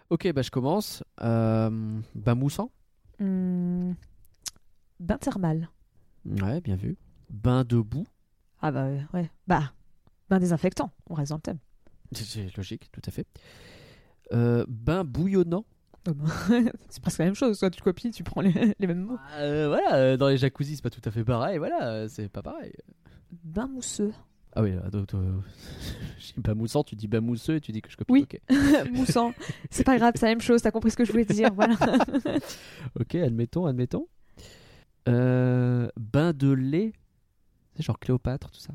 Ok, bah je commence. Bain moussant. Bain thermal. Ouais, bien vu. Bain de boue. Ah bah ouais. Bah, bain désinfectant, on reste dans le thème. C'est logique, tout à fait. Bain bouillonnant. Oh ben, c'est presque la même chose, soit tu copies, tu prends les mêmes mots. Voilà, dans les jacuzzis, c'est pas tout à fait pareil. Voilà, c'est pas pareil. Bain mousseux. Ah oui, là, donc, je dis bain moussant, tu dis bain mousseux et tu dis que je copie. Oui. Ok, Moussant. C'est pas grave, c'est la même chose, t'as compris ce que je voulais dire, voilà. ok, admettons. Bain de lait. C'est genre Cléopâtre, tout ça.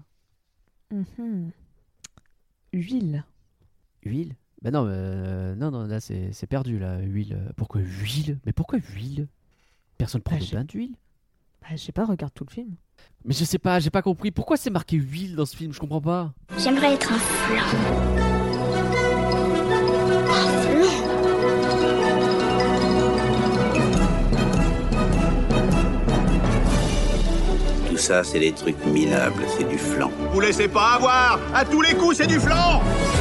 Huile. Huile. Bah non, non, là c'est perdu là, huile. Pourquoi huile? Mais pourquoi huile? Personne prend de bain d'huile? Bah, je sais pas, regarde tout le film. Mais je sais pas, j'ai pas compris. Pourquoi c'est marqué huile dans ce film? Je comprends pas. J'aimerais être un flan. Un flan. Tout ça, c'est des trucs minables, c'est du flan. Vous laissez pas avoir. À tous les coups, c'est du flan.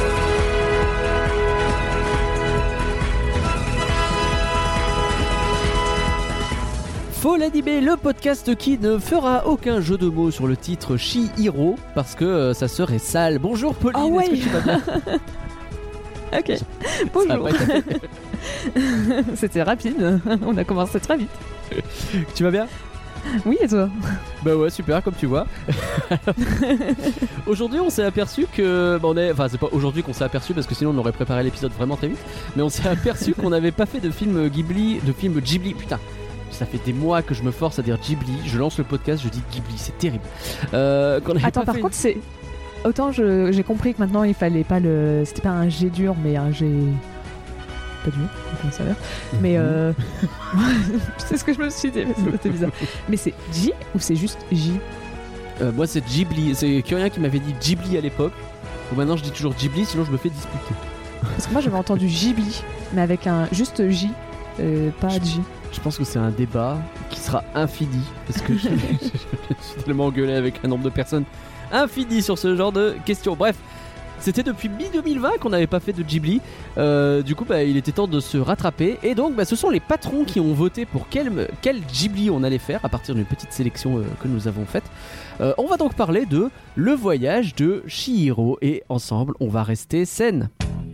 Faux l'animé, le podcast qui ne fera aucun jeu de mots sur le titre Chihiro parce que ça serait sale. Bonjour Pauline, Ah ouais. est-ce que tu vas bien? Ok, Ça bonjour. a pas été- C'était rapide, on a commencé très vite. Tu vas bien? Oui, et toi? Bah ouais, super, comme tu vois. Aujourd'hui, on s'est aperçu que... Enfin, c'est pas aujourd'hui qu'on s'est aperçu, parce que sinon on aurait préparé l'épisode vraiment très vite. Mais on s'est aperçu qu'on n'avait pas fait de film Ghibli, Putain, ça fait des mois que je me force à dire Ghibli. Je lance le podcast, je dis Ghibli, c'est terrible. Attends, par contre, c'est... Autant j'ai compris que maintenant, il fallait pas le... C'était pas un G dur, mais un G... Pas dur, comment ça va. Mais c'est ce que je me suis dit, c'était bizarre. Mais c'est J ou c'est juste J? Moi, c'est Ghibli. C'est Curien qui m'avait dit Ghibli à l'époque. Ou maintenant, je dis toujours Ghibli, sinon je me fais disputer. Parce que moi, j'avais entendu Ghibli, mais avec un juste J, pas J. Je pense que c'est un débat qui sera infini, parce que je suis tellement engueulé avec un nombre de personnes infini sur ce genre de questions. Bref, c'était depuis mi-2020 qu'on n'avait pas fait de Ghibli. Du coup, il était temps de se rattraper. Et donc, ce sont les patrons qui ont voté pour quel Ghibli on allait faire à partir d'une petite sélection que nous avons faite. On va donc parler de Le Voyage de Chihiro. Et ensemble, on va rester zen.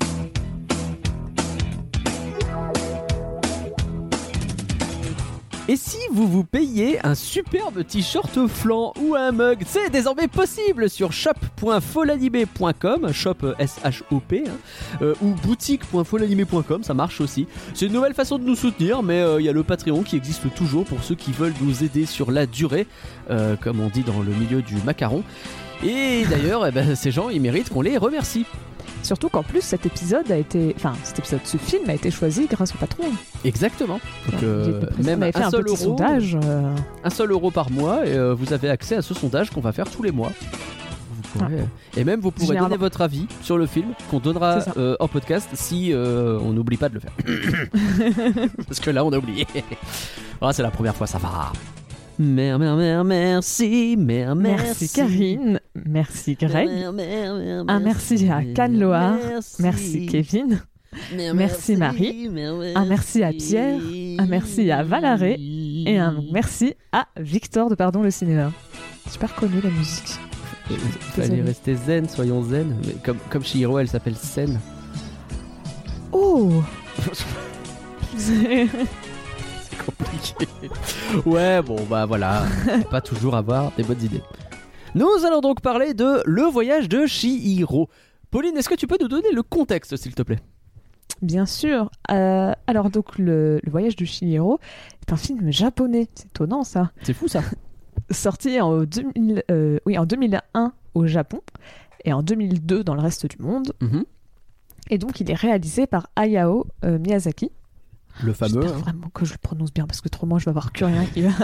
Et si vous vous payez un superbe t-shirt flan ou un mug, c'est désormais possible sur shop.folanimé.com, shop S-H-O-P, ou boutique.folanimé.com, ça marche aussi. C'est une nouvelle façon de nous soutenir, mais il y a le Patreon qui existe toujours pour ceux qui veulent nous aider sur la durée, comme on dit dans le milieu du macaron. Et d'ailleurs, ces gens, ils méritent qu'on les remercie. Surtout qu'en plus, ce film a été choisi grâce au patron. Exactement. Donc, même un fait un seul petit euro, sondage. Un seul euro par mois, et vous avez accès à ce sondage qu'on va faire tous les mois. Vous pourrez, et même vous pourrez donner votre avis sur le film qu'on donnera en podcast si on n'oublie pas de le faire. Parce que là, on a oublié. C'est la première fois, ça va. Merci Karine, merci Greg, un merci à Cannes-Loire, merci Kevin, merci Marie, un merci à Pierre, un merci à Valaré et un merci à Victor de Pardon le cinéma. J'ai pas reconnu la musique. Il fallait rester zen, soyons zen. Mais comme Chihiro, elle s'appelle Sen. Oh. Compliqué. Ouais, voilà. Pas toujours avoir des bonnes idées. Nous allons donc parler de Le Voyage de Chihiro. Pauline, est-ce que tu peux nous donner le contexte, s'il te plaît? Bien sûr. Alors donc le Voyage de Chihiro est un film japonais. C'est étonnant ça. C'est fou ça. Sorti en 2001 au Japon et en 2002 dans le reste du monde. Mm-hmm. Et donc il est réalisé par Hayao Miyazaki. Le fameux. J'espère vraiment que je le prononce bien parce que autrement je vais avoir Curien qui va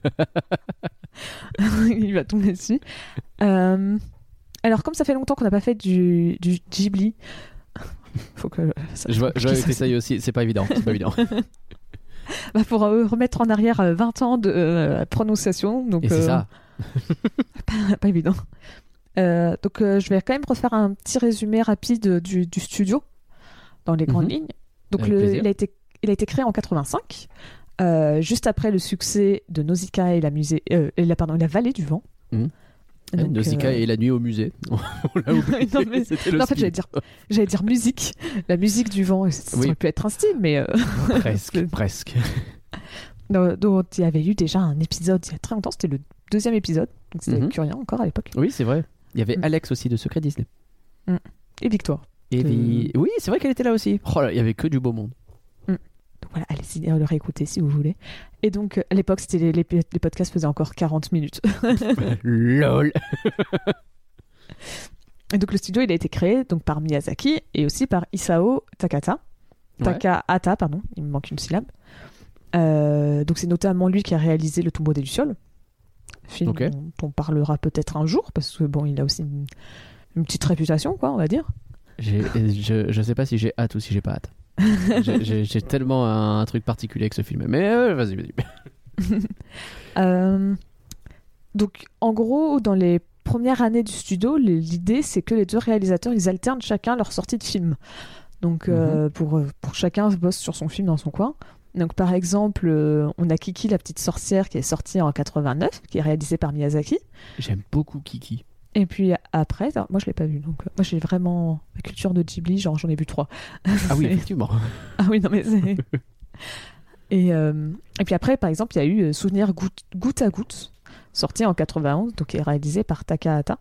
il va tomber dessus. Alors comme ça fait longtemps qu'on n'a pas fait du Ghibli, faut que je vois que t'essayes aussi, c'est pas évident. Pour remettre en arrière 20 ans de prononciation, donc et c'est ça. pas évident. Donc je vais quand même refaire un petit résumé rapide du studio dans les grandes lignes. Donc Avec plaisir. il a été créé en 85, juste après le succès de Nausicaa et la vallée du vent. Donc, Nausicaa et la nuit au musée. On l'a oublié. Non, mais- C'était le Non, en fait, style. j'allais dire musique. La musique du vent, ça Oui. aurait pu être un style, mais Presque. dont il y avait eu déjà un épisode il y a très longtemps. C'était le 2e épisode, donc c'était Mhm. Curien encore à l'époque. Oui, c'est vrai. Il y avait Alex aussi de Secret Disney. Et Victoire. Oui, c'est vrai qu'elle était là aussi. Oh là, il y avait que du beau monde. Donc voilà, allez-y le réécouter si vous voulez. Et donc à l'époque, c'était les podcasts faisaient encore 40 minutes. LOL. Et donc le studio, il a été créé donc par Miyazaki et aussi par Isao Takahata. Takahata, pardon, il me manque une syllabe. Donc c'est notamment lui qui a réalisé Le Tombeau des Lucioles, film Ok. dont on parlera peut-être un jour parce que bon, il a aussi une petite réputation, quoi, on va dire. Je sais pas si j'ai hâte ou si j'ai pas hâte. J'ai tellement un truc particulier avec ce film. Mais vas-y. Donc en gros, dans les premières années du studio, l'idée c'est que les deux réalisateurs ils alternent chacun leur sortie de film. Donc pour chacun bosse sur son film dans son coin. Donc par exemple, on a Kiki la petite sorcière qui est sortie en 89, qui est réalisée par Miyazaki. J'aime beaucoup Kiki. Et puis après, moi je l'ai pas vu, donc moi j'ai vraiment la culture de Ghibli, j'en ai vu 3. Ah oui, effectivement. Ah oui, non mais c'est... et puis après, par exemple, il y a eu Souvenir goutte à goutte, sorti en 91, donc qui est réalisé par Takahata.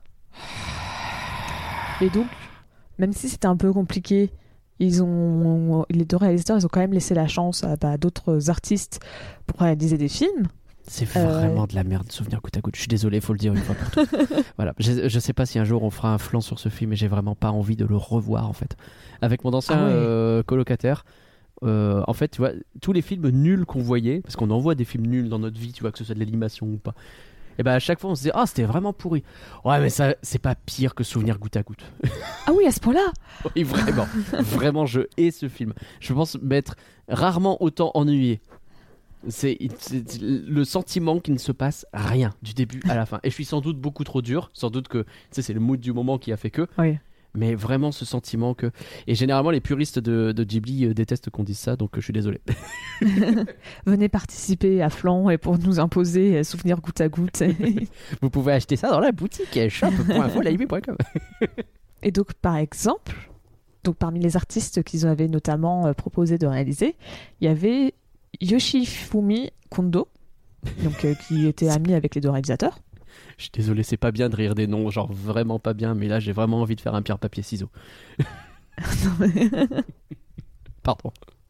Et donc, même si c'était un peu compliqué, les deux réalisateurs, ils ont quand même laissé la chance à d'autres artistes pour réaliser des films. C'est vraiment de la merde, Souvenir goutte à goutte. Je suis désolé, faut le dire une fois pour toutes. Voilà. Je sais pas si un jour on fera un flanc sur ce film, mais j'ai vraiment pas envie de le revoir en fait. Avec mon ancien colocataire, en fait, tu vois, tous les films nuls qu'on voyait, parce qu'on en voit des films nuls dans notre vie, tu vois, que ce soit de l'animation ou pas. Et ben à chaque fois on se disait c'était vraiment pourri. Ouais, mais ça c'est pas pire que Souvenir goutte à goutte. Ah oui, à ce point-là. Oui, vraiment, je hais ce film. Je pense m'être rarement autant ennuyé. C'est le sentiment qu'il ne se passe rien du début à la fin. Et je suis sans doute beaucoup trop dur. Sans doute que c'est le mood du moment qui a fait que. Oui. Mais vraiment ce sentiment que. Et généralement, les puristes de Ghibli détestent qu'on dise ça, donc je suis désolé. Venez participer à Flan et pour nous imposer Souvenir goutte à goutte. Vous pouvez acheter ça dans la boutique shop.folaibi.com. Et donc, par exemple, parmi les artistes qu'ils avaient notamment proposé de réaliser, il y avait Yoshifumi Kondo, donc, qui était ami avec les deux réalisateurs. Je suis désolé, c'est pas bien de rire des noms, genre vraiment pas bien, mais là j'ai vraiment envie de faire un pierre-papier-ciseaux. Pardon.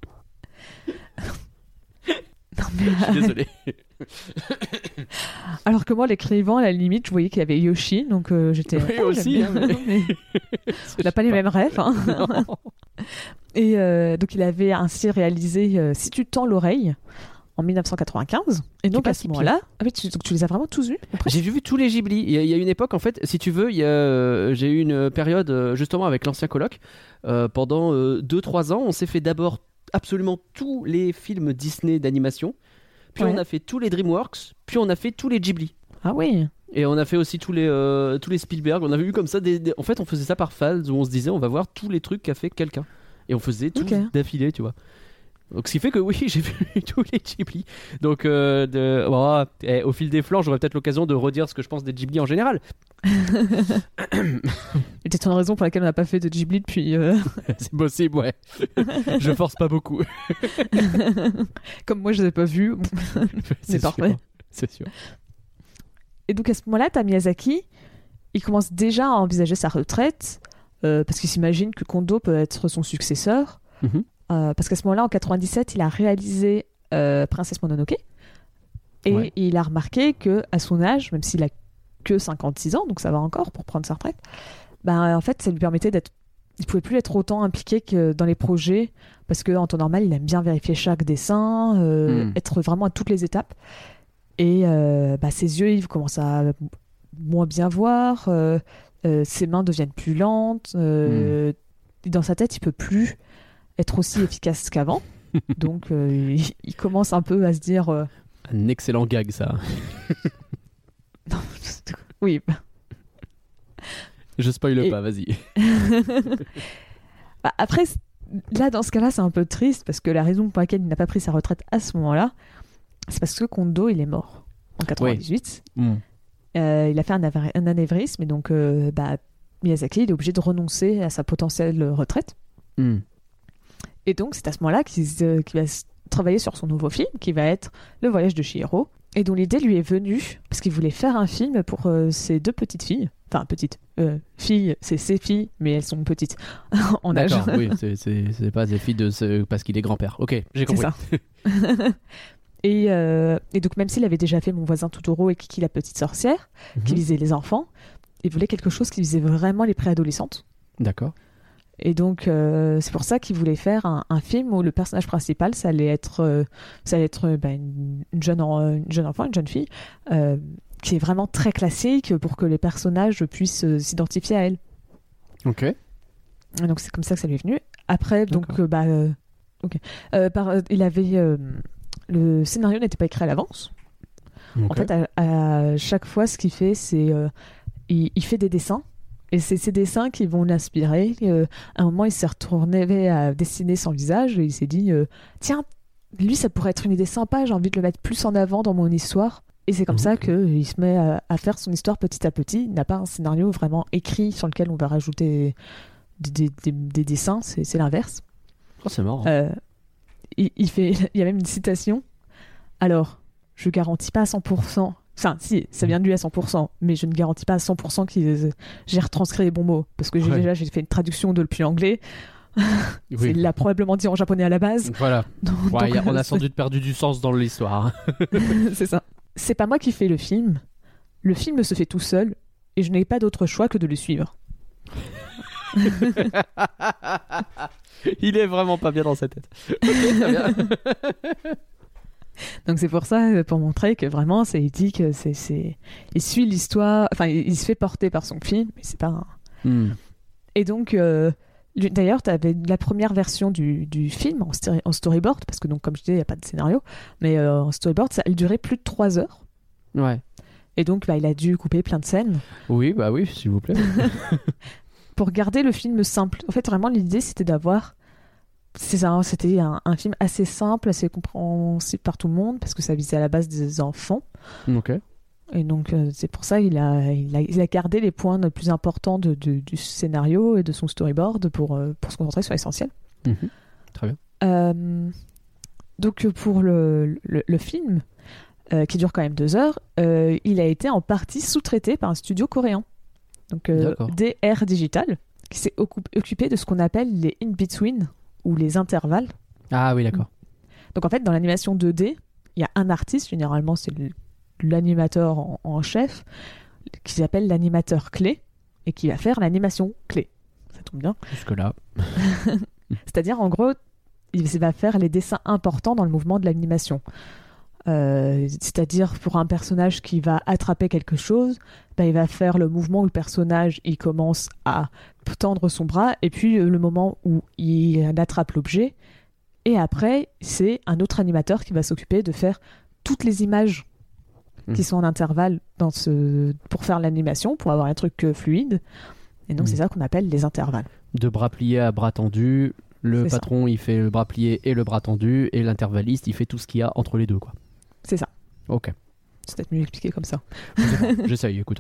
Non, mais, Je suis désolé. alors que moi, l'écrivant, à la limite, je voyais qu'il y avait Yoshi, donc j'étais... Oui, aussi, j'aime bien, hein, mais on n'a pas les mêmes rêves. Hein. Et donc, il avait ainsi réalisé Si tu tends l'oreille en 1995. Et donc, pas à ce si moment-là... Ah oui, donc tu les as vraiment tous vus ou presque? J'ai vu tous les Ghibli. Il y a une époque, en fait, si tu veux, j'ai eu une période justement avec l'ancien coloc. Pendant 2-3 ans, on s'est fait d'abord absolument tous les films Disney d'animation. Puis on a fait tous les DreamWorks. Puis on a fait tous les Ghibli. Ah oui. Et on a fait aussi tous les Spielberg. On avait vu comme ça En fait, on faisait ça par phases où on se disait on va voir tous les trucs qu'a fait quelqu'un. Et on faisait tout d'affilée, tu vois. Donc ce qui fait que oui, j'ai vu tous les Ghibli. Donc au fil des flancs, j'aurai peut-être l'occasion de redire ce que je pense des Ghibli en général. Et peut-être une raison pour laquelle on n'a pas fait de Ghibli depuis... C'est possible, ouais. Je force pas beaucoup. Comme moi, je les ai pas vus. C'est parfait. Sûr, c'est sûr. Et donc à ce moment-là, t'as Miyazaki, il commence déjà à envisager sa retraite parce qu'il s'imagine que Kondo peut être son successeur. Parce qu'à ce moment-là, en 97, il a réalisé Princesse Mononoke. Et il a remarqué qu'à son âge, même s'il a que 56 ans, donc ça va encore pour prendre sa retraite, en fait, ça lui permettait d'être... Il pouvait plus être autant impliqué que dans les projets, parce qu'en temps normal, il aime bien vérifier chaque dessin, être vraiment à toutes les étapes. Et ses yeux, ils commencent à moins bien voir, ses mains deviennent plus lentes, dans sa tête, il peut plus être aussi efficace qu'avant. Donc, il commence un peu à se dire... Un excellent gag, ça. Non, oui. Je spoile pas, vas-y. Après, là, dans ce cas-là, c'est un peu triste parce que la raison pour laquelle il n'a pas pris sa retraite à ce moment-là, c'est parce que Kondo, il est mort en 98. Mm. Il a fait un anévrisme et donc Miyazaki, il est obligé de renoncer à sa potentielle retraite. Mm. Et donc, c'est à ce moment-là qu'il va travailler sur son nouveau film qui va être Le Voyage de Chihiro et dont l'idée lui est venue parce qu'il voulait faire un film pour ses 2 petites filles. Enfin, petites. Filles, c'est ses filles, mais elles sont petites en âge. D'accord, oui, c'est pas des filles parce qu'il est grand-père. Ok, j'ai compris. C'est ça. Et donc, même s'il avait déjà fait Mon voisin Totoro et Kiki la petite sorcière, qui visait les enfants, il voulait quelque chose qui visait vraiment les préadolescentes. D'accord. Et donc, c'est pour ça qu'il voulait faire un film où le personnage principal, ça allait être une jeune enfant, une jeune fille, qui est vraiment très classique pour que les personnages puissent s'identifier à elle. Ok. Et donc, c'est comme ça que ça lui est venu. Après, donc, il avait... le scénario n'était pas écrit à l'avance. Okay. En fait, à chaque fois, ce qu'il fait, c'est... il fait des dessins. Et c'est ces dessins qui vont l'inspirer. À un moment, il s'est retourné à dessiner son visage et il s'est dit tiens, lui, ça pourrait être une idée sympa, j'ai envie de le mettre plus en avant dans mon histoire. Et c'est comme ça qu'il se met à faire son histoire petit à petit. Il n'a pas un scénario vraiment écrit sur lequel on va rajouter des dessins, c'est l'inverse. Oh, c'est marrant. Il y a même une citation. Alors, je garantis pas à 100%. Enfin, si, ça vient de lui à 100%, mais je ne garantis pas à 100% que j'ai retranscrit les bons mots. Parce que j'ai fait une traduction depuis l'anglais. Oui. Il l'a probablement dit en japonais à la base. Voilà. Donc, on a sans doute perdu du sens dans l'histoire. C'est ça. C'est pas moi qui fais le film. Le film se fait tout seul et je n'ai pas d'autre choix que de le suivre. Il est vraiment pas bien dans sa tête. Ok, très bien. Donc c'est pour ça, pour montrer que vraiment, il dit que il suit l'histoire, enfin il se fait porter par son film, mais c'est pas un... Et donc, d'ailleurs, tu avais la première version du film en storyboard, parce que donc, comme je disais, il n'y a pas de scénario, mais en storyboard, elle durait plus de 3 heures. Ouais. Et donc, il a dû couper plein de scènes. Oui, s'il vous plaît. Pour garder le film simple. En fait, vraiment, l'idée, c'était d'avoir... C'était un film assez simple, assez compréhensible par tout le monde, parce que ça visait à la base des enfants. Ok. Et donc, c'est pour ça qu'il a gardé les points les plus importants du scénario et de son storyboard pour se concentrer sur l'essentiel. Très bien. Donc, pour le film, qui dure quand même 2 heures, il a été en partie sous-traité par un studio coréen. Donc, DR Digital, qui s'est occupé de ce qu'on appelle les in-between, ou les intervalles. Ah oui, d'accord. Donc, en fait, dans l'animation 2D, il y a un artiste, généralement, c'est l'animateur en chef, qui s'appelle l'animateur clé, et qui va faire l'animation clé. Ça tombe bien. Jusque-là. C'est-à-dire, en gros, il va faire les dessins importants dans le mouvement de l'animation. C'est-à-dire, pour un personnage qui va attraper quelque chose, il va faire le mouvement où le personnage il commence à tendre son bras, et puis le moment où il attrape l'objet. Et après, c'est un autre animateur qui va s'occuper de faire toutes les images qui sont en intervalle pour faire l'animation, pour avoir un truc fluide. Et donc, c'est ça qu'on appelle les intervalles. De bras pliés à bras tendus, le patron, il fait le bras plié et le bras tendu, et l'intervalliste, il fait tout ce qu'il y a entre les deux, quoi. C'est ça. Ok. C'est peut-être mieux expliqué comme ça. J'essaye, écoute.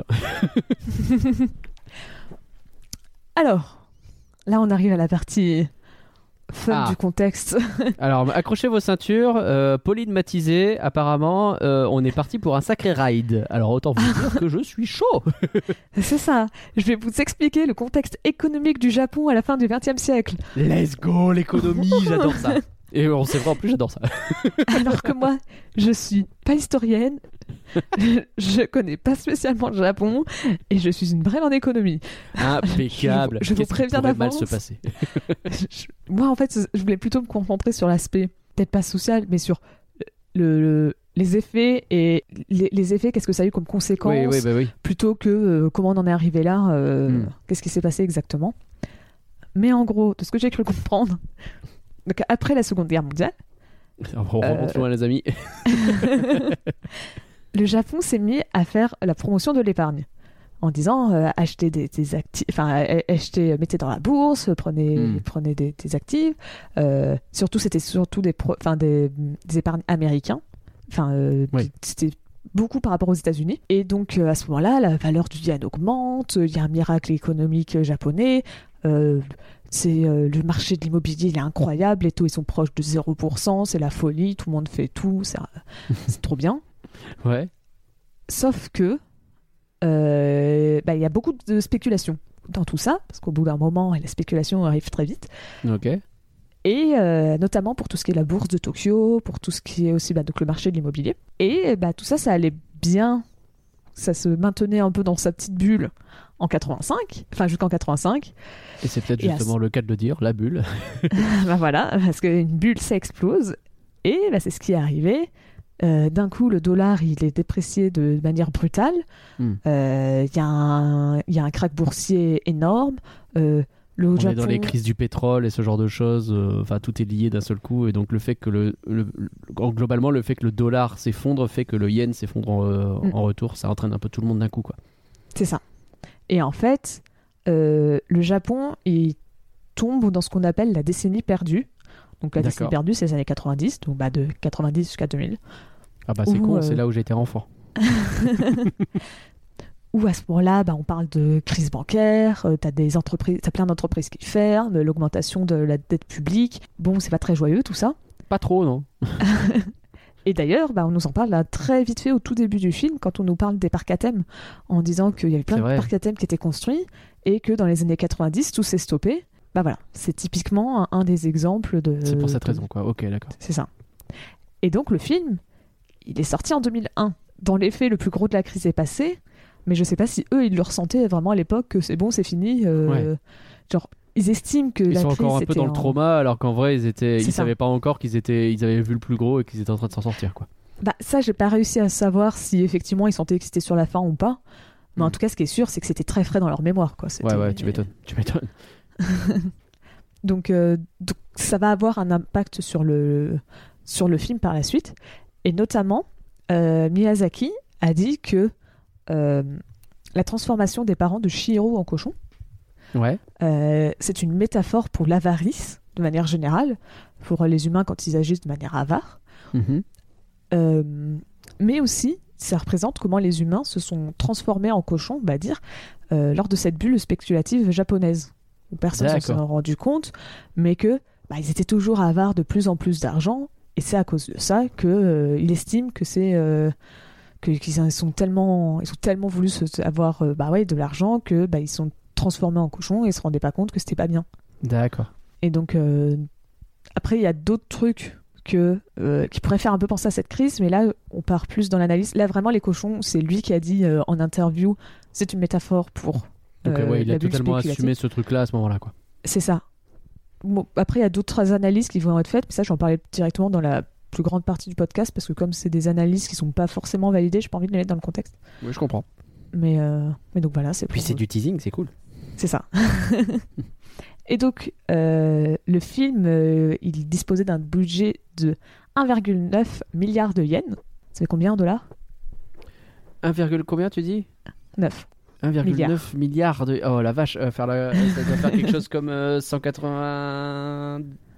Alors, là, on arrive à la partie fun du contexte. Alors, accrochez vos ceintures. Pauline Mathisé, apparemment, on est parti pour un sacré ride. Alors, autant vous dire que je suis chaud. C'est ça. Je vais vous expliquer le contexte économique du Japon à la fin du XXe siècle. Let's go, l'économie, j'adore ça. Et c'est vrai, en plus, j'adore ça. Alors que moi, je suis pas historienne, je connais pas spécialement le Japon, et je suis une brêle en économie. Impeccable. Je vous préviens d'avance. Mal se passer. Moi, en fait, je voulais plutôt me concentrer sur l'aspect, peut-être pas social, mais sur les effets, et les effets, qu'est-ce que ça a eu comme conséquence, plutôt que comment on en est arrivé là, qu'est-ce qui s'est passé exactement. Mais en gros, de ce que j'ai cru comprendre... Donc après la Seconde Guerre mondiale, on remonte loin les amis. Le Japon s'est mis à faire la promotion de l'épargne en disant achetez des actifs, mettez dans la bourse, prenez des actifs. C'était surtout des épargnes américains. C'était beaucoup par rapport aux États-Unis. Et donc, à ce moment-là, la valeur du yen augmente, il y a un miracle économique japonais, le marché de l'immobilier, il est incroyable, les taux, ils sont proches de 0%, c'est la folie, tout le monde fait tout, c'est trop bien. Ouais. Sauf que, il y a beaucoup de spéculation dans tout ça, parce qu'au bout d'un moment, la spéculation arrive très vite. Ok. Et notamment pour tout ce qui est la bourse de Tokyo, pour tout ce qui est aussi donc le marché de l'immobilier. Et tout ça, ça allait bien, ça se maintenait un peu dans sa petite bulle jusqu'en 85. Et c'est peut-être justement le cas de le dire, la bulle. Voilà, parce qu'une bulle, ça explose. Et c'est ce qui est arrivé. D'un coup, le dollar, il est déprécié de manière brutale. Il y a un krach boursier énorme. On est dans les crises du pétrole et ce genre de choses, tout est lié d'un seul coup, et donc le fait que globalement le fait que le dollar s'effondre fait que le yen s'effondre en retour, ça entraîne un peu tout le monde d'un coup, quoi. C'est ça. Et en fait, le Japon, il tombe dans ce qu'on appelle la décennie perdue. Donc la décennie perdue, c'est les années 90, donc de 90 jusqu'à 2000. Ah c'est con, c'est là où j'étais enfant. Où à ce moment-là, on parle de crise bancaire, t'as plein d'entreprises qui ferment, l'augmentation de la dette publique. Bon, c'est pas très joyeux tout ça. Pas trop, non. Et d'ailleurs, on nous en parle là, très vite fait au tout début du film, quand on nous parle des parcs à thème, en disant qu'il y avait plein de parcs à thème qui étaient construits, et que dans les années 90, tout s'est stoppé. Voilà, c'est typiquement un des exemples de... C'est pour cette raison, quoi. Ok, d'accord. C'est ça. Et donc le film, il est sorti en 2001. Dans les faits, le plus gros de la crise est passé, mais je sais pas si eux, ils le ressentaient vraiment à l'époque, que c'est bon, c'est fini. Genre, ils estiment que ils la sont crise... encore un peu dans le trauma, alors qu'en vrai, ils savaient pas encore ils avaient vu le plus gros et qu'ils étaient en train de s'en sortir, quoi. Ça, j'ai pas réussi à savoir si effectivement ils sentaient que c'était sur la fin ou pas. Mais en tout cas, ce qui est sûr, c'est que c'était très frais dans leur mémoire, quoi. Ouais, tu m'étonnes. donc ça va avoir un impact sur le film par la suite. Et notamment, Miyazaki a dit que la transformation des parents de Chihiro en cochon, c'est une métaphore pour l'avarice, de manière générale, pour les humains quand ils agissent de manière avare. Mais aussi, ça représente comment les humains se sont transformés en cochons, on va dire, lors de cette bulle spéculative japonaise, où personne ne s'en est rendu compte, mais que ils étaient toujours avares de plus en plus d'argent, et c'est à cause de ça qu'il estime que c'est... qu'ils ont tellement voulu avoir de l'argent que ils sont transformés en cochons et se rendaient pas compte que c'était pas bien. D'accord. Et donc après il y a d'autres trucs qui pourraient faire un peu penser à cette crise, mais là on part plus dans l'analyse. Là vraiment les cochons, c'est lui qui a dit en interview, c'est une métaphore pour donc il a totalement assumé ce truc là à ce moment là, quoi. C'est ça. Bon, après il y a d'autres analyses qui vont être faites, mais ça j'en parlais directement dans la plus grande partie du podcast, parce que comme c'est des analyses qui sont pas forcément validées, j'ai pas envie de les mettre dans le contexte. Oui, je comprends. Mais donc voilà, c'est puis c'est du teasing, c'est cool. C'est ça. Et donc le film il disposait d'un budget de 1,9 milliard de yens. Ça fait combien en dollars? Combien tu dis? 9. 1,9 milliard de... Oh la vache, ça doit faire quelque chose comme 180...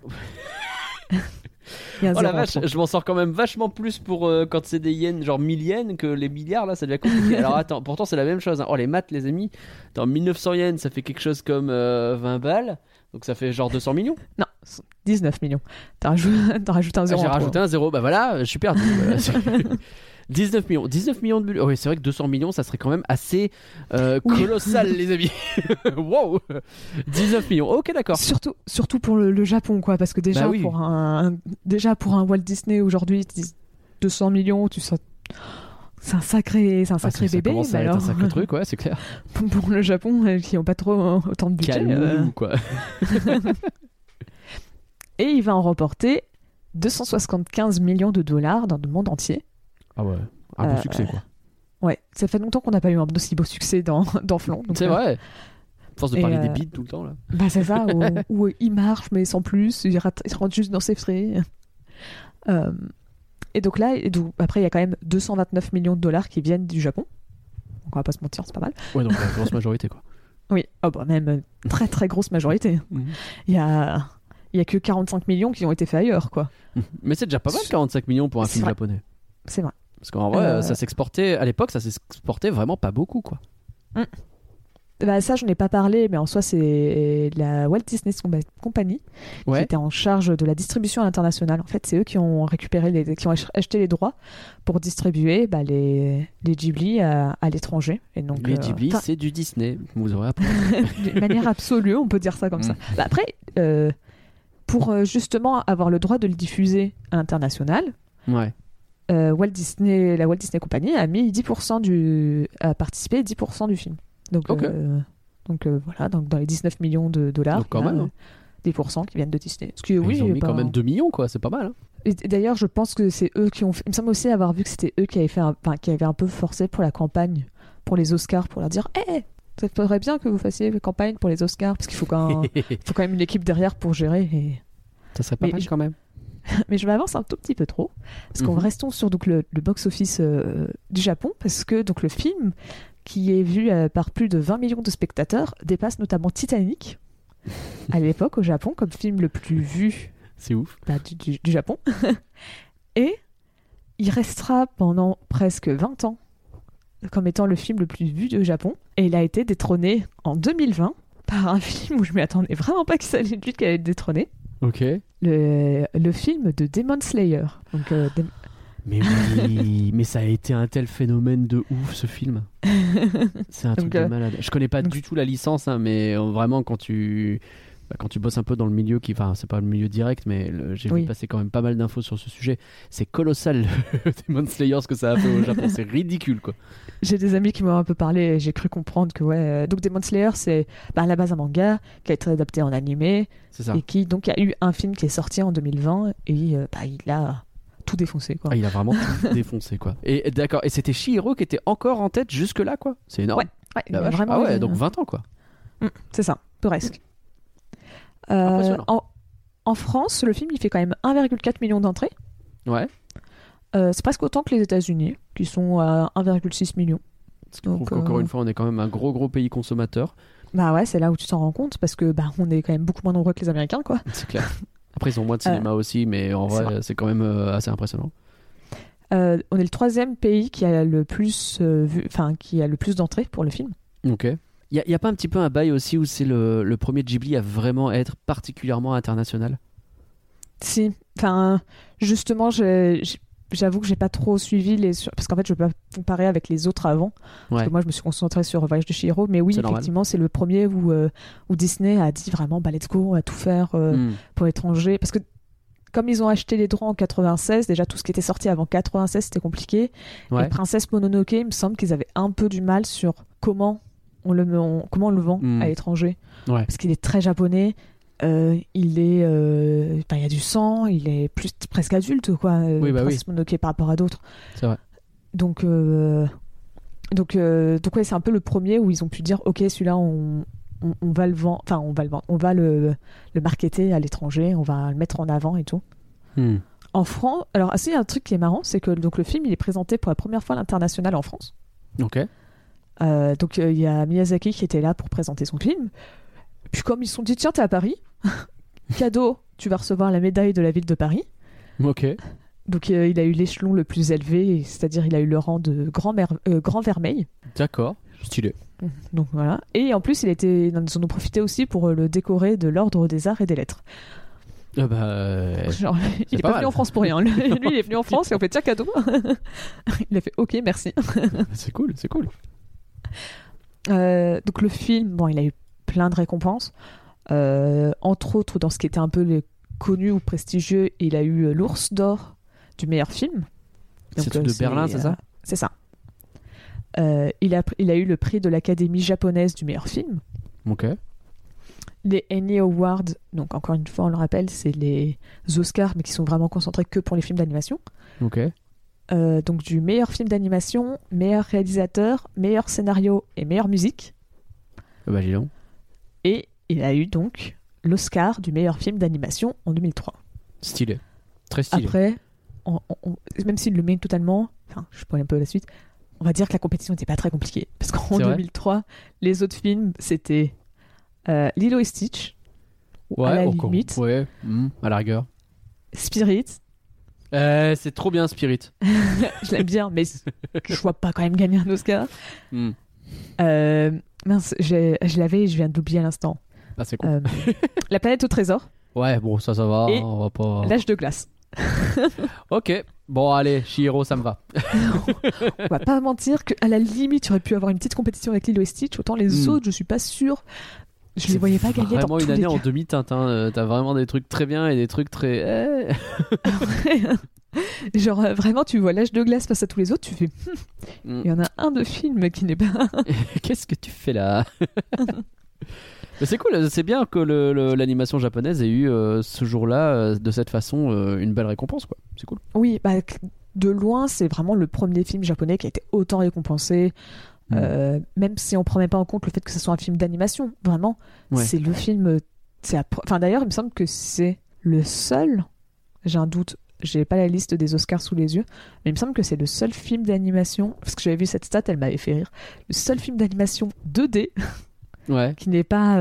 Oh la vache, je m'en sors quand même vachement plus pour quand c'est des yens, genre 1000 yens, que les milliards, là ça devient compliqué. Alors attends, pourtant c'est la même chose, hein. Oh les maths les amis, dans 1900 yens ça fait quelque chose comme 20 balles, donc ça fait genre 200 millions. Non, 19 millions. T'as rajouté un zéro. J'ai rajouté un zéro, voilà, je suis perdu. 19 millions de bulles. Oh oui, c'est vrai que 200 millions, ça serait quand même assez colossal, les amis. Wow, 19 millions. Ok, d'accord. Surtout pour le Japon, quoi, parce que déjà pour un Walt Disney aujourd'hui, 200 millions, c'est un sacré bébé. Ça commence à être un sacré truc, ouais, c'est clair. Pour le Japon, qui n'ont pas trop autant de budget. Calme-nous, quoi. Et il va en remporter 275 millions de dollars dans le monde entier. Ah ouais, un bon succès, quoi. Ouais, ça fait longtemps qu'on n'a pas eu un aussi beau succès dans Flon. C'est vrai. À force de parler des bides tout le temps, là. C'est ça, où il marche, mais sans plus, il rentre juste dans ses frais. Et donc là, après, il y a quand même 229 millions de dollars qui viennent du Japon. on va pas se mentir, c'est pas mal. Ouais, donc la grosse majorité, quoi. Oui, même très très grosse majorité. Il y a que 45 millions qui ont été faits ailleurs, quoi. Mais c'est déjà pas mal, 45 millions pour un film japonais. C'est vrai. Parce qu'en vrai, ça s'exportait, à l'époque, ça s'exportait vraiment pas beaucoup, quoi. Ça, je n'ai pas parlé, mais en soi, c'est la Walt Disney Company qui était en charge de la distribution à l'international. En fait, c'est eux qui ont qui ont acheté les droits pour distribuer les Ghibli à l'étranger. Et donc, les Ghibli, c'est du Disney. Vous aurez appris. De manière absolue, on peut dire ça comme ça. Après, pour justement avoir le droit de le diffuser à l'international, la Walt Disney Company a mis 10% a participé 10% du film. Donc, voilà, donc dans les 19 millions de dollars, donc quand même, 10% qui viennent de Disney. Ils ont mis quand même 2 millions, quoi, c'est pas mal. Hein. Et d'ailleurs, je pense que c'est eux qui ont fait... Il me semble aussi avoir vu que c'était eux qui avaient un peu forcé pour la campagne, pour les Oscars, pour leur dire ça faudrait bien que vous fassiez une campagne pour les Oscars, parce qu'il faut quand même une équipe derrière pour gérer. Et... Ça serait pas mal quand même. Mais je m'avance un tout petit peu trop, parce qu'on restons sur donc, le box-office du Japon, parce que donc, le film qui est vu par plus de 20 millions de spectateurs dépasse notamment Titanic à l'époque au Japon comme film le plus vu. C'est ouf. Du Japon. Et il restera pendant presque 20 ans comme étant le film le plus vu du Japon. Et il a été détrôné en 2020 par un film où je ne m'y attendais vraiment pas qu'il allait être détrôné. Ok. Le film de Demon Slayer. Donc, mais oui, mais ça a été un tel phénomène de ouf, ce film. C'est un truc de malade. Je connais pas du tout la licence, hein, mais vraiment quand tu bosses un peu dans le milieu, c'est pas le milieu direct, mais j'ai vu passer quand même pas mal d'infos sur ce sujet. C'est colossal, Demon Slayer, ce que ça a fait au Japon. C'est ridicule, quoi. J'ai des amis qui m'ont un peu parlé et j'ai cru comprendre que donc Demon Slayer, c'est à la base un manga qui a été adapté en animé. C'est ça. Et qui donc a eu un film qui est sorti en 2020 et il a tout défoncé, quoi. Il a vraiment tout défoncé, quoi. Et d'accord, et c'était Chihiro qui était encore en tête jusque là, quoi. C'est énorme. Ouais, vraiment, donc 20 ans, quoi. C'est ça, presque. Impressionnant. En France, le film il fait quand même 1,4 million d'entrées. Ouais. C'est presque autant que les États-Unis, qui sont à 1,6 million. Donc, encore une fois, on est quand même un gros pays consommateur. Bah ouais, c'est là où tu t'en rends compte, parce que on est quand même beaucoup moins nombreux que les Américains, quoi. C'est clair. Après, ils ont moins de cinéma aussi, mais en vrai, c'est quand même assez impressionnant. On est le 3e pays qui a le plus qui a le plus d'entrées pour le film. Ok. Il y a pas un petit peu un bail aussi où c'est le premier Ghibli à vraiment être particulièrement international? Si. Enfin, justement, j'avoue que j'ai pas trop suivi parce qu'en fait, je peux pas comparer avec les autres avant. Parce que moi, je me suis concentrée sur Voyage de Chihiro. Mais oui, effectivement, c'est le premier où Disney a dit vraiment, let's go, on va tout faire pour l'étranger. Parce que comme ils ont acheté les droits en 96, déjà tout ce qui était sorti avant 96, c'était compliqué. Et Princesse Mononoke, il me semble qu'ils avaient un peu du mal sur comment on le vend à l'étranger. Parce qu'il est très japonais. Il y a du sang, il est presque adulte, quoi. Princesse Mononoke par rapport à d'autres. C'est vrai. Donc c'est un peu le premier où ils ont pu dire ok, celui-là on va le vendre, on va le marketer à l'étranger, on va le mettre en avant et tout. En France, alors il y a un truc qui est marrant, c'est que donc le film il est présenté pour la première fois à l'international en France. Ok. Donc il y a Miyazaki qui était là pour présenter son film. Puis comme ils se sont dit tiens, t'es à Paris, cadeau, tu vas recevoir la médaille de la ville de Paris. Ok. Donc il a eu l'échelon le plus élevé, c'est-à-dire il a eu le rang de grand vermeil. D'accord, stylé. Donc voilà. Et en plus ils en ont profité aussi pour le décorer de l'ordre des arts et des lettres. Genre, il est pas venu en France pour rien. Lui il est venu en France et on fait tiens, cadeau. Il a fait ok, merci. C'est cool. Donc le film, il a eu plein de récompenses, entre autres dans ce qui était un peu connu ou prestigieux, il a eu l'Ours d'Or du meilleur film. C'est tout de Berlin, c'est ça? C'est ça. Il a eu le prix de l'Académie japonaise du meilleur film. Ok. Les Annie Awards, donc encore une fois on le rappelle, c'est les Oscars mais qui sont vraiment concentrés que pour les films d'animation. Ok. Donc du meilleur film d'animation, meilleur réalisateur, meilleur scénario et meilleure musique. Dis donc. Et il a eu donc l'Oscar du meilleur film d'animation en 2003. Stylé. Très stylé. Après, même s'il le met totalement, je prends un peu la suite, on va dire que la compétition n'était pas très compliquée. Parce qu'en C'est vrai 2003, les autres films, c'était Lilo et Stitch, à la limite, Ouais, à la rigueur. Spirit. C'est trop bien, Spirit. Je l'aime bien, mais je vois pas quand même gagner un Oscar. Mince, je l'avais et je viens de l'oublier à l'instant. Ah, c'est cool. La planète au trésor. Ouais, bon, ça va. Et on va pas... L'âge de glace. Ok, bon, allez, Chihiro, ça me va. On va pas mentir qu'à la limite, tu aurais pu avoir une petite compétition avec Lilo et Stitch. Autant les autres, je suis pas sûre. Je les voyais pas gagner dans tous les cas. Vraiment une année en demi-teinte. T'as vraiment des trucs très bien et des trucs très... Genre, vraiment, tu vois l'âge de glace face à tous les autres, tu fais... Il y en a un de film qui n'est pas... Qu'est-ce que tu fais là? Mais c'est cool, c'est bien que l'animation japonaise ait eu ce jour-là, de cette façon, une belle récompense, quoi. C'est cool. Oui, bah, de loin, c'est vraiment le premier film japonais qui a été autant récompensé, même si on ne prend même pas en compte le fait que ce soit un film d'animation. Vraiment, c'est le film... Enfin, d'ailleurs, il me semble que c'est le seul... J'ai un doute, j'ai pas la liste des Oscars sous les yeux, mais il me semble que c'est le seul film d'animation, parce que j'avais vu cette stat, elle m'avait fait rire, le seul film d'animation 2D... qui n'est pas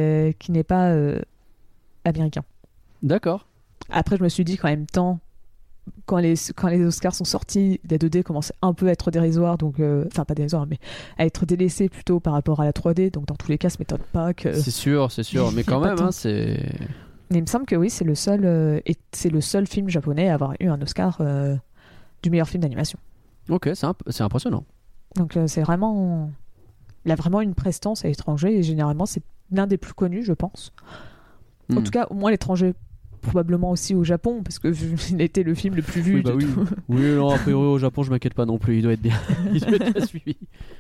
américain. D'accord. Après, je me suis dit qu'en même temps, quand les Oscars sont sortis, la 2D commençait un peu à être dérisoire, donc enfin pas dérisoire, mais à être délaissée plutôt par rapport à la 3D. Donc dans tous les cas, ça m'étonne pas que. C'est sûr, mais quand même, c'est. Mais il me semble que oui, c'est le seul film japonais à avoir eu un Oscar du meilleur film d'animation. Ok, c'est impressionnant. Donc c'est vraiment. Il a vraiment une prestance à l'étranger et généralement c'est l'un des plus connus, je pense. En tout cas, au moins à l'étranger, probablement aussi au Japon, parce que il a été le film le plus vu. Oui, non, a priori au Japon, je m'inquiète pas non plus, il doit être bien, suivi.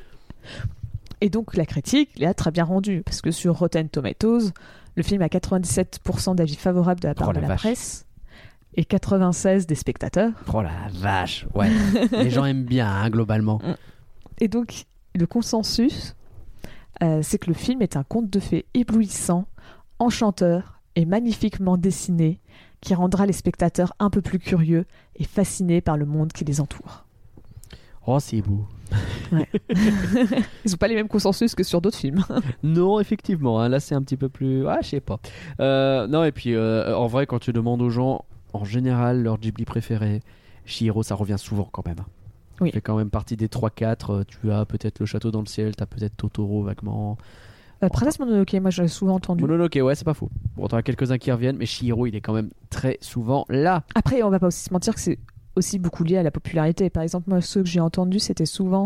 Et donc la critique, il a très bien rendu, parce que sur Rotten Tomatoes, le film a 97% d'avis favorables de la part de la presse et 96% des spectateurs. Oh la vache, ouais. Les gens aiment bien, hein, globalement. Et donc, le consensus, c'est que le film est un conte de fées éblouissant, enchanteur et magnifiquement dessiné, qui rendra les spectateurs un peu plus curieux et fascinés par le monde qui les entoure. Oh, c'est beau. Ouais. Ils n'ont pas les mêmes consensus que sur d'autres films. Non, effectivement, hein, là c'est un petit peu plus... Ah, je sais pas. Non, et puis en vrai, quand tu demandes aux gens, en général, leur Ghibli préféré, Chihiro, ça revient souvent quand même. Oui. Il fait quand même partie des 3-4. Tu as peut-être Le Château dans le ciel, tu as peut-être Totoro vaguement. Princesse Mononoke, moi j'ai souvent entendu. Mononoke, ouais, c'est pas faux. Bon, t'en as quelques-uns qui reviennent, mais Chihiro, il est quand même très souvent là. Après, on va pas aussi se mentir que c'est aussi beaucoup lié à la popularité. Par exemple, moi, ceux que j'ai entendus, c'était souvent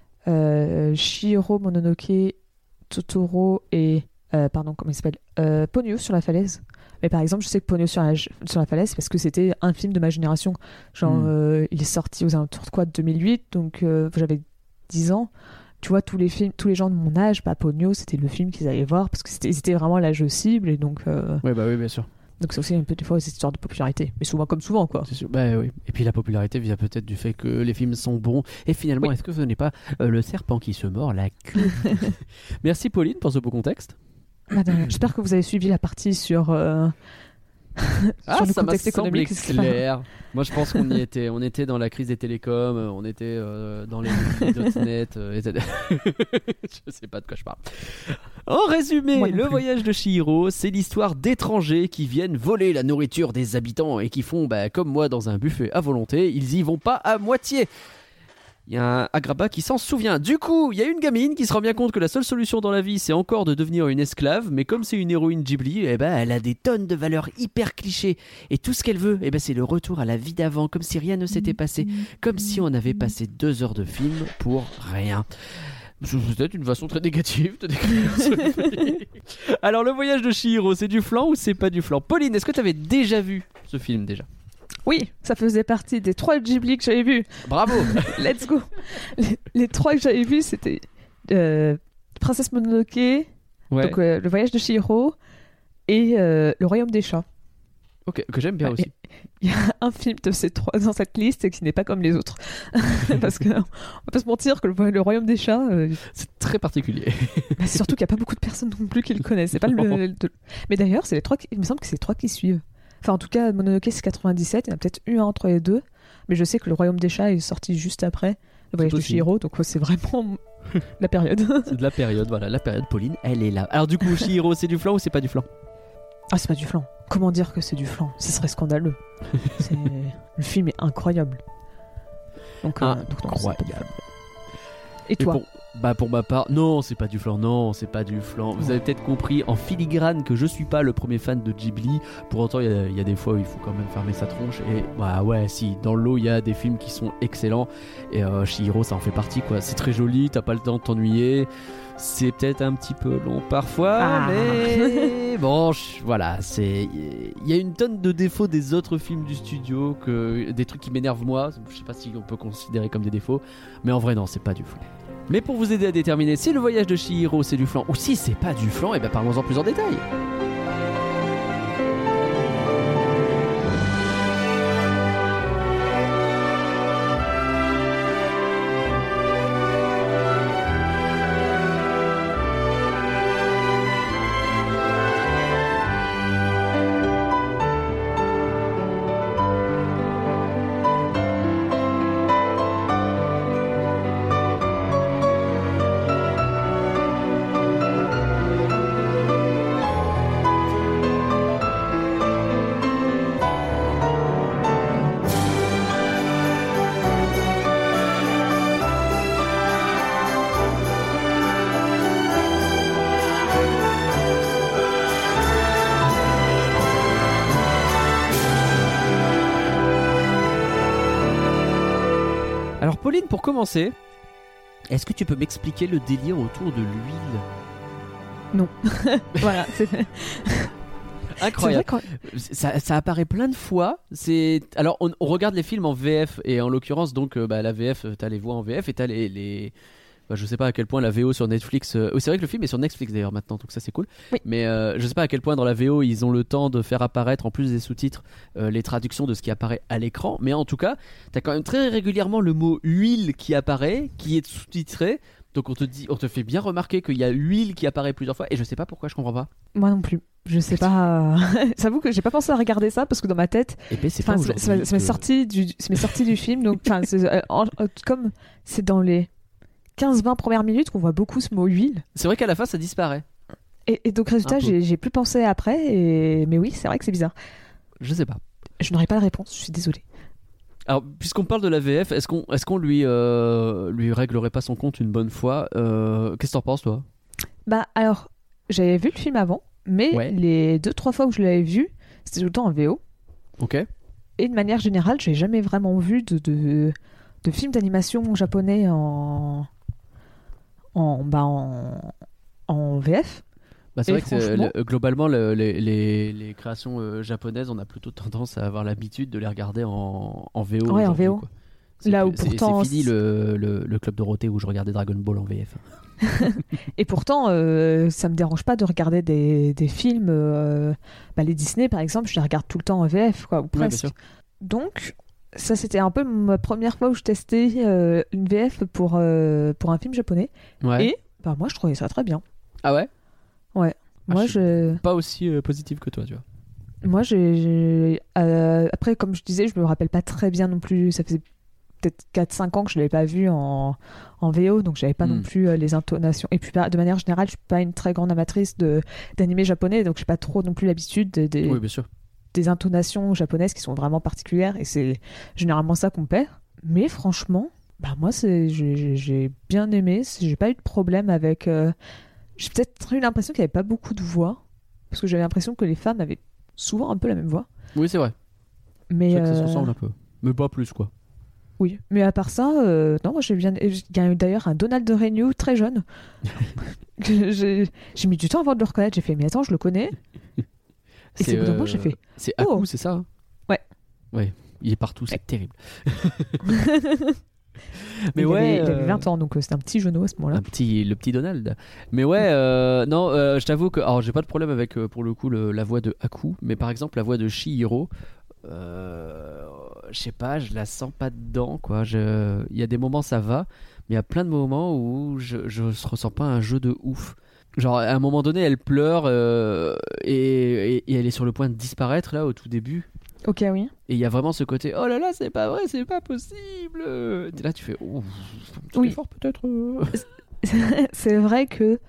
Chihiro, Mononoke, Totoro et... comment il s'appelle Ponyo sur la falaise. Mais par exemple, je sais que Ponyo sur la falaise, parce que c'était un film de ma génération. Genre, il est sorti aux alentours de 2008, donc j'avais 10 ans. Tu vois, tous les gens de mon âge, Ponyo, c'était le film qu'ils allaient voir, parce que c'était vraiment l'âge cible, et donc... Ouais, bah oui, bien sûr. Donc c'est aussi un peu des fois cette histoire de popularité, mais souvent comme souvent, quoi. C'est sûr. Bah oui. Et puis la popularité vient peut-être du fait que les films sont bons. Et finalement, est-ce que ce n'est pas le serpent qui se mord la queue? Merci Pauline pour ce beau contexte. J'espère que vous avez suivi la partie sur le contexte économique. Clair. Moi, je pense qu'on y était. On était dans la crise des télécoms. On était dans les .net, etc. Je sais pas de quoi je parle. En résumé, le voyage de Chihiro, c'est l'histoire d'étrangers qui viennent voler la nourriture des habitants et qui font, comme moi, dans un buffet à volonté. Ils y vont pas à moitié. Il y a un Agrabah qui s'en souvient. Du coup, il y a une gamine qui se rend bien compte que la seule solution dans la vie, c'est encore de devenir une esclave. Mais comme c'est une héroïne Ghibli, elle a des tonnes de valeurs hyper clichés. Et tout ce qu'elle veut, c'est le retour à la vie d'avant, comme si rien ne s'était passé. Comme si on avait passé 2 heures de film pour rien. C'est peut-être une façon très négative de décrire ce film. Alors, le voyage de Chihiro, c'est du flan ou c'est pas du flan? Pauline, est-ce que tu avais déjà vu ce film déjà? Oui, ça faisait partie des 3 Ghibli que j'avais vus. Bravo. Let's go. Les 3 que j'avais vus, c'était Princesse Mononoke, donc le voyage de Chihiro et le royaume des chats. Ok, que j'aime bien aussi. Il y a un film de ces 3 dans cette liste qui n'est pas comme les autres. Parce qu'on va pas se mentir que le royaume des chats... c'est très particulier. C'est surtout qu'il n'y a pas beaucoup de personnes non plus qui le connaissent. C'est pas Mais d'ailleurs, c'est les 3 il me semble que c'est les 3 qui suivent. Enfin, en tout cas, Mononoke, c'est 97. Il y en a peut-être eu un entre les deux. Mais je sais que le royaume des chats est sorti juste après. Le voyage de Chihiro, donc c'est vraiment la période. C'est de la période, voilà, la période Pauline, elle est là. Alors du coup, Chihiro, c'est du flan ou c'est pas du flan? Ah, c'est pas du flan. Comment dire que c'est du flan? Ce serait scandaleux. Le film est incroyable. Donc, incroyable. Et toi? Pour ma part, non, c'est pas du flan, Vous avez peut-être compris en filigrane que je suis pas le premier fan de Ghibli. Pour autant, il y a des fois où il faut quand même fermer sa tronche. Et si, dans le lot, il y a des films qui sont excellents. Et Chihiro, ça en fait partie, quoi. C'est très joli, t'as pas le temps de t'ennuyer. C'est peut-être un petit peu long parfois, mais bon, voilà. Il y a une tonne de défauts des autres films du studio, des trucs qui m'énervent moi. Je sais pas si on peut considérer comme des défauts, mais en vrai, non, c'est pas du flan. Mais pour vous aider à déterminer si le voyage de Chihiro c'est du flan ou si c'est pas du flan, et ben parlons-en plus en détail. Alors Pauline, pour commencer, est-ce que tu peux m'expliquer le délire autour de l'huile? Non. Voilà, c'est incroyable. Ça apparaît plein de fois. Alors on regarde les films en VF et en l'occurrence donc la VF, t'as les voix en VF et t'as les... je sais pas à quel point la VO sur Netflix... c'est vrai que le film est sur Netflix d'ailleurs maintenant, donc ça c'est cool. Oui. Mais je sais pas à quel point dans la VO ils ont le temps de faire apparaître en plus des sous-titres les traductions de ce qui apparaît à l'écran. Mais en tout cas, t'as quand même très régulièrement le mot huile qui apparaît, qui est sous-titré. Donc on te fait bien remarquer qu'il y a huile qui apparaît plusieurs fois et je sais pas pourquoi, je comprends pas. Moi non plus. Je sais pas. J'avoue que j'ai pas pensé à regarder ça parce que dans ma tête, ça m'est sorti du film. Donc, comme c'est dans les 15-20 premières minutes qu'on voit beaucoup ce mot huile. C'est vrai qu'à la fin ça disparaît. Et donc résultat, j'ai plus pensé après. Mais oui, c'est vrai que c'est bizarre. Je sais pas. Je n'aurai pas la réponse. Je suis désolée. Alors, puisqu'on parle de la VF, est-ce qu'on lui réglerait pas son compte une bonne fois? Qu'est-ce que t'en penses, toi? Alors, j'avais vu le film avant, mais les 2-3 fois où je l'avais vu, c'était tout le temps en VO. Ok. Et de manière générale, j'ai jamais vraiment vu de film d'animation japonais en VF. C'est vrai que globalement, les créations japonaises, on a plutôt tendance à avoir l'habitude de les regarder en VO. Ouais, en VO. Là où pourtant... C'est fini le Club Dorothée où je regardais Dragon Ball en VF. Et pourtant, ça me dérange pas de regarder des films. Les Disney, par exemple, je les regarde tout le temps en VF, quoi, ou presque. Ouais, donc, ça, c'était un peu ma première fois où je testais une VF pour un film japonais. Ouais. Et moi, je trouvais ça très bien. Ah ouais? Ouais. Moi, je pas aussi positive que toi, tu vois. Moi, après, comme je disais, je me rappelle pas très bien non plus. Ça faisait peut-être 4-5 ans que je l'avais pas vu en VO, donc j'avais pas non plus les intonations. Et puis, de manière générale, je suis pas une très grande amatrice d'animé japonais, donc j'ai pas trop non plus l'habitude oui, bien sûr. Des intonations japonaises qui sont vraiment particulières, et c'est généralement ça qu'on perd. Mais franchement, moi, j'ai bien aimé. J'ai pas eu de problème avec... J'ai peut-être eu l'impression qu'il n'y avait pas beaucoup de voix, parce que j'avais l'impression que les femmes avaient souvent un peu la même voix. Oui, c'est vrai. Mais c'est vrai que ça se ressemble un peu, mais pas plus, quoi. Oui, mais à part ça, non, moi j'ai bien... Il y a eu d'ailleurs un Donald Renew très jeune. J'ai mis du temps avant de le reconnaître. J'ai fait, mais attends, je le connais. Et c'est au bout d'un moment, j'ai fait... C'est Aku, c'est ça, hein? Ouais. Ouais, il est partout, c'est terrible. Mais il avait 20 ans, donc c'était un petit genou à ce moment-là. Le petit Donald. Mais ouais, non, je t'avoue que... Alors, j'ai pas de problème avec, pour le coup, la voix de Aku, mais par exemple, la voix de Chihiro... je sais pas, je la sens pas dedans, quoi. Il y a des moments ça va, mais il y a plein de moments où je ressens pas un jeu de ouf. Genre à un moment donné elle pleure et elle est sur le point de disparaître là au tout début. Ok, oui. Et il y a vraiment ce côté, oh là là, c'est pas vrai, c'est pas possible. Et là, tu fais, oh, un Oui. effort peut-être. C'est vrai que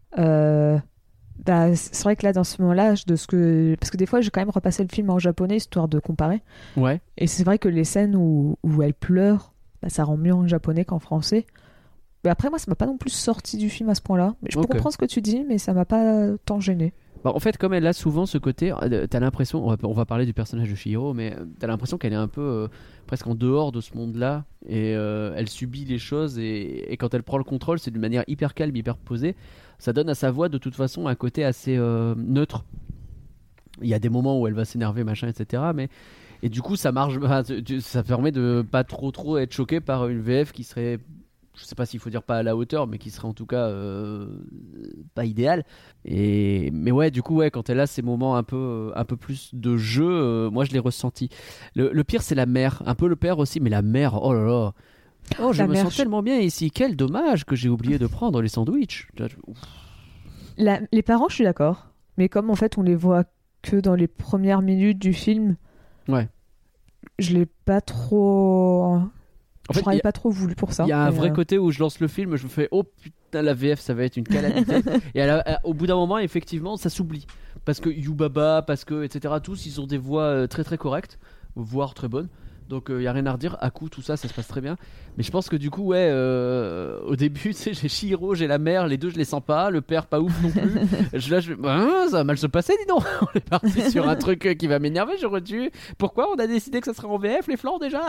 c'est vrai que là dans ce moment-là parce que des fois j'ai quand même repassé le film en japonais histoire de comparer, Ouais. et c'est vrai que les scènes où elle pleure, ça rend mieux en japonais qu'en français. Mais après moi ça m'a pas non plus sorti du film à ce point-là, mais je Ok. comprends ce que tu dis, mais ça m'a pas tant gêné. Bah, en fait, comme elle a souvent ce côté, t'as l'impression, on va parler du personnage de Chihiro, mais t'as l'impression qu'elle est un peu presque en dehors de ce monde-là, et elle subit les choses, et quand elle prend le contrôle, c'est d'une manière hyper calme, hyper posée. Ça donne à sa voix de toute façon un côté assez neutre. Il y a des moments où elle va s'énerver, machin, etc. Et du coup, ça marche, ça permet de pas trop être choqué par une VF qui serait, je sais pas s'il faut dire pas à la hauteur, mais qui serait en tout cas pas idéale. Mais ouais, du coup, ouais, quand elle a ces moments un peu plus de jeu, moi je l'ai ressenti. Le pire, c'est la mère, un peu le père aussi, mais la mère, oh là là. Oh, je La me mère, sens tellement bien ici. Quel dommage que j'ai oublié de prendre les sandwichs. Ouf. Les parents, je suis d'accord, mais comme en fait on les voit que dans les premières minutes du film, Ouais. je l'ai pas trop. En fait, J'aurais pas trop voulu pour ça. Il y a un mais, vrai côté où je lance le film, je me fais oh putain, la VF ça va être une calamité. Et au bout d'un moment, effectivement, ça s'oublie. Parce que Yubaba, parce que etc. Tous ils ont des voix très très correctes, voire très bonnes. Donc il y a rien à redire. Aku, tout ça se passe très bien. Mais je pense que du coup, ouais, au début, tu sais, j'ai Chihiro, j'ai la mère, les deux je les sens pas, le père pas ouf non plus. Ça va mal se passer, dis donc. On est parti sur un truc qui va m'énerver. J'aurais dû. Pourquoi on a décidé que ça serait en VF les flancs déjà?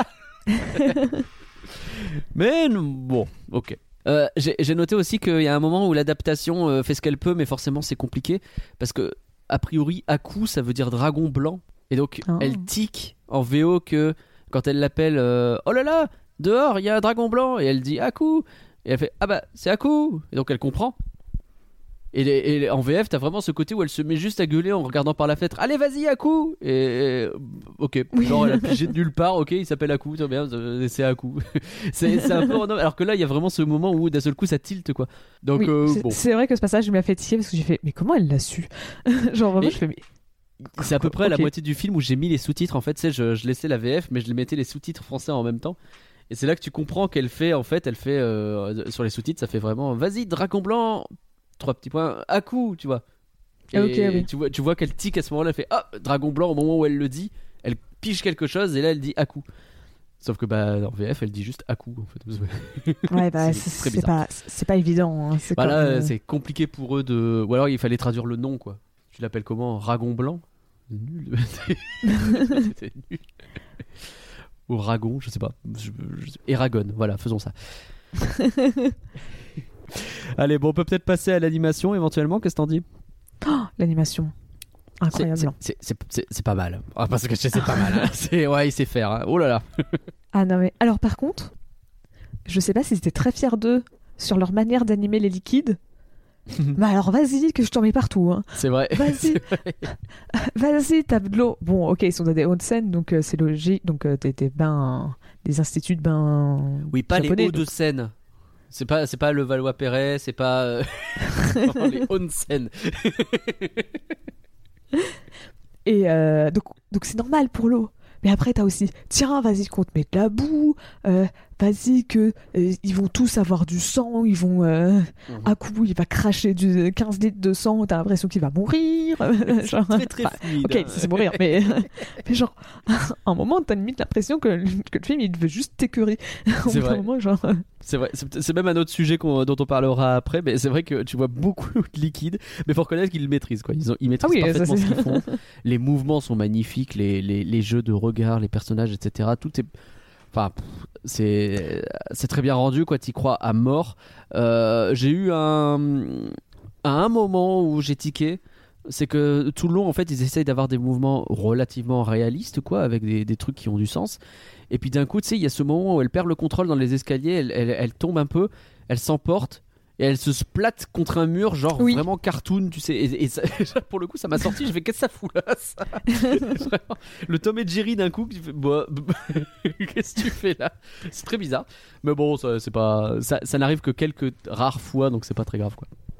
Mais bon, ok. J'ai noté aussi qu'il y a un moment où l'adaptation fait ce qu'elle peut, mais forcément c'est compliqué parce que a priori Aku ça veut dire dragon blanc, et donc elle tique en VO que quand elle l'appelle oh là là, dehors il y a un dragon blanc, et elle dit Aku, et elle fait ah bah c'est Aku, et donc elle comprend. Et en VF, t'as vraiment ce côté où elle se met juste à gueuler en regardant par la fenêtre. Allez, vas-y, Aku. Et ok, genre elle a pigé de nulle part. Ok, il s'appelle Aku, très bien, c'est Aku. c'est un peu random. Alors que là, il y a vraiment ce moment où d'un seul coup, ça tilte quoi. Donc oui, bon. C'est vrai que ce passage m'a fait tiquer parce que j'ai fait mais comment elle l'a su? Genre vraiment, je fais mais. C'est à peu près okay. La moitié du film où j'ai mis les sous-titres. En fait, tu sais, je laissais la VF, mais je les mettais les sous-titres français en même temps. Et c'est là que tu comprends qu'elle fait, en fait, sur les sous-titres, ça fait vraiment vas-y, dragon blanc. 3 petits points, Aku, tu vois. Et okay, oui. tu vois qu'elle tique à ce moment-là, elle fait ah, dragon blanc, au moment où elle le dit, elle pige quelque chose et là elle dit Aku. Sauf que en VF elle dit juste Aku en fait. Ouais, bah c'est pas évident. Hein. Bah là c'est compliqué pour eux de. Ou alors il fallait traduire le nom quoi. Tu l'appelles comment? Dragon blanc? Nul. C'est nul. Ou Ragon, je sais pas. Eragon, voilà, faisons ça. Allez, bon, on peut peut-être passer à l'animation éventuellement. Qu'est-ce que t'en dis? L'animation, incroyable. C'est pas mal. Ah, parce que c'est pas mal. Hein. Ouais, il sait faire. Hein. Oh là là. Ah non mais alors par contre, je sais pas s'ils étaient très fiers d'eux sur leur manière d'animer les liquides. Mais alors vas-y que je t'en mets partout. Hein. C'est vrai. Vas-y, vas-y, tape de l'eau. Bon, ok, ils sont dans des onsen, donc c'est logique. Donc des bains, des instituts de bains. Oui, pas japonais, les hauts de Seine. C'est pas le Valois-Perret, c'est pas les onsen. Et donc c'est normal pour l'eau. Mais après t'as aussi tiens, vas-y qu'on te met de la boue, vas-y que ils vont tous avoir du sang, ils vont à coup il va cracher du 15 litres de sang, t'as l'impression qu'il va mourir. Genre, très très fluide. Ok, c'est mourir, mais genre à un moment t'as limite l'impression que le film il veut juste t'écœurer. C'est vrai. Moment, genre... C'est vrai, c'est même un autre sujet dont on parlera après, mais c'est vrai que tu vois beaucoup de liquide, mais faut reconnaître qu'ils le maîtrisent quoi. Ils maîtrisent parfaitement ce qu'ils font. Les mouvements sont magnifiques, les jeux de regard, les personnages, etc. Tout est, enfin, c'est très bien rendu quoi. T'y crois à mort. J'ai eu à un moment où j'ai tiqué. C'est que tout le long en fait ils essayent d'avoir des mouvements relativement réalistes quoi, avec des trucs qui ont du sens. Et puis d'un coup tu sais il y a ce moment où elle perd le contrôle dans les escaliers, elle tombe un peu, elle s'emporte et elle se splatte contre un mur genre vraiment cartoon tu sais, et ça, pour le coup ça m'a sorti, je fais qu'est-ce que ça fout là ça. Vraiment, le Tom et Jerry d'un coup qui fait qu'est-ce que tu fais là, c'est très bizarre, mais bon ça n'arrive que quelques rares fois donc c'est pas très grave quoi.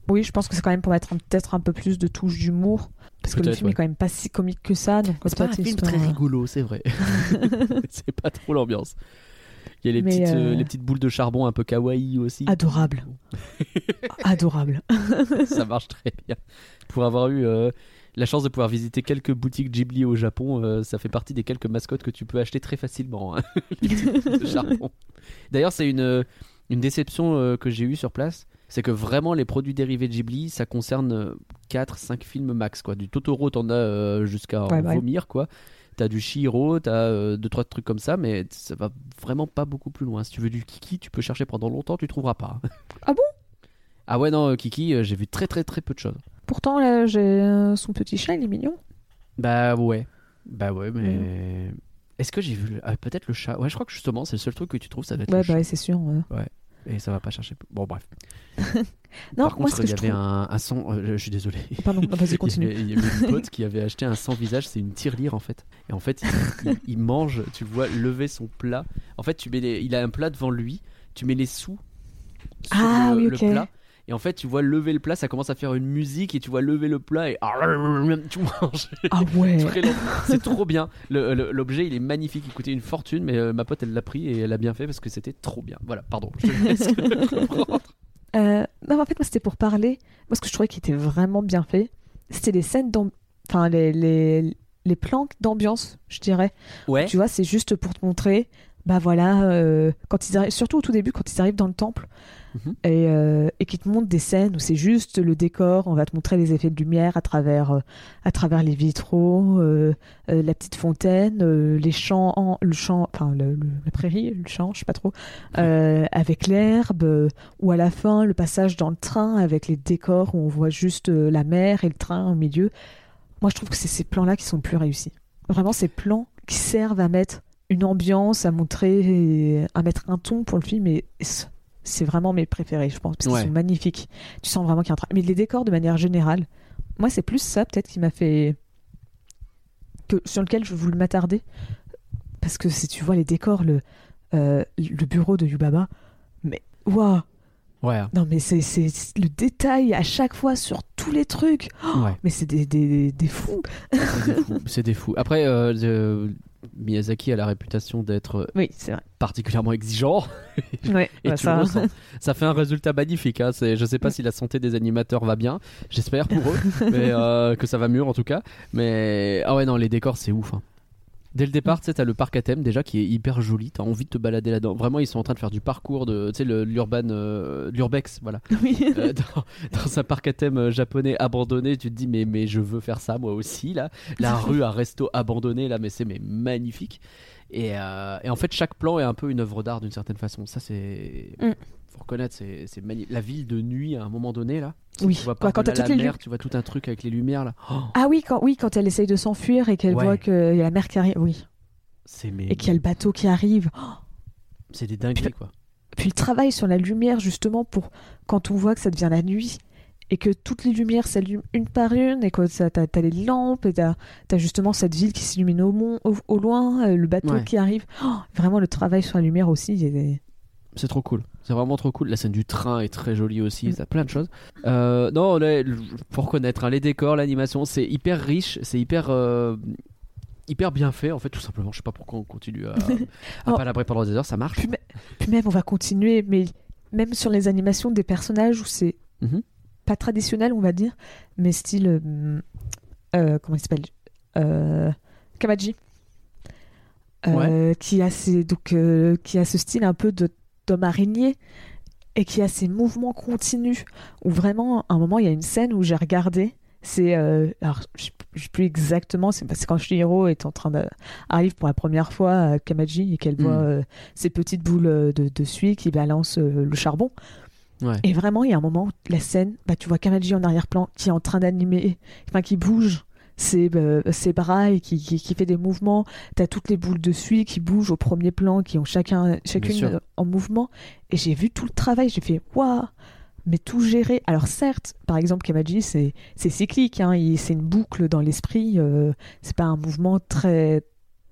Oui, je pense que c'est quand même pour mettre peut-être un peu plus de touches d'humour. Parce que le film est quand même pas si comique que ça. Donc c'est pas un film très rigolo, c'est vrai. C'est pas trop l'ambiance. Il y a les petites boules de charbon un peu kawaii aussi. Adorable. Adorable. Ça marche très bien. Pour avoir eu la chance de pouvoir visiter quelques boutiques Ghibli au Japon, ça fait partie des quelques mascottes que tu peux acheter très facilement. Hein. Les petites boules de charbon. D'ailleurs, c'est une déception que j'ai eue sur place. C'est que vraiment les produits dérivés de Ghibli, ça concerne 4-5 films max, quoi. Du Totoro, t'en as jusqu'à vomir, quoi. T'as du Chihiro, t'as 2-3 trucs comme ça, mais ça va vraiment pas beaucoup plus loin. Si tu veux du Kiki, tu peux chercher pendant longtemps, tu trouveras pas. Ah bon? Ah ouais, non, Kiki, j'ai vu très très très peu de choses. Pourtant, là, j'ai son petit chat, il est mignon. Bah ouais, mais... Est-ce que j'ai vu... peut-être le chat. Ouais, je crois que justement, c'est le seul truc que tu trouves, ça doit être le chat. Ouais, c'est sûr. Ouais. Et ça va pas chercher. Bon, bref. Non, par contre, il y avait un sang. Je suis désolé. Pardon, vas-y, continue. Il y avait une pote qui avait acheté un sans-visage. C'est une tirelire en fait. Et en fait, il mange. Tu le vois lever son plat. En fait, il a un plat devant lui. Tu mets les sous sur le plat. Et en fait, tu vois lever le plat, ça commence à faire une musique et tu vois lever le plat et tu manges. Ah ouais. C'est trop bien. L'objet, il est magnifique. Il coûtait une fortune, mais ma pote, elle l'a pris et elle a bien fait parce que c'était trop bien. Voilà, pardon. Je te laisse comprendre. Non, en fait, moi, c'était pour parler. Moi, ce que je trouvais qui était vraiment bien fait, c'était les scènes enfin, les plans d'ambiance, je dirais. Ouais. Tu vois, c'est juste pour te montrer, bah voilà, quand ils arrivent, surtout au tout début, quand ils arrivent dans le temple. Et qui te montre des scènes où c'est juste le décor, on va te montrer les effets de lumière à travers les vitraux, la petite fontaine, les champs, la prairie, le champ, je sais pas trop, avec l'herbe, ou à la fin le passage dans le train avec les décors où on voit juste la mer et le train au milieu. Moi je trouve que c'est ces plans-là qui sont le plus réussis. Vraiment ces plans qui servent à mettre une ambiance, à montrer, à mettre un ton pour le film et c'est vraiment mes préférés, je pense, parce qu'ils sont magnifiques. Tu sens vraiment qu'il y a un travail. Mais les décors, de manière générale, moi, c'est plus ça, peut-être, qui m'a fait... sur lequel je voulais m'attarder. Parce que si tu vois les décors, le bureau de Yubaba, mais waouh! Ouais. Non, mais c'est le détail à chaque fois sur tous les trucs. Oh, mais c'est des fous. C'est des fous. Après, Miyazaki a la réputation d'être c'est vrai. particulièrement exigeant. Ouais, et tu le ressens. Ça fait un résultat magnifique. Hein. Je sais pas si la santé des animateurs va bien. J'espère pour eux, mais que ça va mieux en tout cas. Mais ah ouais, non, les décors, c'est ouf. Hein. Dès le départ, tu sais, t'as le parc à thème déjà qui est hyper joli. T'as envie de te balader là-dedans. Vraiment, ils sont en train de faire du parcours de, tu sais, l'urbex, voilà. Oui. Dans un parc à thème japonais abandonné, tu te dis mais je veux faire ça moi aussi là. La rue à resto abandonné là, mais c'est magnifique. Et en fait, chaque plan est un peu une œuvre d'art d'une certaine façon. Ça, c'est faut reconnaître, c'est magnifique. La ville de nuit à un moment donné là. Oui. Tu vois quand t'as la mer, tu vois tout un truc avec les lumières là. Oh. Ah oui, quand elle essaye de s'enfuir et qu'elle voit qu'il y a la mer qui arrive, oui. Et qu'il y a le bateau qui arrive. Oh. C'est des dingueries quoi. Puis le travail sur la lumière justement pour quand on voit que ça devient la nuit et que toutes les lumières s'allument une par une et que t'as les lampes et t'as justement cette ville qui s'illumine au loin, le bateau qui arrive. Oh, vraiment le travail sur la lumière aussi. C'est trop cool. C'est vraiment trop cool. La scène du train est très jolie aussi. Ça a plein de choses. Non, faut reconnaître les décors, l'animation, c'est hyper riche, c'est hyper bien fait en fait, tout simplement. Je sais pas pourquoi on continue à palabrer pendant des heures, ça marche. Puis même on va continuer, mais même sur les animations des personnages où c'est pas traditionnel, on va dire, mais style comment il s'appelle, Kamaji, qui a ce style un peu d'homme araignée et qui a ces mouvements continus où vraiment à un moment il y a une scène où j'ai regardé, c'est alors je sais plus exactement, c'est quand Chihiro est en train arrive pour la première fois à Kamaji et qu'elle voit ces petites boules de suie qui balancent le charbon. Et vraiment il y a un moment, la scène, tu vois Kamaji en arrière-plan qui est en train d'animer, enfin qui bouge ses bras et qui fait des mouvements. T'as toutes les boules de suie qui bougent au premier plan, qui ont chacune en mouvement. Et j'ai vu tout le travail, j'ai fait waouh, mais tout géré. Alors certes, par exemple Kamaji c'est cyclique, hein, c'est une boucle dans l'esprit, c'est pas un mouvement très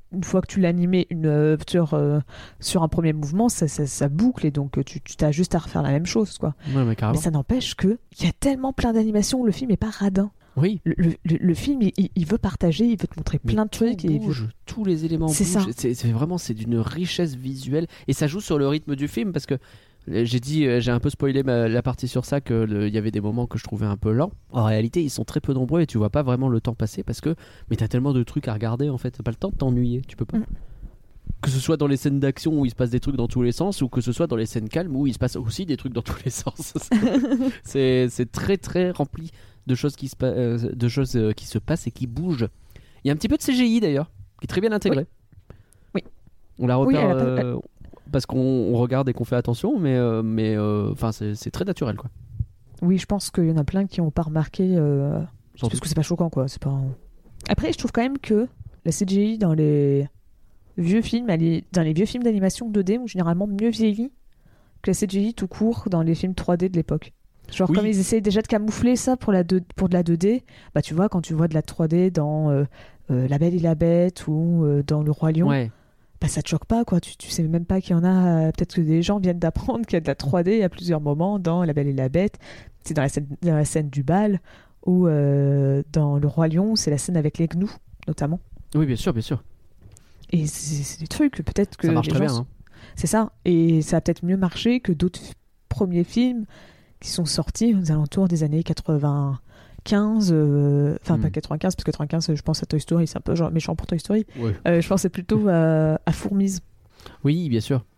une fois que tu l'as animé sur un premier mouvement, ça boucle et donc tu as juste à refaire la même chose, quoi. Ouais, mais carrément. Mais ça n'empêche qu'il y a tellement plein d'animations, le film est pas radin. Oui. Le film, il veut partager, il veut te montrer plein de trucs. Et tous les éléments c'est bougent. Ça. C'est vraiment d'une richesse visuelle et ça joue sur le rythme du film parce que j'ai un peu spoilé la partie sur ça qu'il y avait des moments que je trouvais un peu lents. En réalité, ils sont très peu nombreux et tu vois pas vraiment le temps passer parce que t'as tellement de trucs à regarder en fait, t'as pas le temps de t'ennuyer, tu peux pas. Que ce soit dans les scènes d'action où il se passe des trucs dans tous les sens ou que ce soit dans les scènes calmes où il se passe aussi des trucs dans tous les sens. c'est très très rempli de choses qui se passent et qui bougent. Il y a un petit peu de CGI d'ailleurs, qui est très bien intégré. Oui. On la repère parce qu'on regarde et qu'on fait attention, mais c'est très naturel, quoi. Oui, je pense qu'il y en a plein qui n'ont pas remarqué, parce que c'est pas choquant, quoi. C'est pas... Après, je trouve quand même que la CGI dans les vieux films, dans les vieux films d'animation 2D, ont généralement mieux vieilli que la CGI tout court dans les films 3D de l'époque. Genre, comme ils essayent déjà de camoufler ça pour de la 2D, bah tu vois, quand tu vois de la 3D dans La Belle et la Bête ou dans Le Roi Lion, bah ça te choque pas, quoi. Tu sais même pas qu'il y en a. Peut-être que des gens viennent d'apprendre qu'il y a de la 3D à plusieurs moments dans La Belle et la Bête. C'est dans la scène du bal ou dans Le Roi Lion, c'est la scène avec les gnous, notamment. Oui, bien sûr, bien sûr. Et c'est des trucs, peut-être que. Ça marche très bien. Hein. C'est ça. Et ça a peut-être mieux marché que d'autres premiers films qui sont sortis aux alentours des années 95, pas 95, parce que 95, je pense à Toy Story, c'est un peu genre méchant pour Toy Story. Ouais. Je pensais plutôt à Fourmise. Oui, bien sûr.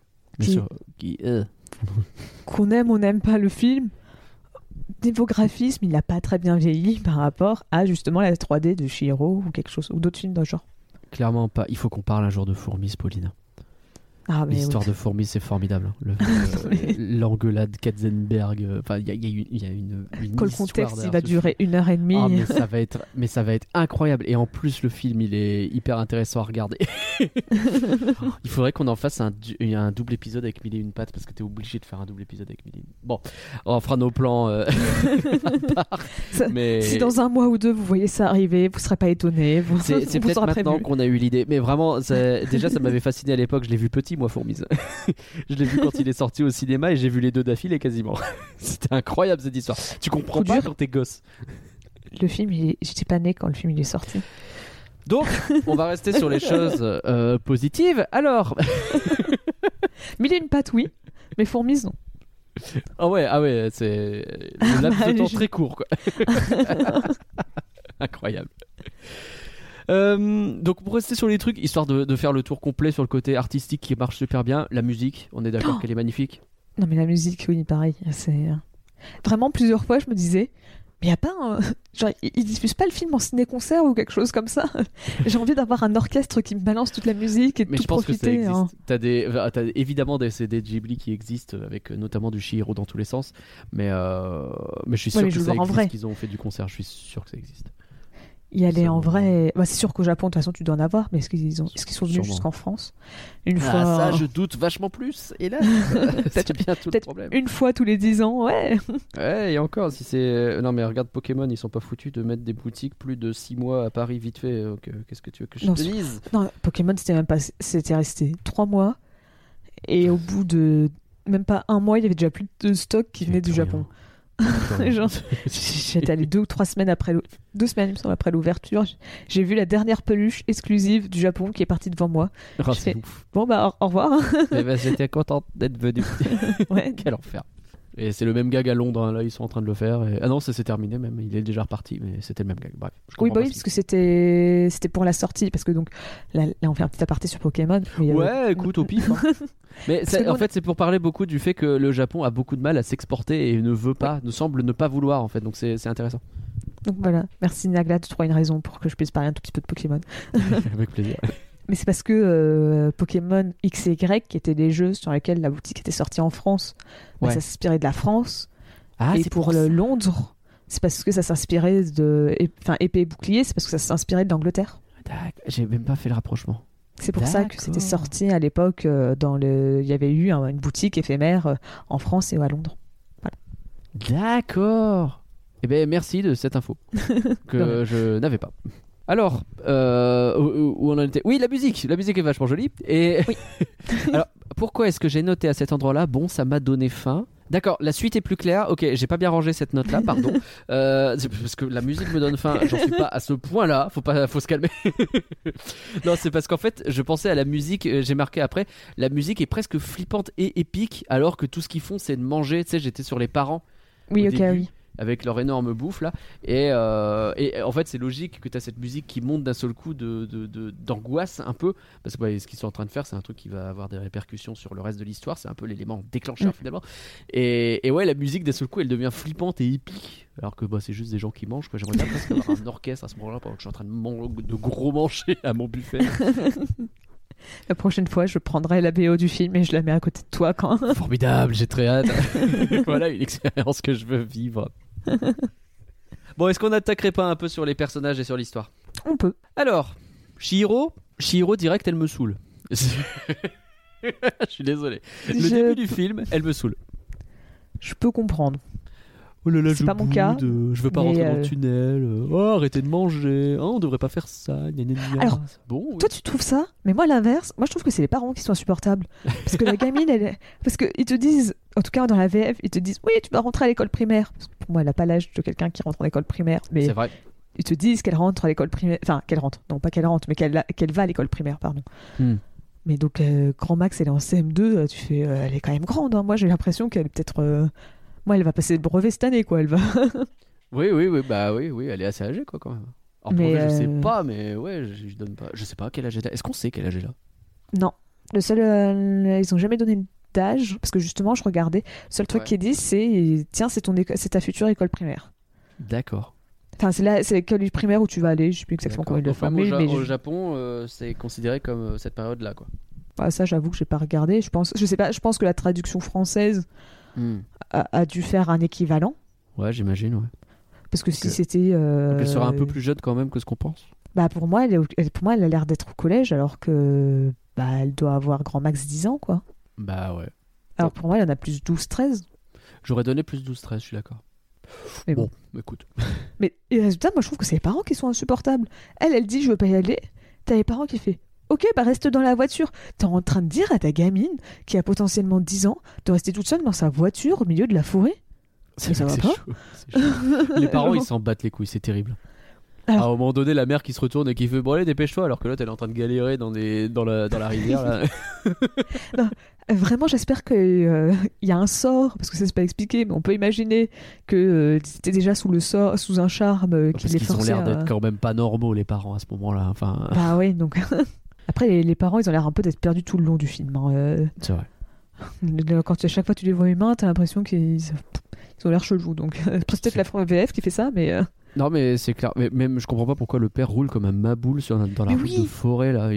Qu'on aime ou n'aime pas le film, niveau graphisme, il n'a pas très bien vieilli par rapport à justement la 3D de Chihiro ou quelque chose, ou d'autres films dans le genre. Clairement pas. Il faut qu'on parle un jour de Fourmise, Pauline. L'histoire de Fourmis, c'est formidable. L'engueulade Katzenberg. Enfin, il y a une que le contexte, il va durer 1h30. Mais ça va être incroyable. Et en plus, le film, il est hyper intéressant à regarder. Il faudrait qu'on en fasse un double épisode avec Mille et une pattes parce que t'es obligé de faire un double épisode avec Mille et une. Bon, on fera nos plans à part. Mais... Si dans un mois ou deux, vous voyez ça arriver, vous serez pas étonnés. C'est peut-être maintenant qu'on a eu l'idée. Mais vraiment, déjà, ça m'avait fasciné à l'époque. Je l'ai vu petit, moi, Fourmise. Je l'ai vu quand il est sorti au cinéma et j'ai vu les deux d'affilée quasiment. C'était incroyable cette histoire. Tu comprends pas quand t'es gosse. Le film, j'étais pas né quand le film il est sorti. Donc, on va rester sur les choses positives. Alors, Mille et une pattes, oui, mais Fourmise, non. Ah ouais, c'est le laps de temps très court, quoi. Incroyable. Donc pour rester sur les trucs, histoire de faire le tour complet sur le côté artistique qui marche super bien, la musique, on est d'accord qu'elle est magnifique. Non mais la musique, oui, pareil, c'est vraiment plusieurs fois je me disais, mais y a pas genre ils diffusent pas le film en ciné-concert ou quelque chose comme ça. J'ai envie d'avoir un orchestre qui me balance toute la musique et de tout profiter. Mais je pense que ça existe. T'as évidemment des CD Ghibli qui existent avec notamment du Chihiro dans tous les sens, mais je suis sûr que ça existe, qu'ils ont fait du concert, je suis sûr que ça existe. Y aller en vrai, c'est sûr qu'au Japon de toute façon tu dois en avoir, mais est-ce qu'ils sont venus jusqu'en France une fois ça je doute vachement plus, et là c'est bien tout le problème. Une fois tous les 10 ans, ouais, et encore si c'est non mais regarde Pokémon, ils sont pas foutus de mettre des boutiques plus de 6 mois à Paris vite fait, qu'est-ce que tu veux que je te dise? Non, Pokémon c'était resté 3 mois et au bout de même pas un mois il y avait déjà plus de stock qui venait du Japon. Genre, j'étais allée 2 ou 3 semaines après 2 semaines il me semble après l'ouverture, j'ai vu la dernière peluche exclusive du Japon qui est partie devant moi. C'est ouf. Bon bah au revoir. J'étais contente d'être venue. Ouais. Quel enfer. Et c'est le même gag à Londres, hein. Là ils sont en train de le faire et... ah non c'est terminé même, il est déjà reparti mais c'était le même gag, bref. Oui parce que c'était pour la sortie, parce que donc là on fait un petit aparté sur Pokémon mais ouais écoute au pif hein. Mais en fait c'est pour parler beaucoup du fait que le Japon a beaucoup de mal à s'exporter et ne semble ne pas vouloir en fait, donc c'est intéressant. Donc voilà, merci Nagla de trouver une raison pour que je puisse parler un tout petit peu de Pokémon. Avec plaisir. Mais c'est parce que Pokémon X et Y, qui étaient des jeux sur lesquels la boutique était sortie en France, ça s'inspirait de la France. Et pour Londres, c'est parce que ça s'inspirait de... Enfin, épée et bouclier, c'est parce que ça s'inspirait de l'Angleterre. J'ai même pas fait le rapprochement. C'est pour ça que c'était sorti à l'époque il y avait eu une boutique éphémère en France et à Londres. Voilà. D'accord. Eh bien, merci de cette info que je n'avais pas. Alors, où on en était ? Oui, la musique est vachement jolie. Et Oui. alors, pourquoi est-ce que j'ai noté à cet endroit-là ? Bon, ça m'a donné faim. D'accord, la suite est plus claire. Ok, j'ai pas bien rangé cette note-là, pardon. C'est parce que la musique me donne faim. J'en suis pas à ce point-là. Faut se calmer. Non, c'est parce qu'en fait, je pensais à la musique. J'ai marqué après, la musique est presque flippante et épique, alors que tout ce qu'ils font, c'est de manger. Tu sais, j'étais sur les parents. Oui, Au ok, début. oui. Avec leur énorme bouffe là et en fait c'est logique que tu as cette musique qui monte d'un seul coup d'angoisse un peu parce que ce qu'ils sont en train de faire c'est un truc qui va avoir des répercussions sur le reste de l'histoire, c'est un peu l'élément déclencheur finalement et ouais la musique d'un seul coup elle devient flippante et épique alors que c'est juste des gens qui mangent quoi. J'aimerais bien presque avoir un orchestre à ce moment là pendant que je suis en train de gros manger à mon buffet. La prochaine fois, je prendrai la BO du film et je la mets à côté de toi quand. Formidable, j'ai très hâte. Voilà une expérience que je veux vivre. Bon, est-ce qu'on n'attaquerait pas un peu sur les personnages et sur l'histoire ? On peut. Alors, Chihiro direct, elle me saoule. Je suis désolé. Le début du film, elle me saoule. Je peux comprendre. Oh là là, C'est pas mon cas, je veux pas rentrer dans le tunnel. Oh, arrêtez de manger. Oh, on devrait pas faire ça. Gna, gna, gna. Alors, bon, oui. toi tu trouves ça, mais moi à l'inverse, moi je trouve que c'est les parents qui sont insupportables. Parce que la gamine, parce qu'ils te disent, en tout cas dans la VF, ils te disent oui, tu vas rentrer à l'école primaire. Parce que pour moi, elle n'a pas l'âge de quelqu'un qui rentre en école primaire. Mais c'est vrai. ils te disent qu'elle rentre à l'école primaire. Enfin, qu'elle rentre. Non, pas qu'elle rentre, mais qu'elle va à l'école primaire, pardon. Mais donc, grand Max, elle est en CM2, tu fais, elle est quand même grande. Hein. Moi j'ai l'impression qu'elle est peut-être. Moi, elle va passer le brevet cette année, quoi. Elle va. Oui, elle est assez âgée, quoi, quand même. En brevet, je sais pas, mais ouais, je donne pas. Je sais pas quel âge elle a. Est-ce qu'on sait quel âge elle a ? Non. Le seul, ils ont jamais donné d'âge, parce que justement, je regardais. Le seul truc qu'ils disent, c'est tiens, c'est ta future école primaire. D'accord. Enfin, c'est l'école primaire où tu vas aller. Je sais plus exactement comment ils le font. Au Japon, c'est considéré comme cette période-là, quoi. Ah, ça, j'avoue que j'ai pas regardé. Je sais pas. Je pense que la traduction française a dû faire un équivalent. Ouais, j'imagine, ouais. Parce que si c'était. Donc elle sera un peu plus jeune quand même que ce qu'on pense. Bah pour moi, elle a l'air d'être au collège alors que elle doit avoir grand max 10 ans, quoi. Bah ouais. Alors pour moi, elle en a plus 12-13. J'aurais donné plus 12-13, je suis d'accord. Mais bon, écoute. Mais résultat, moi je trouve que c'est les parents qui sont insupportables. Elle dit je veux pas y aller. T'as les parents qui font ok, reste dans la voiture. T'es en train de dire à ta gamine qui a potentiellement 10 ans de rester toute seule dans sa voiture au milieu de la forêt. Ça va pas. Chaud. Les parents ils s'en battent les couilles, c'est terrible. Alors, à un moment donné, la mère qui se retourne et qui fait bon allez dépêche-toi alors que l'autre elle est en train de galérer dans la rivière là. Non, vraiment j'espère qu'il y a un sort parce que ça c'est pas expliqué mais on peut imaginer que c'était déjà sous un charme qui les forçait. Parce qu'ils ont l'air d'être quand même pas normaux les parents à ce moment-là. Enfin. Bah oui donc. Après les parents ils ont l'air un peu d'être perdus tout le long du film. C'est vrai. Quand à chaque fois tu les vois humains t'as l'impression qu'ils ont l'air chelous donc peut-être la VF qui fait ça mais. Non mais c'est clair, mais même je comprends pas pourquoi le père roule comme un maboule dans la route de forêt là.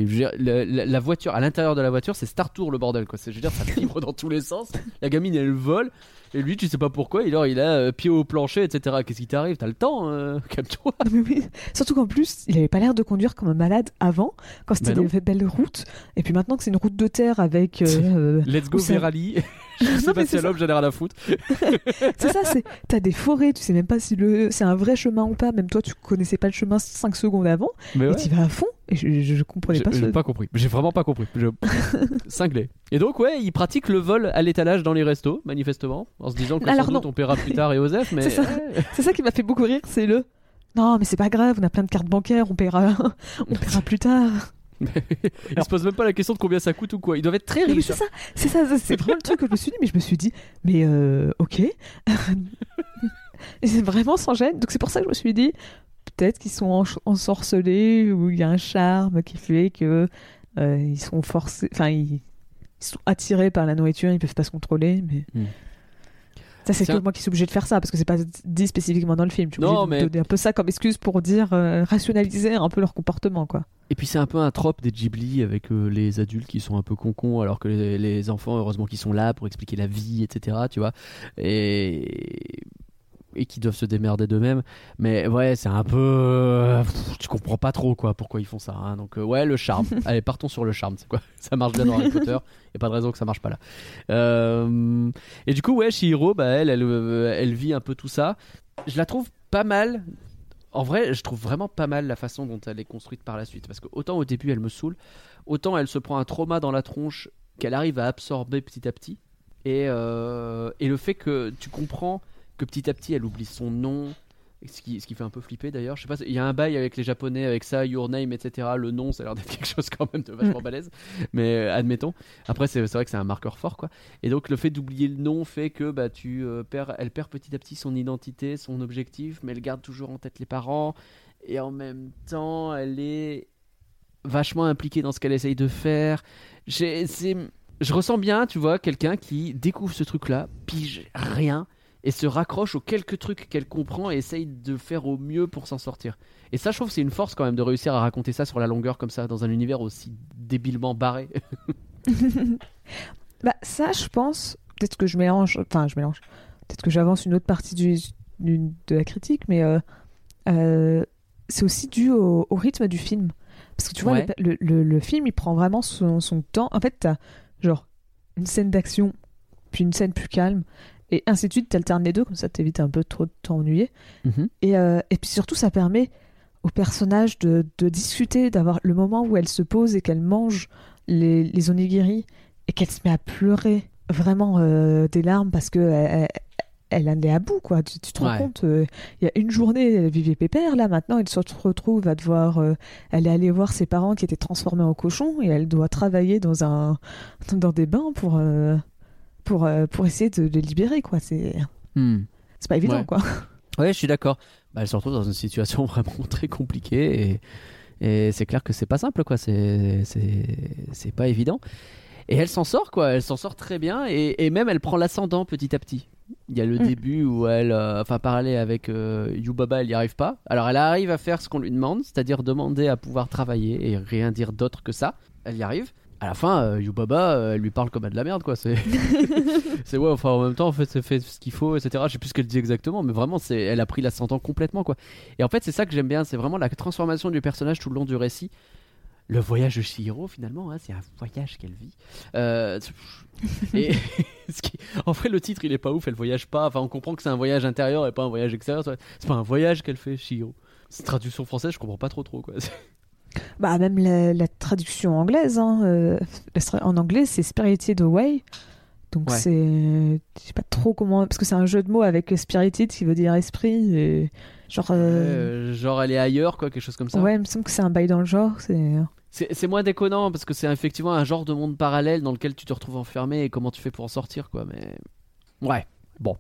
La voiture, à l'intérieur de la voiture c'est Star Tour le bordel quoi. Je veux dire ça vibre dans tous les sens. La gamine elle vole et lui tu sais pas pourquoi il a pied au plancher etc. Qu'est-ce qui t'arrive ? T'as le temps, calme-toi. Mais oui. Surtout qu'en plus il avait pas l'air de conduire comme un malade avant quand c'était des belles routes et puis maintenant que c'est une route de terre avec Let's go Ferrari. Sébastien Loeb, j'en ai rien à foutre. C'est ça, t'as des forêts, tu sais même pas si c'est un vrai chemin ou pas. Même toi, tu connaissais pas le chemin 5 secondes avant. Mais et tu vas à fond. Et je comprenais pas. J'ai pas compris. J'ai vraiment pas compris. Cinglé. Et donc, ouais, ils pratiquent le vol à l'étalage dans les restos, manifestement, en se disant que sans doute on paiera plus tard et Osef. Mais c'est ça qui m'a fait beaucoup rire. C'est non, mais c'est pas grave, on a plein de cartes bancaires, on paiera plus tard. Ils se posent même pas la question de combien ça coûte ou quoi. Ils doivent être très riches. C'est ça, c'est vraiment le truc que je me suis dit. Mais je me suis dit, mais ok. Et c'est vraiment sans gêne. Donc c'est pour ça que je me suis dit, peut-être qu'ils sont ensorcelés ou il y a un charme qui fait que ils sont forcés, enfin ils sont attirés par la nourriture, ils peuvent pas se contrôler. Mais ça c'est que moi qui suis obligé de faire ça parce que c'est pas dit spécifiquement dans le film. Tu es obligé de donner un peu ça comme excuse pour dire rationaliser un peu leur comportement quoi. Et puis c'est un peu un trope des Ghibli avec les adultes qui sont un peu concons alors que les enfants heureusement qu'ils sont là pour expliquer la vie etc. Tu vois et qui doivent se démerder d'eux-mêmes. Mais ouais, c'est un peu tu comprends pas trop quoi pourquoi ils font ça hein. Donc ouais, le charme. Allez, partons sur le charme, c'est quoi. Ça marche bien dans Harry Potter, y a pas de raison que ça marche pas là. Et du coup ouais, Chihiro elle vit un peu tout ça. Je la trouve pas mal en vrai, je trouve vraiment pas mal la façon dont elle est construite par la suite. Parce que autant au début elle me saoule, autant elle se prend un trauma dans la tronche qu'elle arrive à absorber petit à petit. Et le fait que tu comprends que petit à petit elle oublie son nom, ce qui fait un peu flipper d'ailleurs. Je sais pas, il y a un bail avec les japonais avec ça, your name, etc. Le nom, ça a l'air d'être quelque chose quand même de vachement balèze, mais admettons. Après, c'est vrai que c'est un marqueur fort, quoi. Et donc, le fait d'oublier le nom fait que bah, elle perd petit à petit son identité, son objectif, mais elle garde toujours en tête les parents. Et en même temps, elle est vachement impliquée dans ce qu'elle essaye de faire. Je ressens bien, tu vois, quelqu'un qui découvre ce truc-là, pige rien, et se raccroche aux quelques trucs qu'elle comprend et essaye de faire au mieux pour s'en sortir. Et ça, je trouve que c'est une force quand même de réussir à raconter ça sur la longueur comme ça, dans un univers aussi débilement barré. Bah ça, je pense, peut-être que je mélange, peut-être que j'avance une autre partie de la critique, mais c'est aussi dû au rythme du film. Parce que tu vois, le film, il prend vraiment son temps. En fait, t'as genre une scène d'action, puis une scène plus calme, et ainsi de suite, t'alternes les deux, comme ça t'évites un peu trop de t'ennuyer. Et puis surtout, ça permet aux personnages de discuter, d'avoir le moment où elle se pose et qu'elle mange les onigiri et qu'elle se met à pleurer vraiment des larmes parce que elle en est à bout, quoi. Tu te rends compte, il y a une journée, elle vivait pépère, là maintenant elle se retrouve à devoir elle est allée voir ses parents qui étaient transformés en cochons et elle doit travailler dans des bains pour essayer de les libérer, quoi. C'est pas évident, quoi. Ouais, je suis d'accord. Bah, elle se retrouve dans une situation vraiment très compliquée et c'est clair que c'est pas simple, quoi. C'est pas évident. Et elle s'en sort, quoi. Elle s'en sort très bien et même elle prend l'ascendant petit à petit. Il y a le début où elle, parler avec Yubaba, elle n'y arrive pas. Alors elle arrive à faire ce qu'on lui demande, c'est-à-dire demander à pouvoir travailler et rien dire d'autre que ça. Elle y arrive. À la fin, Yubaba, elle lui parle comme à de la merde, quoi. C'est ouais, enfin en même temps, en fait, c'est fait ce qu'il faut, etc. Je sais plus ce qu'elle dit exactement, mais vraiment, elle a pris l'ascendant complètement, quoi. Et en fait, c'est ça que j'aime bien, c'est vraiment la transformation du personnage tout le long du récit. Le voyage de Chihiro, finalement, hein, c'est un voyage qu'elle vit. Et en vrai, le titre, il est pas ouf. Elle voyage pas. Enfin, on comprend que c'est un voyage intérieur et pas un voyage extérieur. C'est pas un voyage qu'elle fait, Chihiro. C'est une traduction française, je comprends pas trop, quoi. Bah même la traduction anglaise, hein, en anglais, c'est Spirited Away. Donc c'est, je sais pas trop comment, parce que c'est un jeu de mots avec Spirited qui veut dire esprit et genre elle est ailleurs, quoi, quelque chose comme ça. Ouais, il me semble que c'est un bail dans le genre. C'est moins déconnant parce que c'est effectivement un genre de monde parallèle dans lequel tu te retrouves enfermé et comment tu fais pour en sortir, quoi. Mais ouais, bon.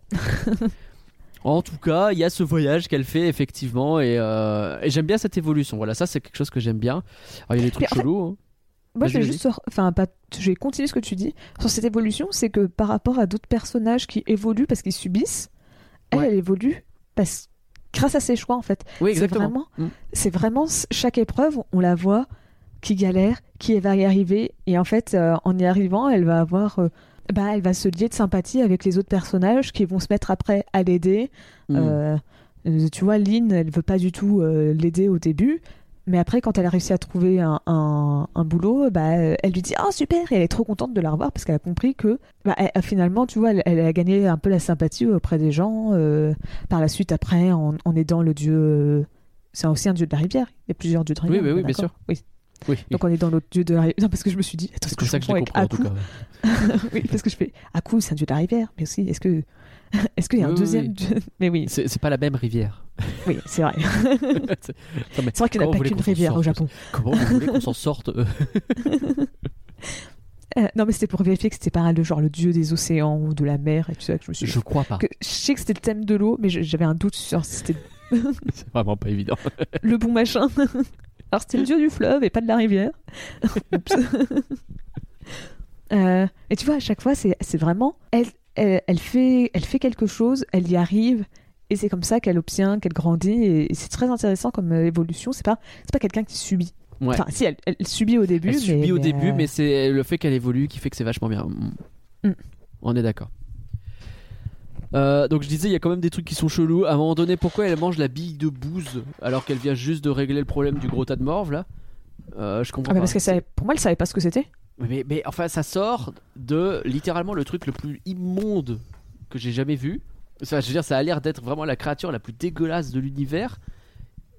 En tout cas, il y a ce voyage qu'elle fait effectivement et j'aime bien cette évolution. Voilà, ça c'est quelque chose que j'aime bien. Alors il y a des trucs chelous. Hein. Moi, je vais continuer ce que tu dis sur cette évolution, c'est que par rapport à d'autres personnages qui évoluent parce qu'ils subissent, elle évolue grâce à ses choix, en fait. Oui, exactement. C'est vraiment chaque épreuve, on la voit qui galère, qui va y arriver, et en fait, en y arrivant, elle va avoir, elle va se lier de sympathie avec les autres personnages qui vont se mettre après à l'aider. Tu vois, Lynn, elle veut pas du tout l'aider au début. Mais après, quand elle a réussi à trouver un boulot, elle lui dit « Ah, super !» Et elle est trop contente de la revoir parce qu'elle a compris que finalement, tu vois, elle a gagné un peu la sympathie auprès des gens. Par la suite, après, en aidant le dieu... c'est aussi un dieu de la rivière. Il y a plusieurs dieux de la rivière. Oui, bien sûr. Oui. Donc on est dans l'autre dieu de la rivière. Non, parce que je me suis dit... Attends, c'est comme ça que je l'ai compris, en tout cas. Oui, parce que je fais « Aku, c'est un dieu de la rivière. » Mais aussi, est-ce qu'il y a un deuxième dieu... Mais oui. C'est pas la même rivière. Oui, c'est vrai. C'est vrai qu'il n'y a pas qu'une rivière au Japon. Comment vous voulez qu'on s'en sorte Non, mais c'était pour vérifier que c'était pas le dieu des océans ou de la mer et tout ça. Que je me suis dit. Je crois pas. Je sais que c'était le thème de l'eau, mais j'avais un doute sur si c'était. C'est vraiment pas évident. Le bon machin. Alors c'était le dieu du fleuve et pas de la rivière. Et tu vois, à chaque fois, c'est vraiment elle fait quelque chose, elle y arrive. Et c'est comme ça qu'elle obtient, qu'elle grandit, et c'est très intéressant comme évolution. C'est pas quelqu'un qui subit. Ouais. Enfin, si elle subit au début. Mais c'est le fait qu'elle évolue qui fait que c'est vachement bien. On est d'accord. Donc je disais, il y a quand même des trucs qui sont chelous. À un moment donné, pourquoi elle mange la bille de bouse alors qu'elle vient juste de régler le problème du gros tas de morve là Je comprends pas. Parce que pour moi, elle savait pas ce que c'était. Mais enfin, ça sort de littéralement le truc le plus immonde que j'ai jamais vu. Ça, je veux dire, ça a l'air d'être vraiment la créature la plus dégueulasse de l'univers.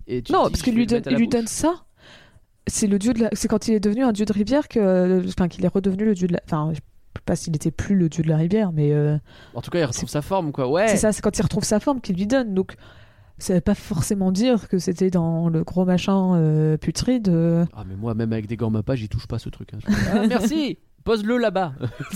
Et tu Non, te dis, parce je qu'il vais lui le mettre à la lui bouche. donne ça. C'est le dieu c'est quand il est devenu un dieu de rivière qu'il est redevenu le dieu de la. Enfin, je sais pas s'il était plus le dieu de la rivière, mais En tout cas, il retrouve sa forme, quoi. Ouais. c'est ça. C'est quand il retrouve sa forme qu'il lui donne. Donc, ça veut pas forcément dire que c'était dans le gros machin putride. Ah, mais moi, même avec des gants Mappa, j'y touche pas ce truc. Hein. Je fais, ah, merci. Pose-le là-bas.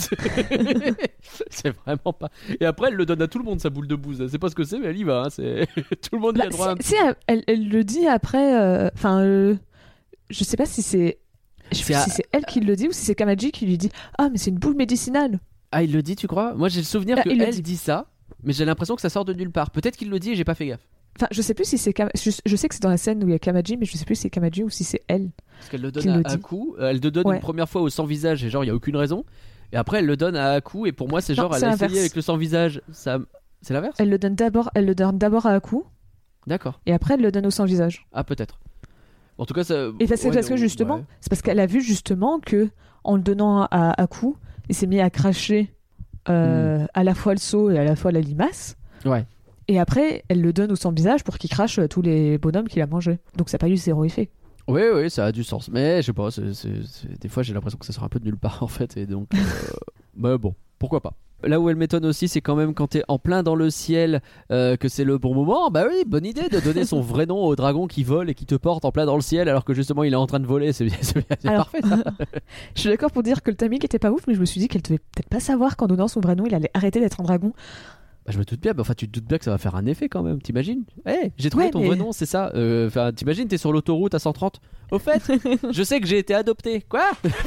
C'est vraiment pas. Et après, elle le donne à tout le monde, sa boule de bouse. Elle sait pas ce que c'est, mais elle y va. Hein. C'est... tout le monde y a droit. Si, elle le dit après. Enfin, je sais pas si c'est. Si c'est elle qui le dit ou si c'est Kamaji qui lui dit ah, mais c'est une boule médicinale. Ah, il le dit, tu crois? Moi, j'ai le souvenir Ah, il le qu'elle dit ça, mais j'ai l'impression que ça sort de nulle part. Peut-être qu'il le dit et j'ai pas fait gaffe. Enfin, je sais plus si c'est je sais que c'est dans la scène où il y a Kamaji, mais je sais plus si c'est Kamaji ou si c'est elle. Parce qu'elle le Qui donne le à dit. Haku. Elle le donne une première fois au sans visage et genre, il y a aucune raison. Et après, elle le donne à Haku et pour moi, c'est Non, genre, elle c'est a l'inverse. essayé avec le sans visage. Ça... C'est l'inverse? Elle le donne d'abord à Haku D'accord. et après elle le donne au sans visage. Ah, peut-être. En tout cas, ça. Et parce que justement, ouais. c'est parce qu'elle a vu justement que en le donnant à Haku, il s'est mis à cracher à la fois le seau et à la fois la limace. Ouais. Et après, elle le donne au sans visage pour qu'il crache tous les bonhommes qu'il a mangés. Donc ça n'a pas eu zéro effet. Oui, oui, ça a du sens. Mais je sais pas, des fois j'ai l'impression que ça sort un peu de nulle part en fait. Et donc, mais bon, pourquoi pas. Là où elle m'étonne aussi, c'est quand même quand t'es en plein dans le ciel, que c'est le bon moment. Bah oui, bonne idée de donner son vrai nom au dragon qui vole et qui te porte en plein dans le ciel alors que justement il est en train de voler. C'est Alors, parfait ça. Je suis d'accord pour dire que le timing était pas ouf, mais je me suis dit qu'elle devait peut-être pas savoir qu'en donnant son vrai nom, il allait arrêter d'être un dragon. Bah, je me doute bien, mais enfin tu te doutes bien que ça va faire un effet quand même, t'imagines? J'ai trouvé ton vrai nom, c'est ça. Enfin, t'imagines, t'es sur l'autoroute à 130. Au fait, je sais que j'ai été adopté. Quoi?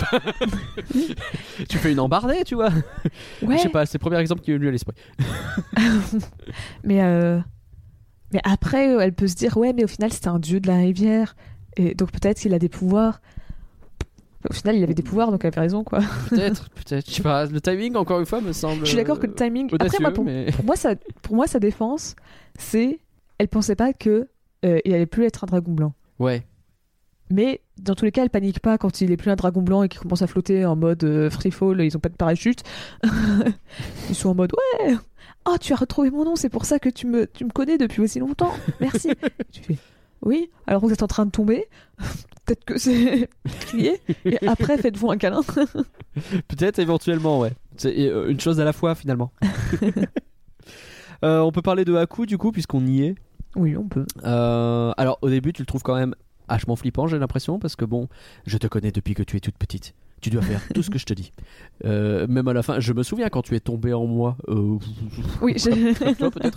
Tu fais une embardée, tu vois? Ouais. Je sais pas, c'est le premier exemple qui est venu à l'esprit. Mais après, elle peut se dire ouais, mais au final, c'était un dieu de la rivière. Et donc peut-être qu'il a des pouvoirs. Au final, il avait des pouvoirs, donc elle avait raison, quoi. Peut-être. Je sais pas, le timing, encore une fois, me semble. Je suis d'accord que le timing. Audacieux, Après, moi, pour moi, sa défense, c'est. Elle pensait pas que il allait plus être un dragon blanc. Ouais. Mais dans tous les cas, elle panique pas quand il est plus un dragon blanc et qu'il commence à flotter en mode free fall. Ils ont pas de parachute. Ils sont en mode ouais. Oh, tu as retrouvé mon nom, c'est pour ça que tu me connais depuis aussi longtemps. Merci. Tu fais oui. Alors vous êtes en train de tomber. Peut-être que c'est crier. Et après, faites-vous un câlin. Peut-être éventuellement, ouais. C'est une chose à la fois finalement. On peut parler de Haku du coup, puisqu'on y est. Oui, on peut. Alors au début, tu le trouves quand même vachement flippant, j'ai l'impression, parce que bon, je te connais depuis que tu es toute petite. Tu dois faire tout ce que je te dis. Même à la fin, je me souviens quand tu es tombé en moi. Oui, toi peut-être.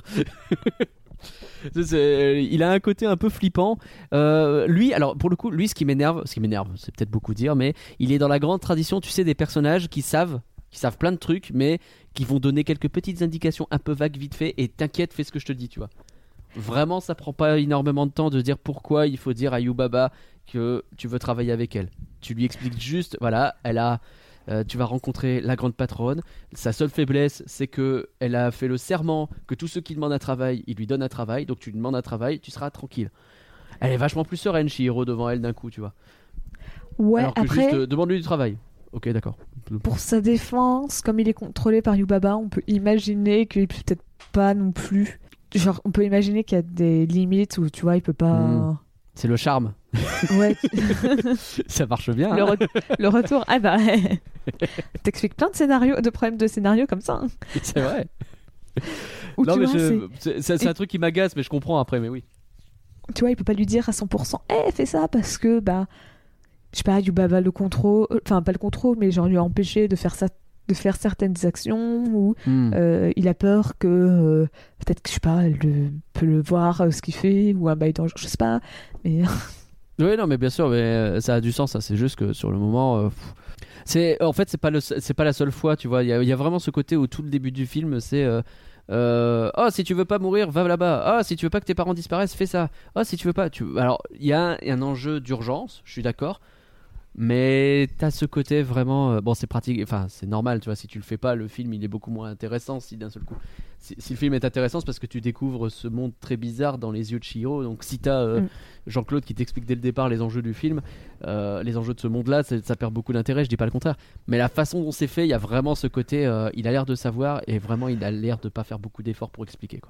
Il a un côté un peu flippant. Lui, alors pour le coup, lui, ce qui m'énerve, c'est peut-être beaucoup dire, mais il est dans la grande tradition, tu sais, des personnages qui savent plein de trucs, mais qui vont donner quelques petites indications un peu vagues vite fait, et t'inquiète, fais ce que je te dis, tu vois. Vraiment, ça prend pas énormément de temps de dire pourquoi il faut dire à Yubaba que tu veux travailler avec elle. Tu lui expliques juste, voilà, tu vas rencontrer la grande patronne. Sa seule faiblesse, c'est que elle a fait le serment que tous ceux qui demandent un travail, il lui donne un travail. Donc tu lui demandes un travail, tu seras tranquille. Elle est vachement plus sereine, Chihiro, devant elle d'un coup, tu vois. Ouais, alors que après, juste demande-lui du travail. Ok, d'accord. pour sa défense, comme il est contrôlé par Yubaba, on peut imaginer qu'il peut peut-être pas non plus. Genre, on peut imaginer qu'il y a des limites où tu vois, il peut pas. C'est le charme. Ouais. Ça marche bien. Le retour. Ah bah. T'expliques plein de problèmes de scénario comme ça. Hein. C'est vrai. Où Non, tu mais vois, c'est un truc qui m'agace, mais je comprends après, mais oui. Tu vois, il peut pas lui dire à 100% fais ça parce que, bah. Je sais pas, Yubaba le contrôle. Enfin, pas le contrôle, mais genre lui a empêché de faire ça. De faire certaines actions ou il a peur que peut-être que je sais pas elle peut le voir ce qu'il fait ou un bail dangereux, je sais pas, mais oui, non, mais bien sûr, mais ça a du sens, ça. C'est juste que sur le moment en fait c'est pas la seule fois, tu vois, il y a vraiment ce côté où tout le début du film c'est oh, si tu veux pas mourir, va là-bas. Oh, si tu veux pas que tes parents disparaissent, fais ça. Oh, si tu veux pas alors il y a un enjeu d'urgence, je suis d'accord. Mais t'as ce côté vraiment bon, c'est pratique, enfin c'est normal, tu vois, si tu le fais pas, le film il est beaucoup moins intéressant. Si d'un seul coup si le film est intéressant, c'est parce que tu découvres ce monde très bizarre dans les yeux de Chihiro. Donc si t'as Jean-Claude qui t'explique dès le départ les enjeux du film, les enjeux de ce monde là, ça perd beaucoup d'intérêt, je dis pas le contraire, mais la façon dont c'est fait, il y a vraiment ce côté il a l'air de savoir et vraiment il a l'air de pas faire beaucoup d'efforts pour expliquer, quoi.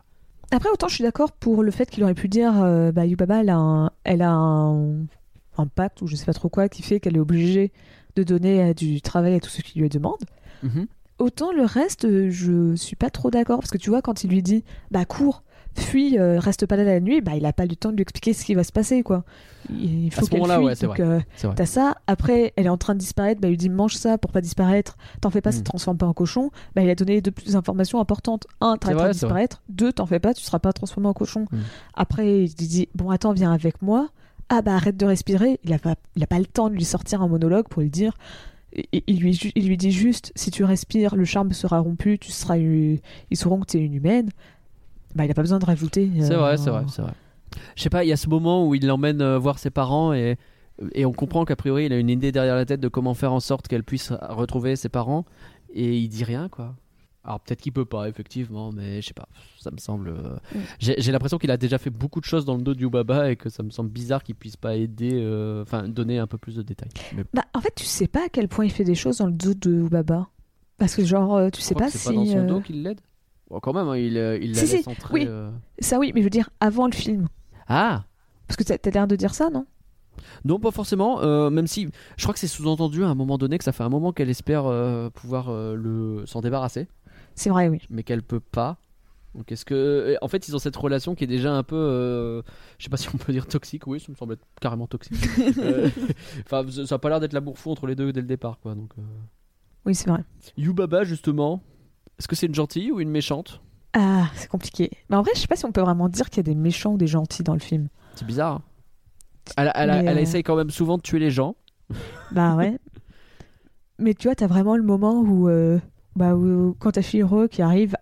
Après, autant je suis d'accord pour le fait qu'il aurait pu dire Yubaba, elle a un pacte ou je sais pas trop quoi qui fait qu'elle est obligée de donner du travail à tous ceux qui lui demandent. Mhm. Autant le reste, je suis pas trop d'accord parce que tu vois, quand il lui dit cours, fuis, reste pas là la nuit, il a pas le temps de lui expliquer ce qui va se passer, quoi. Il faut qu'elle fuit. Ouais, c'est donc, vrai. C'est vrai. t'as ça. Après, elle est en train de disparaître. Il lui dit mange ça pour pas disparaître. T'en fais pas, ça te transforme pas en cochon. Il a donné 2 informations importantes. 1, t'arrêtes de disparaître. 2, t'en fais pas, tu seras pas transformé en cochon. Après, il lui dit bon, attends, viens avec moi. Arrête de respirer. Il a pas le temps de lui sortir un monologue pour lui dire. Il lui dit juste si tu respires, le charme sera rompu. Ils sauront que t'es une humaine. Il a pas besoin de rajouter. C'est vrai. Je sais pas, il y a ce moment où il l'emmène voir ses parents et on comprend qu'a priori il a une idée derrière la tête de comment faire en sorte qu'elle puisse retrouver ses parents et il dit rien, quoi. Alors peut-être qu'il peut pas effectivement, mais je sais pas, ça me semble j'ai l'impression qu'il a déjà fait beaucoup de choses dans le dos de Yubaba et que ça me semble bizarre qu'il puisse pas aider, donner un peu plus de détails. Mais... en fait tu sais pas à quel point il fait des choses dans le dos de Yubaba parce que genre tu sais pas si c'est pas dans son dos qu'il l'aide. Bon, quand même, il la laisse entrer. Oui. Ça oui, mais je veux dire avant le film. Ah. Parce que t'as l'air de dire ça, non ? Non, pas forcément. Même si je crois que c'est sous-entendu à un moment donné que ça fait un moment qu'elle espère pouvoir s'en débarrasser. C'est vrai, oui. Mais qu'elle peut pas. Donc est-ce que en fait ils ont cette relation qui est déjà un peu, je sais pas si on peut dire toxique. Oui, ça me semble être carrément toxique. Enfin, ça a pas l'air d'être l'amour fou entre les deux dès le départ, quoi. Donc. Oui, c'est vrai. Yubaba justement. Est-ce que c'est une gentille ou une méchante ? Ah, c'est compliqué. Mais en vrai, je sais pas si on peut vraiment dire qu'il y a des méchants ou des gentils dans le film. C'est bizarre. Hein. Elle essaye quand même souvent de tuer les gens. Bah ouais. Mais tu vois, t'as vraiment le moment où quand t'as Chihiro qui arrive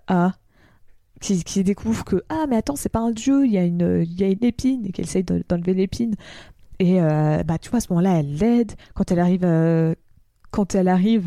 qui découvre que mais attends, c'est pas un dieu, il y a une épine et qu'elle essaye d'enlever l'épine. Et tu vois, à ce moment-là, elle l'aide. Quand elle arrive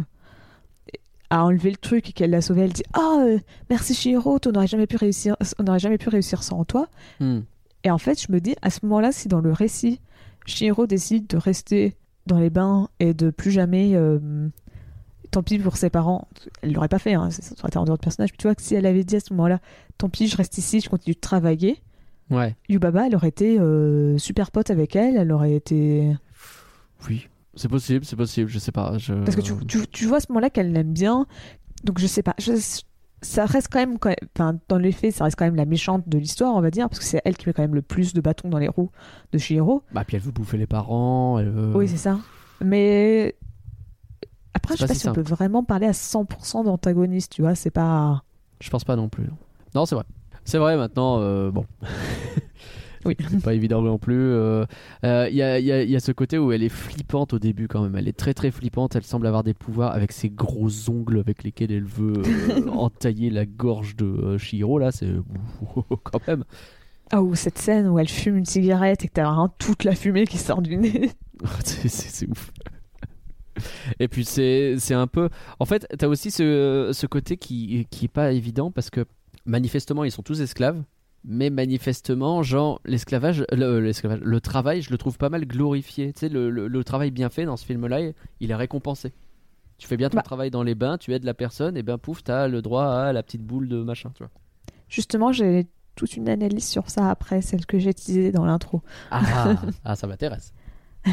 à enlever le truc et qu'elle l'a sauvé, elle dit merci Chihiro, on n'aurait jamais pu réussir sans toi. Et en fait je me dis à ce moment-là, si dans le récit Chihiro décide de rester dans les bains et de plus jamais tant pis pour ses parents, elle l'aurait pas fait, hein, ça aurait été en dehors de personnage, mais tu vois que si elle avait dit à ce moment-là tant pis, je reste ici, je continue de travailler, Yubaba, elle aurait été super pote avec elle aurait été... Oui. C'est possible, je sais pas. Parce que tu vois à ce moment-là qu'elle l'aime bien, donc je sais pas. Ça reste quand même, dans les faits, ça reste quand même la méchante de l'histoire, on va dire, parce que c'est elle qui met quand même le plus de bâtons dans les roues de Chihiro. Puis elle veut bouffer les parents. Oui, c'est ça. Mais après, je sais pas si on simple. peut vraiment parler à 100% d'antagoniste, tu vois, c'est pas... Je pense pas non plus. Non, c'est vrai. C'est vrai, maintenant, bon... Oui. C'est pas évident non plus. Il y a ce côté où elle est flippante au début quand même. Elle est très très flippante. Elle semble avoir des pouvoirs avec ses gros ongles avec lesquels elle veut entailler la gorge de Chihiro. Là, c'est quand même. Ou cette scène où elle fume une cigarette et que t'as vraiment toute la fumée qui sort du nez. c'est ouf. Et puis c'est un peu... En fait, t'as aussi ce côté qui est pas évident parce que manifestement, ils sont tous esclaves. Mais manifestement, genre, le travail, je le trouve pas mal glorifié. Tu sais, le travail bien fait dans ce film-là, il est récompensé. Tu fais bien ton travail dans les bains, tu aides la personne, et ben pouf, t'as le droit à la petite boule de machin, tu vois. Justement, j'ai toute une analyse sur ça après, celle que j'ai utilisée dans l'intro. Ça m'intéresse. Tu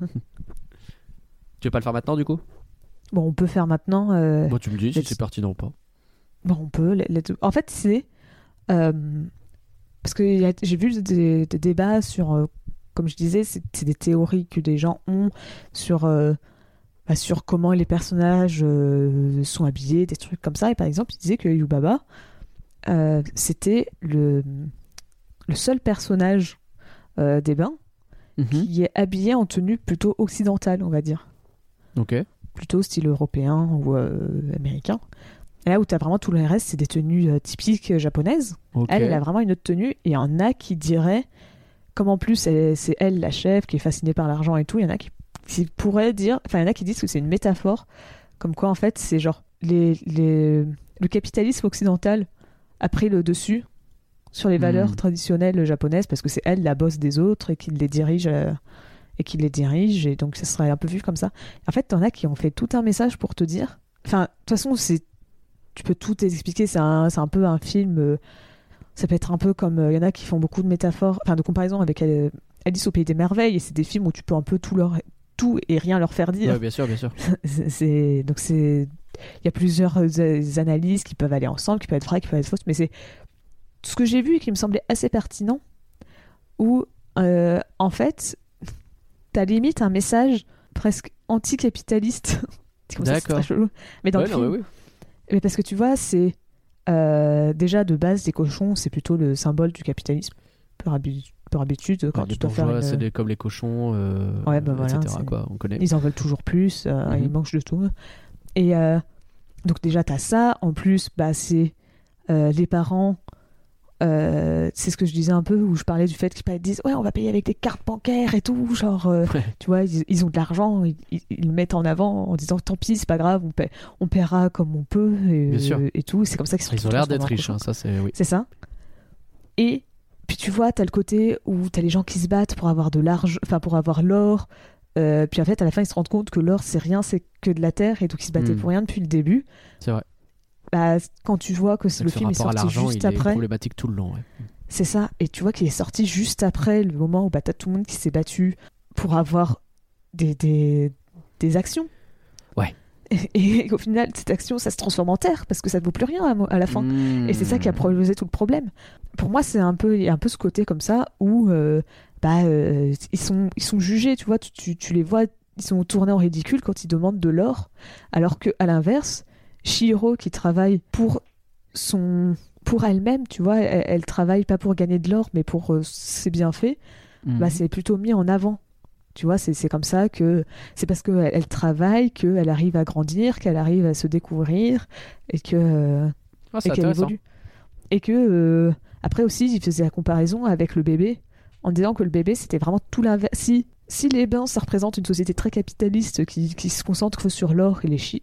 veux pas le faire maintenant, du coup ? Bon, on peut faire maintenant. Bon, tu me dis si c'est pertinent ou pas. Bon, on peut. En fait, c'est... parce que j'ai vu des débats sur, comme je disais, c'est des théories que des gens ont sur comment les personnages sont habillés, des trucs comme ça. Et par exemple, ils disaient que Yubaba, c'était le seul personnage des bains qui est habillé en tenue plutôt occidentale, on va dire. Ok. Plutôt style européen ou américain. Là où tu as vraiment tout le reste, c'est des tenues typiques japonaises. Okay. Elle a vraiment une autre tenue. Et il y en a qui diraient, comme en plus c'est elle la chef qui est fascinée par l'argent et tout, il y en a qui pourraient dire, enfin il y en a qui disent que c'est une métaphore, comme quoi en fait c'est genre le capitalisme occidental a pris le dessus sur les valeurs traditionnelles japonaises parce que c'est elle la boss des autres et qui les dirige. Et donc ça serait un peu vu comme ça. En fait, t'en as qui ont fait tout un message pour te dire... Enfin, de toute façon, tu peux tout expliquer, c'est un peu un film... Ça peut être un peu comme il y en a qui font beaucoup de métaphores, enfin de comparaisons avec Alice au pays des merveilles, et c'est des films où tu peux un peu tout et rien leur faire dire. Ouais, bien sûr. Donc il y a plusieurs analyses qui peuvent aller ensemble, qui peuvent être vraies, qui peuvent être fausses, mais c'est ce que j'ai vu et qui me semblait assez pertinent, où en fait t'as limite un message presque anticapitaliste. D'accord. Ça, c'est très chelou. Mais dans le film, oui. Mais parce que tu vois, c'est déjà de base, les cochons, c'est plutôt le symbole du capitalisme. Par habitude, quand les tu dois faire c'est comme les cochons, ouais, bah voilà, etc. Quoi, on connaît. Ils en veulent toujours plus, ils mangent de tout. Et donc déjà, t'as ça. En plus, bah, c'est les parents. C'est ce que je disais un peu, où je parlais du fait qu'ils disent ouais, on va payer avec des cartes bancaires et tout, genre tu vois, ils ont de l'argent, ils le mettent en avant en disant tant pis, c'est pas grave, on paiera comme on peut et tout. C'est comme ça qu'ils sont. Ils ont l'air d'être riches, ça c'est oui. C'est ça. Et puis tu vois, t'as le côté où t'as les gens qui se battent pour avoir de l'argent, enfin pour avoir l'or. Puis en fait, à la fin, ils se rendent compte que l'or c'est rien, c'est que de la terre, et donc ils se battaient pour rien depuis le début. C'est vrai. Bah, quand tu vois que le film est sorti juste après, il est problématique tout le long. Ouais. C'est ça, et tu vois qu'il est sorti juste après le moment où bah, t'as tout le monde qui s'est battu pour avoir des actions. Ouais. Et au final, cette action, ça se transforme en terre parce que ça ne vaut plus rien à la fin. Et c'est ça qui a posé tout le problème. Pour moi, il y a un peu ce côté comme ça où ils sont jugés, tu vois, tu les vois, ils sont tournés en ridicule quand ils demandent de l'or, alors que à l'inverse, Chihiro qui travaille pour elle-même, tu vois, elle travaille pas pour gagner de l'or, mais pour ses bienfaits, bah, c'est plutôt mis en avant. Tu vois, c'est comme ça que c'est parce qu'elle travaille qu'elle arrive à grandir, qu'elle arrive à se découvrir et qu'elle évolue. Et que après aussi, il faisait la comparaison avec le bébé en disant que le bébé c'était vraiment tout l'inverse. Si les bains, ça représente une société très capitaliste qui se concentre sur l'or et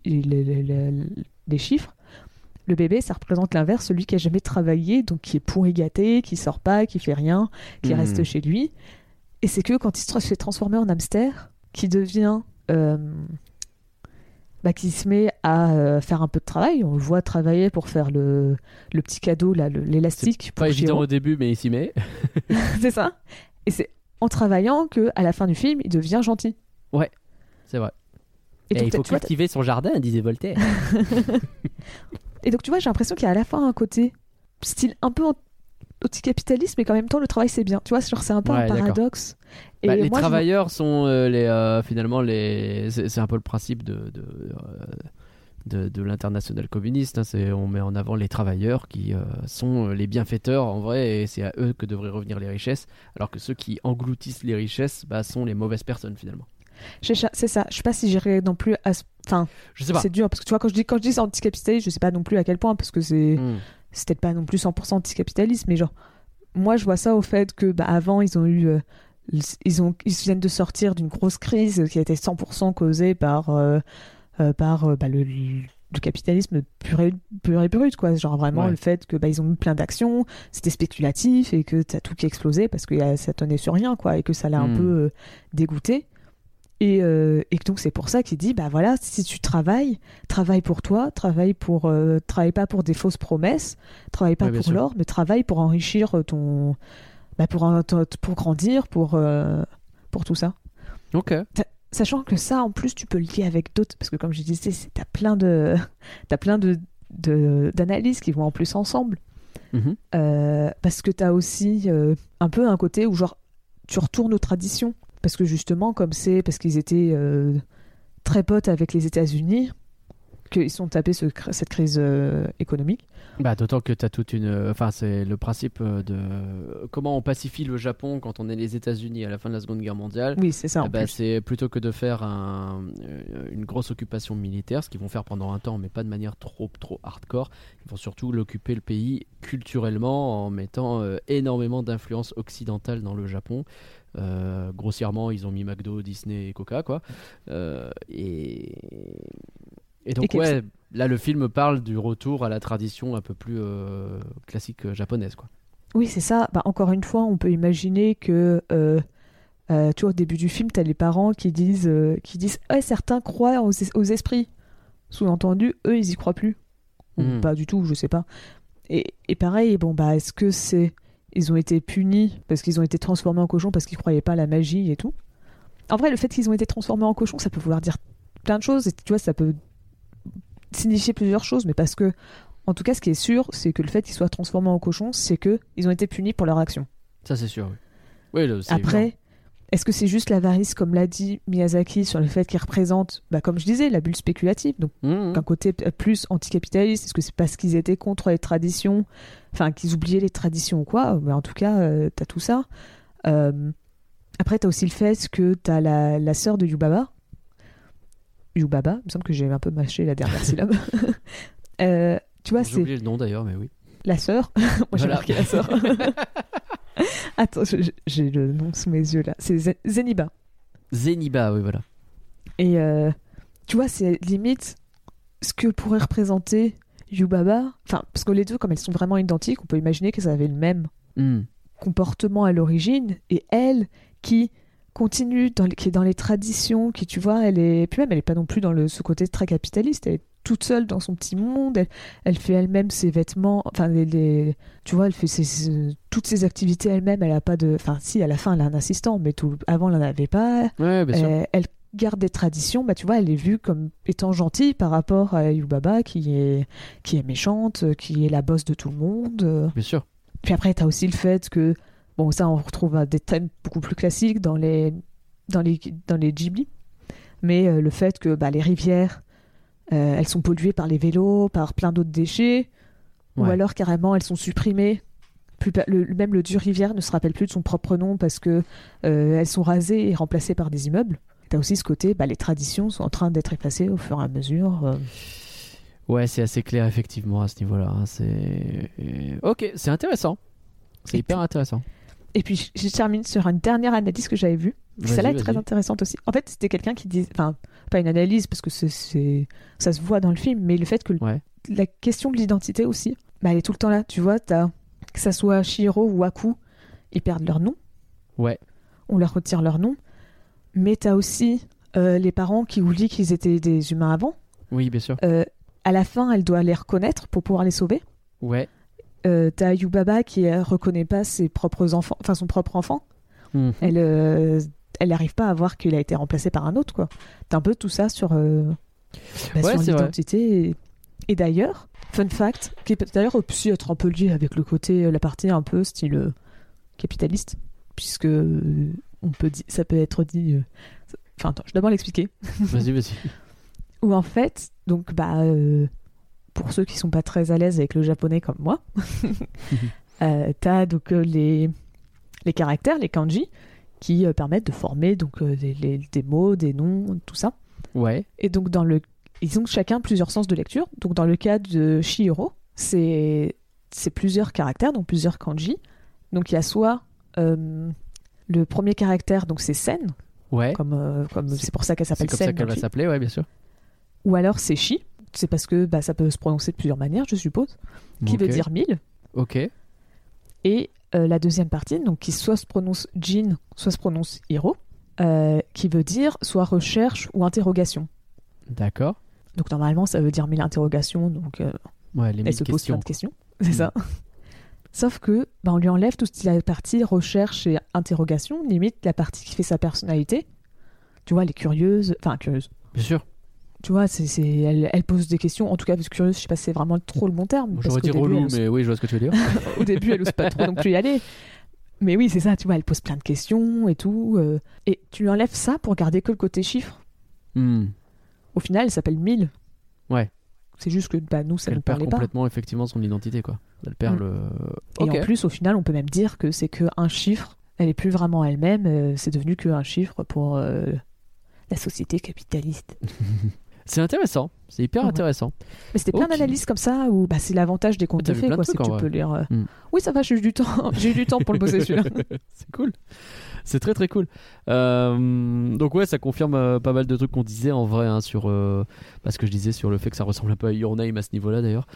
les chiffres, le bébé, ça représente l'inverse, celui qui a jamais travaillé, donc qui est pourri gâté, qui sort pas, qui fait rien, qui reste chez lui. Et c'est que quand il se fait transformer en hamster, qui devient... qui se met à faire un peu de travail. On le voit travailler pour faire le petit cadeau, là, l'élastique. C'est pas évident au début, mais il s'y met. C'est ça. Et c'est en travaillant qu'à la fin du film, il devient gentil. Ouais, c'est vrai. Et donc, il faut cultiver son jardin, disait Voltaire. Et donc, tu vois, j'ai l'impression qu'il y a à la fin un côté style un peu anticapitaliste, mais qu'en même temps, le travail, c'est bien. Tu vois, c'est un peu un paradoxe. Et les travailleurs sont finalement c'est un peu le principe de l'international communiste. On met en avant les travailleurs qui sont les bienfaiteurs en vrai, et c'est à eux que devraient revenir les richesses, alors que ceux qui engloutissent les richesses sont les mauvaises personnes finalement. C'est ça. Je sais pas si j'irais non plus à... Enfin, je sais pas. C'est dur parce que tu vois, quand je dis anticapitaliste, je sais pas non plus à quel point, parce que c'est peut-être pas non plus 100% anticapitaliste, mais genre moi je vois ça au fait que avant ils ont eu ils viennent de sortir d'une grosse crise qui a été 100% causée par le capitalisme pur et brut, quoi. Genre vraiment le fait que ils ont eu plein d'actions, c'était spéculatif et que t'as tout qui explosait parce que ça tenait sur rien, quoi, et que ça l'a un peu dégoûté. Et donc c'est pour ça qu'il dit voilà, si tu travaille pour toi, travaille pas pour des fausses promesses, travaille pas pour l'or, mais travaille pour enrichir ton pour grandir, pour tout ça. Ok. Sachant que ça, en plus, tu peux le lier avec d'autres, parce que comme je disais, t'as plein d'analyses qui vont en plus ensemble. Parce que t'as aussi un peu un côté où genre tu retournes aux traditions. Parce que justement, parce qu'ils étaient très potes avec les États-Unis, qu'ils sont tapés cette crise économique. D'autant que tu as toute une... Enfin, c'est le principe de comment on pacifie le Japon quand on est les États-Unis à la fin de la Seconde Guerre mondiale. Oui, c'est ça. C'est plutôt que de faire une grosse occupation militaire, ce qu'ils vont faire pendant un temps, mais pas de manière trop hardcore. Ils vont surtout l'occuper le pays culturellement en mettant énormément d'influence occidentale dans le Japon. Grossièrement, ils ont mis McDo, Disney et Coca, quoi. Et donc, là, le film parle du retour à la tradition un peu plus classique japonaise, quoi. Oui, c'est ça. Encore une fois, on peut imaginer que, tu vois, au début du film, t'as les parents qui disent certains croient aux esprits. Sous-entendu, eux, ils y croient plus. Ou pas du tout, je sais pas. Et pareil, bon, bah, est-ce que c'est... Ils ont été punis parce qu'ils ont été transformés en cochons parce qu'ils croyaient pas à la magie et tout. En vrai, le fait qu'ils ont été transformés en cochons, ça peut vouloir dire plein de choses. Et tu vois, ça peut signifier plusieurs choses. Mais parce que, en tout cas, ce qui est sûr, c'est que le fait qu'ils soient transformés en cochons, c'est qu'ils ont été punis pour leur action. Ça, c'est sûr, oui. Oui, c'est après, évident. est-ce que c'est juste l'avarice, comme l'a dit Miyazaki, sur le fait qu'ils représentent, bah, comme je disais, la bulle spéculative, donc un côté plus anticapitaliste? Est-ce que c'est parce qu'ils étaient contre les traditions, enfin qu'ils oubliaient les traditions ou quoi? Mais en tout cas, t'as tout ça. Après, t'as aussi le fait que t'as la sœur de Yubaba. Yubaba, il me semble que j'ai un peu mâché la dernière syllabe. Tu vois, j'ai oublié le nom d'ailleurs, mais oui. La sœur. Moi, j'ai marqué la sœur. Attends, j'ai le nom sous mes yeux là. C'est Zeniba. Zeniba, oui, voilà. Et tu vois, c'est limite ce que pourrait représenter Yubaba. Enfin, parce que les deux, comme elles sont vraiment identiques, on peut imaginer qu'elles avaient le même comportement à l'origine. Et elle, qui continue, qui est dans les traditions, qui, tu vois, elle est... Puis même, elle est pas non plus dans ce côté très capitaliste. Elle est toute seule dans son petit monde, elle fait elle-même ses vêtements, enfin tu vois, elle fait toutes ses activités elle-même, elle a pas de, enfin si, à la fin elle a un assistant, mais avant elle n'en avait pas. Ouais, bien sûr. Elle garde des traditions, bah tu vois, elle est vue comme étant gentille par rapport à Yubaba qui est méchante, qui est la boss de tout le monde. Bien sûr. Puis après t'as aussi le fait que, bon, ça on retrouve des thèmes beaucoup plus classiques dans les Ghibli, mais le fait que bah, les rivières elles sont polluées par les vélos, par plein d'autres déchets, ou alors carrément elles sont supprimées. Même le dieu rivière ne se rappelle plus de son propre nom parce que elles sont rasées et remplacées par des immeubles. T'as aussi ce côté, bah, les traditions sont en train d'être effacées au fur et à mesure. Ouais, c'est assez clair effectivement à ce niveau-là. Ok, c'est intéressant. C'est hyper intéressant. Et puis je termine sur une dernière analyse que j'avais vue. Celle-là est très intéressante aussi. En fait, c'était quelqu'un qui dit, enfin, pas une analyse parce que ça se voit dans le film, mais le fait que la question de l'identité aussi, bah, elle est tout le temps là. Tu vois, que ça soit Chihiro ou Aku, ils perdent leur nom. Ouais. On leur retire leur nom. Mais t'as aussi les parents qui oublient qu'ils étaient des humains avant. Oui, bien sûr. À la fin, elle doit les reconnaître pour pouvoir les sauver. Ouais. T'as Yubaba qui reconnaît pas ses propres enfants, enfin son propre enfant. Elle n'arrive pas à voir qu'il a été remplacé par un autre, quoi. T'as un peu tout ça sur sur l'identité. Et d'ailleurs, fun fact, qui peut d'ailleurs aussi être un peu lié avec le côté, la partie un peu style capitaliste, puisque ça peut être dit. Enfin, attends, je vais d'abord l'expliquer. Vas-y. Où en fait, donc pour ceux qui sont pas très à l'aise avec le japonais comme moi, t'as donc les caractères, les kanji, qui permettent de former donc des mots, des noms, tout ça. Ouais. Et donc ils ont chacun plusieurs sens de lecture. Donc dans le cas de Chihiro, c'est plusieurs caractères, donc plusieurs kanji. Donc il y a soit le premier caractère, donc c'est Sen. Ouais. Comme c'est pour ça qu'elle s'appelle Sen. C'est comme ça qu'elle va s'appeler, ouais, bien sûr. Ou alors c'est Shi. C'est parce que ça peut se prononcer de plusieurs manières, je suppose. Qui veut dire 1000. Ok. Et la deuxième partie, donc qui soit se prononce Jin, soit se prononce Hiro, qui veut dire soit recherche ou interrogation. D'accord. Donc normalement ça veut dire 1000 interrogations, donc elle se pose plein de questions. C'est ça. Sauf que on lui enlève toute la partie recherche et interrogation, limite la partie qui fait sa personnalité. Tu vois, elle est curieuse. Bien sûr. Tu vois, elle pose des questions. En tout cas, curieuse, je sais pas si c'est vraiment trop le bon terme. J'aurais dit relou, mais oui, je vois ce que tu veux dire. Au début, elle ose pas trop non plus y aller. Mais oui, c'est ça, tu vois, elle pose plein de questions et tout. Et tu lui enlèves ça pour garder que le côté chiffre. Au final, elle s'appelle 1000. Ouais. C'est juste que nous, ça ne parlait pas. Elle perd complètement, effectivement, son identité, quoi. Elle perd le... Et en plus, au final, on peut même dire que c'est qu'un chiffre. Elle est plus vraiment elle-même. C'est devenu qu'un chiffre pour la société capitaliste. C'est intéressant, c'est hyper intéressant. Mais c'était plein d'analyses comme ça où c'est l'avantage des contes de fées, quoi. C'est que tu peux lire. Oui, ça va, j'ai eu du temps. J'ai eu du temps pour le bosser celui-là. C'est cool. C'est très très cool. Donc ouais, ça confirme pas mal de trucs qu'on disait en vrai sur ce que je disais sur le fait que ça ressemble un peu à Your Name à ce niveau-là d'ailleurs.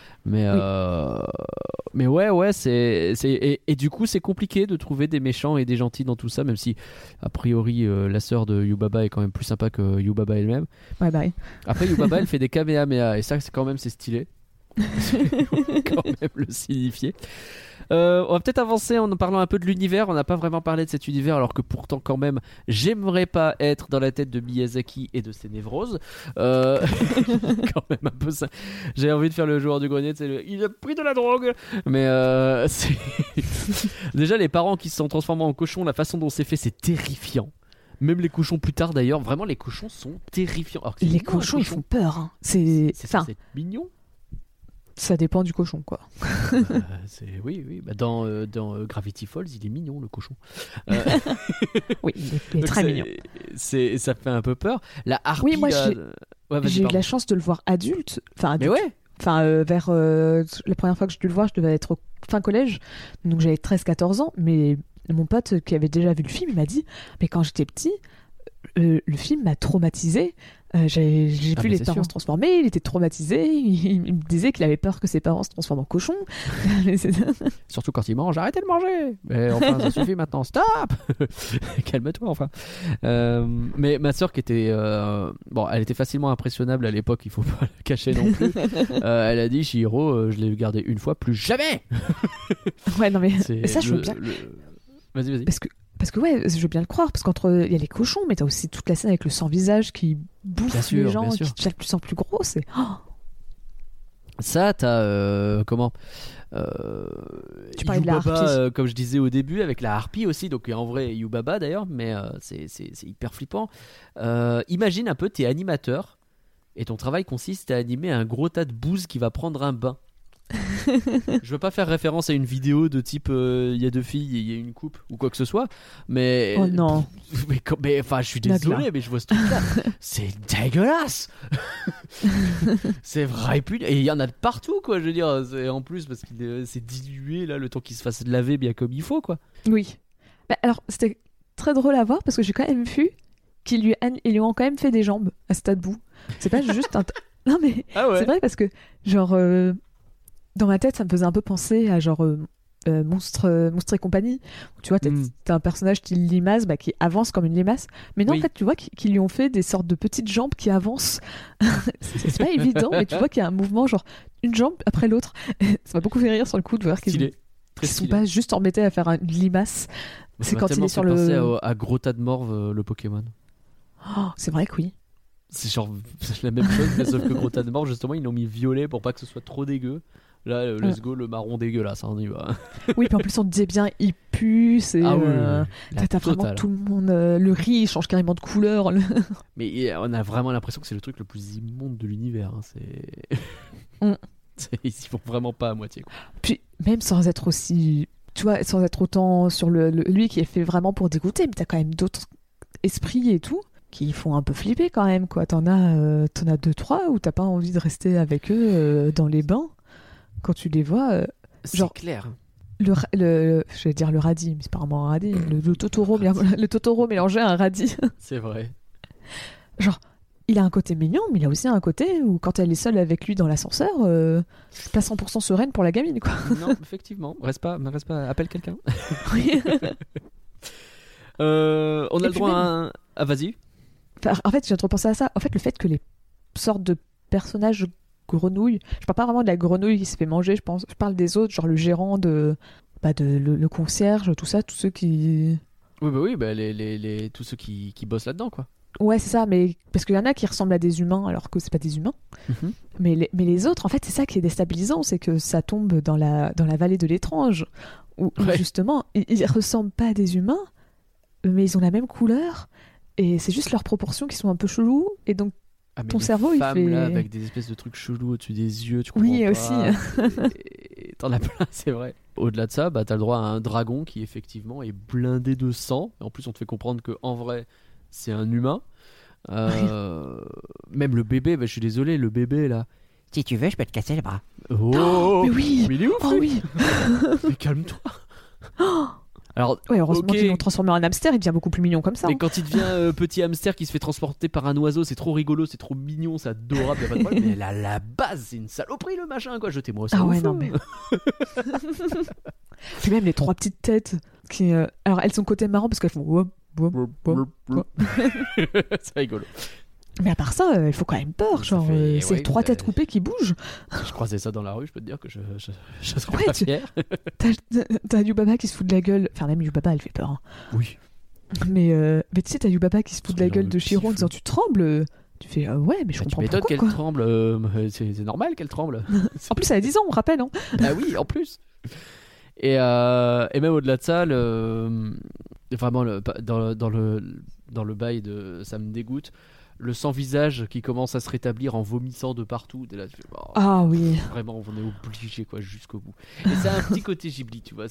Mais ouais, et du coup c'est compliqué de trouver des méchants et des gentils dans tout ça, même si a priori la sœur de Yubaba est quand même plus sympa que Yubaba elle-même. Ouais, bah oui. Après Yubaba elle fait des kamehameha et ça c'est stylé. quand même le signifier. On va peut-être avancer en parlant un peu de l'univers. On n'a pas vraiment parlé de cet univers, alors que pourtant quand même j'aimerais pas être dans la tête de Miyazaki et de ses névroses. Quand même un peu ça. J'ai envie de faire le joueur du grenier, il a pris de la drogue. Mais c'est... déjà les parents qui se sont transformés en cochons, la façon dont c'est fait, c'est terrifiant. Même les cochons plus tard d'ailleurs, vraiment les cochons sont terrifiants. Alors que les cochons ils font peur, hein. C'est mignon. Ça dépend du cochon, quoi. Oui. Bah dans Gravity Falls, il est mignon, le cochon. Oui, il est très mignon. Ça fait un peu peur. La harpie. Oui, moi, j'ai eu de la chance de le voir adulte. Enfin, adulte. Mais ouais. Enfin, vers la première fois que j'ai dû le voir, je devais être au fin collège. Donc j'avais 13-14 ans. Mais mon pote qui avait déjà vu le film, il m'a dit, mais quand j'étais petit, le film m'a traumatisé. J'ai vu les parents se transformer, il était traumatisé, il me disait qu'il avait peur que ses parents se transforment en cochons. Surtout quand il mange, arrêtez de manger. Mais enfin, ça suffit maintenant, stop. Calme-toi, enfin. Mais ma soeur qui était... elle était facilement impressionnable à l'époque, il faut pas le cacher non plus. Elle a dit, Chihiro, je l'ai gardé une fois, plus jamais. Ouais, non mais ça je veux bien... Vas-y. Parce que ouais, je veux bien le croire, parce qu'entre il y a les cochons, mais t'as aussi toute la scène avec le sans-visage qui bouffe les gens, qui devient de plus en plus gros. C'est... Ça, t'as comment tu parlais de la harpie, comme je disais au début, avec la harpie aussi, donc en vrai Yubaba d'ailleurs, mais c'est hyper flippant. Imagine un peu, t'es animateur et ton travail consiste à animer un gros tas de bouse qui va prendre un bain. Je veux pas faire référence à une vidéo de type il y a deux filles et il y a une coupe ou quoi que ce soit, mais oh non, mais enfin je suis désolé, mais je vois ce truc là, c'est dégueulasse. C'est vrai, et il y en a de partout, quoi, je veux dire, en plus parce que c'est dilué là, le temps qu'il se fasse laver bien comme il faut, quoi. Oui, bah, alors c'était très drôle à voir parce que j'ai quand même vu qu'ils lui ont quand même fait des jambes à ce tas de boue. C'est pas juste un non mais c'est vrai, parce que genre dans ma tête, ça me faisait un peu penser à genre Monstre et compagnie. Tu vois, t'as un personnage qui limace, qui avance comme une limace. Mais non, en fait, tu vois qu'ils lui ont fait des sortes de petites jambes qui avancent. C'est pas évident, mais tu vois qu'il y a un mouvement, genre une jambe après l'autre. Ça m'a beaucoup fait rire sur le coup de voir qu'ils sont pas juste embêtés à faire une limace. C'est quand il est sur le... à Grota de Morve, le Pokémon. Oh, c'est vrai que oui. C'est genre la même chose, mais sauf que Grota de Morve, justement, ils l'ont mis violet pour pas que ce soit trop dégueu. Là, let's go, le marron dégueulasse, on y va. Oui, puis en plus, on te disait bien, il pue, c'est... t'as vraiment tout le monde... le riz, il change carrément de couleur. Mais on a vraiment l'impression que c'est le truc le plus immonde de l'univers. Hein. Ils y vont vraiment pas à moitié, quoi. Puis, même sans être aussi... Tu vois, sans être autant sur lui qui est fait vraiment pour dégoûter, mais t'as quand même d'autres esprits et tout qui font un peu flipper quand même, quoi. T'en as 2-3 où t'as pas envie de rester avec eux dans les bains. Quand tu les vois, c'est clair. Je vais dire le radis, mais c'est pas vraiment un radis. Le Totoro mélangé à un radis. C'est vrai. Genre, il a un côté mignon, mais il a aussi un côté où quand elle est seule avec lui dans l'ascenseur, c'est pas 100% sereine pour la gamine, quoi. Non, effectivement. Reste pas, appelle quelqu'un. Oui. On a le droit à un... Ah, vas-y. Enfin, en fait, j'ai trop pensé à ça. En fait, le fait que les sortes de personnages grenouilles, je parle pas vraiment de la grenouille qui se fait manger, je parle des autres, genre le gérant le concierge, tout ça, tous ceux qui... Oui, tous ceux qui bossent là-dedans, quoi. Ouais, c'est ça, mais parce qu'il y en a qui ressemblent à des humains alors que c'est pas des humains. Mm-hmm. Mais les autres, en fait, c'est ça qui est déstabilisant, c'est que ça tombe dans la vallée de l'étrange, où justement, ils ressemblent pas à des humains, mais ils ont la même couleur, et c'est juste leurs proportions qui sont un peu cheloues, et donc ton cerveau, il fait... là, avec des espèces de trucs chelous au-dessus des yeux, tu comprends pas. Oui, aussi. Et t'en as plein, c'est vrai. Au-delà de ça, t'as le droit à un dragon qui, effectivement, est blindé de sang. Et en plus, on te fait comprendre qu'en vrai, c'est un humain. Même le bébé, je suis désolé, le bébé, là... Si tu veux, je peux te casser les bras. Oh, mais oui. Mais il est ouf, oui. Mais calme-toi. Alors, heureusement qu'ils l'ont transformé en hamster, il devient beaucoup plus mignon comme ça. Mais quand il devient petit hamster qui se fait transporter par un oiseau, c'est trop rigolo, c'est trop mignon, c'est adorable, y a pas de problème. Mais la base, c'est une saloperie, le machin, quoi. Jetez-moi ça. Ah ouais, non mais. Puis même les 3 petites têtes qui. Alors elles sont côté marrant parce qu'elles font. C'est rigolo. Mais à part ça, il faut quand même peur. Genre, c'est 3 têtes coupées qui bougent. Je croisais ça dans la rue, je peux te dire que je serais Ouais, pas fier. T'as Yubaba qui se fout de la gueule. Enfin, même Yubaba, elle fait peur. Hein. Oui. Mais tu sais, t'as Yubaba qui se fout de la gueule de Shiro en disant tu trembles. Tu fais ouais, mais je comprends tu m'étonnes pourquoi. qu'elle tremble. C'est normal qu'elle tremble. En plus, elle a 10 ans, on rappelle. Hein. Ah oui, en plus. Et même au-delà de ça, vraiment dans le bail de ça me dégoûte. Le sans-visage qui commence à se rétablir en vomissant de partout. Là, tu fais, ah oui. Vraiment, on est obligé quoi jusqu'au bout. Et ça a un petit côté Ghibli, tu vois.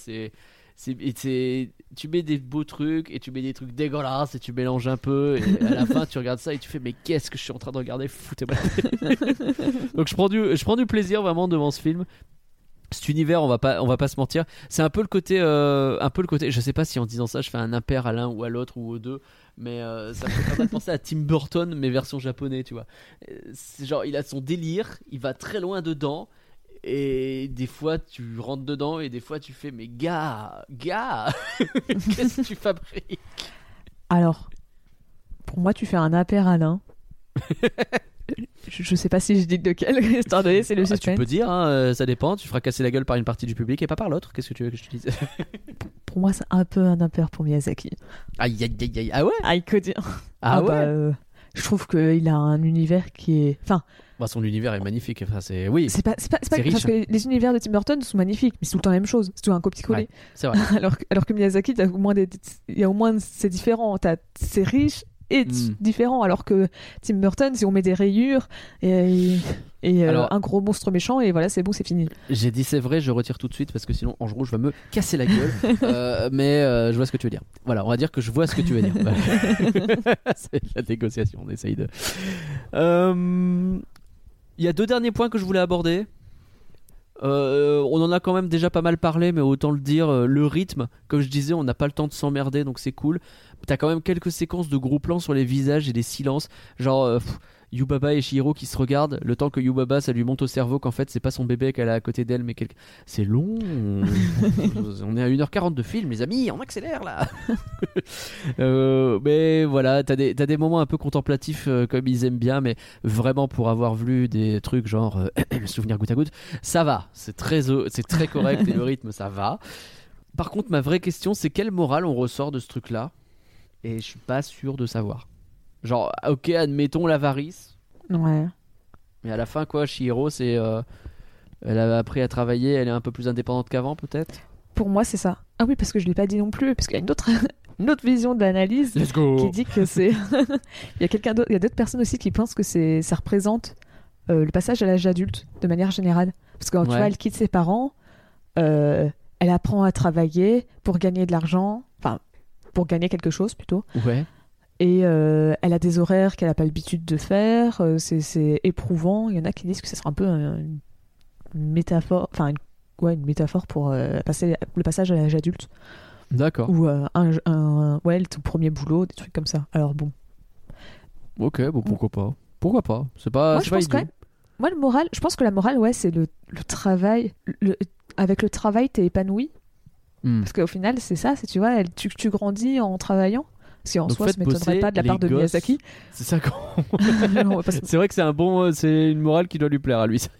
Tu mets des beaux trucs et tu mets des trucs dégueulasses et tu mélanges un peu et à la fin tu regardes ça et tu fais mais qu'est-ce que je suis en train de regarder, foutez-moi la tête. Donc je prends du plaisir vraiment devant ce film. Cet univers, on va pas se mentir, c'est un peu le côté je sais pas si en disant ça je fais un impair à l'un ou à l'autre ou aux deux, mais ça me fait pas mal penser à Tim Burton mais version japonais, tu vois. C'est genre il a son délire, il va très loin dedans. Et des fois tu rentres dedans et des fois tu fais mais gars qu'est-ce que tu fabriques? Alors pour moi tu fais un impair à l'un. Je sais pas si je dis de quel, histoire de laisser le suspense. Tu peux dire, hein, ça dépend, tu feras casser la gueule par une partie du public et pas par l'autre. Qu'est-ce que tu veux que je te dise? Pour moi c'est un peu un impair pour Miyazaki. Aïe aïe aïe aïe. Ah ouais? Ah il peut dire. Ah ouais? Je trouve qu'il a un univers qui est... Enfin, son univers est magnifique. Enfin, oui. C'est pas riche, parce que les univers de Tim Burton sont magnifiques, mais c'est tout le temps la même chose. C'est tout un copier-coller. Ouais, c'est vrai. alors que Miyazaki, il y a au moins c'est différent. C'est riche et différent. Alors que Tim Burton, si on met des rayures et un gros monstre méchant et voilà, c'est bon, c'est fini. J'ai dit c'est vrai, je retire tout de suite parce que sinon Ange Rouge va me casser la gueule. Mais je vois ce que tu veux dire. Voilà, on va dire que je vois ce que tu veux dire. C'est la négociation, on essaye de... Il y a 2 derniers points que je voulais aborder. On en a quand même déjà pas mal parlé, mais autant le dire, le rythme, comme je disais, on n'a pas le temps de s'emmerder, donc c'est cool. T'as quand même quelques séquences de gros plans sur les visages et des silences, genre Yubaba et Chihiro qui se regardent, le temps que Yubaba ça lui monte au cerveau qu'en fait c'est pas son bébé qu'elle a à côté d'elle, mais c'est long. On est à 1h40 de film, les amis, on accélère là. Mais voilà, t'as des moments un peu contemplatifs comme ils aiment bien, mais vraiment pour avoir vu des trucs genre souvenir goutte à goutte, ça va, c'est très correct et le rythme ça va. Par contre, ma vraie question, c'est quelle morale on ressort de ce truc-là? Et je suis pas sûr de savoir. Genre, ok, admettons l'avarice. Ouais. Mais à la fin, quoi, Chihiro, c'est... elle a appris à travailler, elle est un peu plus indépendante qu'avant, peut-être? Pour moi, c'est ça. Ah oui, parce que je l'ai pas dit non plus, parce qu'il y a une autre vision de l'analyse qui dit que c'est... il y a d'autres personnes aussi qui pensent que ça représente le passage à l'âge adulte, de manière générale. Parce que quand tu vois, elle quitte ses parents, elle apprend à travailler pour gagner de l'argent, enfin, pour gagner quelque chose plutôt. Ouais. Et elle a des horaires qu'elle n'a pas l'habitude de faire, c'est éprouvant. Il y en a qui disent que ce sera un peu une métaphore, enfin une métaphore pour le passage à l'âge adulte. D'accord. Ou ton premier boulot, des trucs comme ça. Alors bon. Ok, bon pourquoi pas. Pourquoi pas. C'est pas. Moi c'est je pas pense quand même. Moi je pense que la morale, c'est le travail. Avec le travail, t'es épanoui. Parce qu'au final, c'est ça. Tu vois, tu grandis en travaillant. Ce qui en soi, ça ne m'étonnerait pas de la part de Miyazaki. C'est ça c'est vrai que c'est une morale qui doit lui plaire à lui.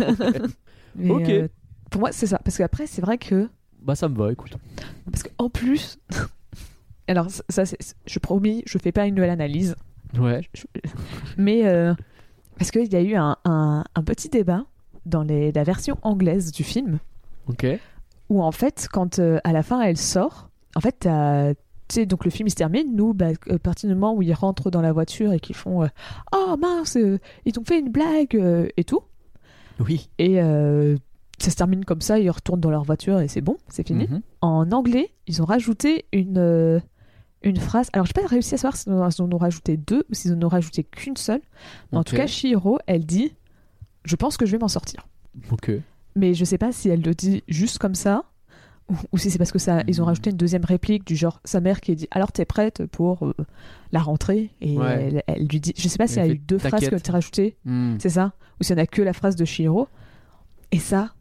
Mais, ok. Pour moi, c'est ça. Parce qu'après, c'est vrai que... Bah ça me va, écoute. Parce qu'en plus... Alors, ça, je promis, je fais pas une nouvelle analyse. Ouais. Mais parce qu'il y a eu un petit débat dans la version anglaise du film. Ok. Où en fait, quand à la fin, elle sort, en fait, donc le film il se termine, à partir du moment où ils rentrent dans la voiture et qu'ils font oh mince, ils ont fait une blague et tout. Oui. Et ça se termine comme ça, ils retournent dans leur voiture et c'est bon, c'est fini. Mm-hmm. En anglais, ils ont rajouté une phrase. Alors j'ai pas réussi à savoir s'ils en ont rajouté 2 ou s'ils en ont rajouté qu'une seule. Mais en tout cas, Chihiro, elle dit je pense que je vais m'en sortir. Ok. Mais je sais pas si elle le dit juste comme ça. Ou si c'est parce que ils ont rajouté une deuxième réplique du genre sa mère qui dit alors t'es prête pour la rentrée et elle lui dit, je sais pas s'il y a eu 2 phrases qui ont été rajoutées, c'est ça, ou s'il y en a que la phrase de Chihiro. Et ça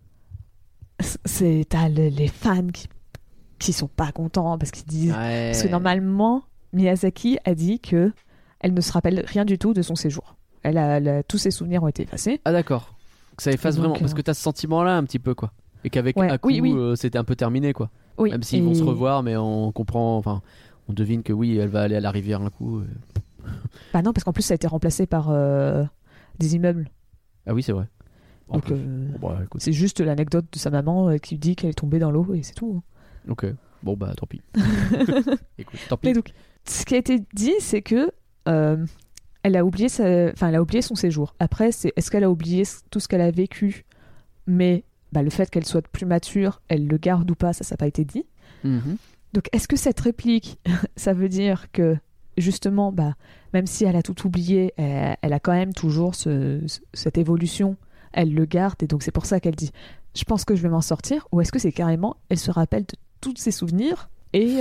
t'as les fans qui sont pas contents parce qu'ils disent parce que normalement Miyazaki a dit que elle ne se rappelle rien du tout de son séjour. Tous ses souvenirs ont été effacés. Ah d'accord. Que ça efface vraiment, parce que t'as ce sentiment-là un petit peu, quoi. Et qu'avec Haku, c'était un peu terminé, quoi. Oui. Même s'ils vont se revoir, mais on comprend, enfin, on devine que oui, elle va aller à la rivière un coup. Bah non, parce qu'en plus ça a été remplacé par des immeubles. Ah oui, c'est vrai. Donc c'est juste l'anecdote de sa maman qui dit qu'elle est tombée dans l'eau et c'est tout. Ok. Bon bah tant pis. Écoute, tant pis. Mais donc, ce qui a été dit, c'est que elle a oublié son séjour. Après, est-ce qu'elle a oublié tout ce qu'elle a vécu, mais le fait qu'elle soit plus mature, elle le garde ou pas, ça n'a pas été dit. Mm-hmm. Donc, est-ce que cette réplique, ça veut dire que justement, même si elle a tout oublié, elle a quand même toujours cette évolution, elle le garde, et donc c'est pour ça qu'elle dit « je pense que je vais m'en sortir », ou est-ce que c'est carrément, elle se rappelle de tous ses souvenirs, et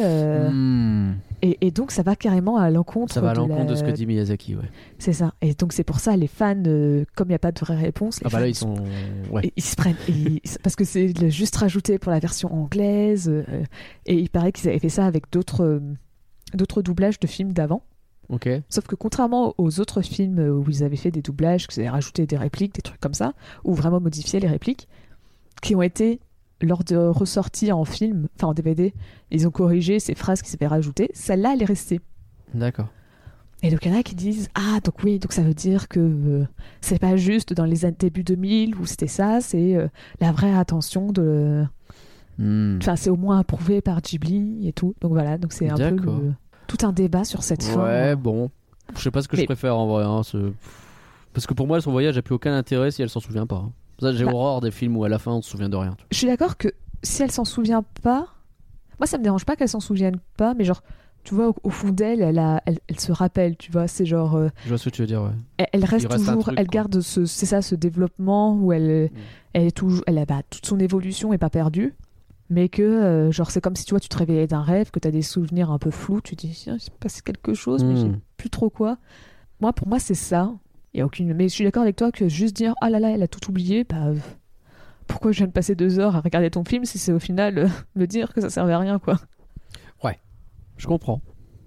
donc ça va carrément à l'encontre de ce que dit Miyazaki, ouais. C'est ça, et donc c'est pour ça, les fans, comme il n'y a pas de vraie réponse, là ils sont... Ouais. Ils se prennent, parce que c'est juste rajouté pour la version anglaise, et il paraît qu'ils avaient fait ça avec d'autres doublages de films d'avant. Okay. Sauf que contrairement aux autres films où ils avaient fait des doublages, qu'ils avaient rajouté des répliques, des trucs comme ça, ou vraiment modifié les répliques, qui ont été, lors de ressorties en film, enfin en DVD, ils ont corrigé ces phrases qui s'avaient rajoutées, celle-là elle est restée. D'accord. Et donc il y en a qui disent « Ah, donc oui, donc ça veut dire que c'est pas juste dans les débuts 2000 où c'était ça, c'est la vraie attention de... Enfin, c'est au moins approuvé par Ghibli et tout. Donc voilà, donc c'est un peu tout un débat sur cette fin. Ouais, bon. Je sais pas ce que je préfère en vrai. Parce que pour moi, son voyage n'a plus aucun intérêt si elle s'en souvient pas. Ça, j'ai horreur des films où à la fin on se souvient de rien. Je suis d'accord que si elle s'en souvient pas, moi ça me dérange pas qu'elle s'en souvienne pas, mais genre, tu vois, au fond d'elle, elle se rappelle, tu vois, c'est genre. Je vois ce que tu veux dire, ouais. Elle reste toujours, elle garde ce développement où elle est toujours, toute son évolution est pas perdue. Mais que, genre, c'est comme si tu vois, tu te réveillais d'un rêve, que tu as des souvenirs un peu flous, tu te dis, il s'est passé quelque chose, mais je sais plus trop quoi. Pour moi, c'est ça. Y a aucune... Mais je suis d'accord avec toi que juste dire, ah là là, elle a tout oublié, pourquoi je viens de passer 2 heures à regarder ton film si c'est au final me dire que ça servait à rien, quoi. Ouais, je comprends.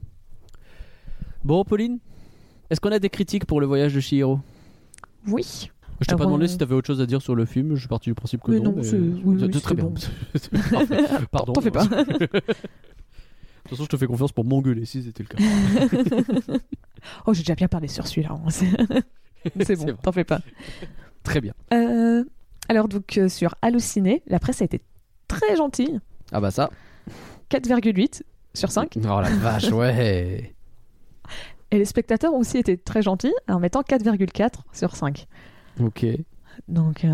Bon, Pauline, est-ce qu'on a des critiques pour le voyage de Chihiro ? Oui. Je t'ai pas demandé si t'avais autre chose à dire sur le film, je suis parti du principe que non. Mais c'est très bien. Bon. Pardon. T'en fais pas. De toute façon, je te fais confiance pour m'engueuler si c'était le cas. Oh, j'ai déjà bien parlé sur celui-là. C'est bon, t'en fais pas. Très bien. Alors, donc, sur Allociné, la presse a été très gentille. Ah bah ça. 4,8 sur 5. Oh la vache, ouais. Et les spectateurs ont aussi été très gentils en mettant 4,4 sur 5. Ok. Donc,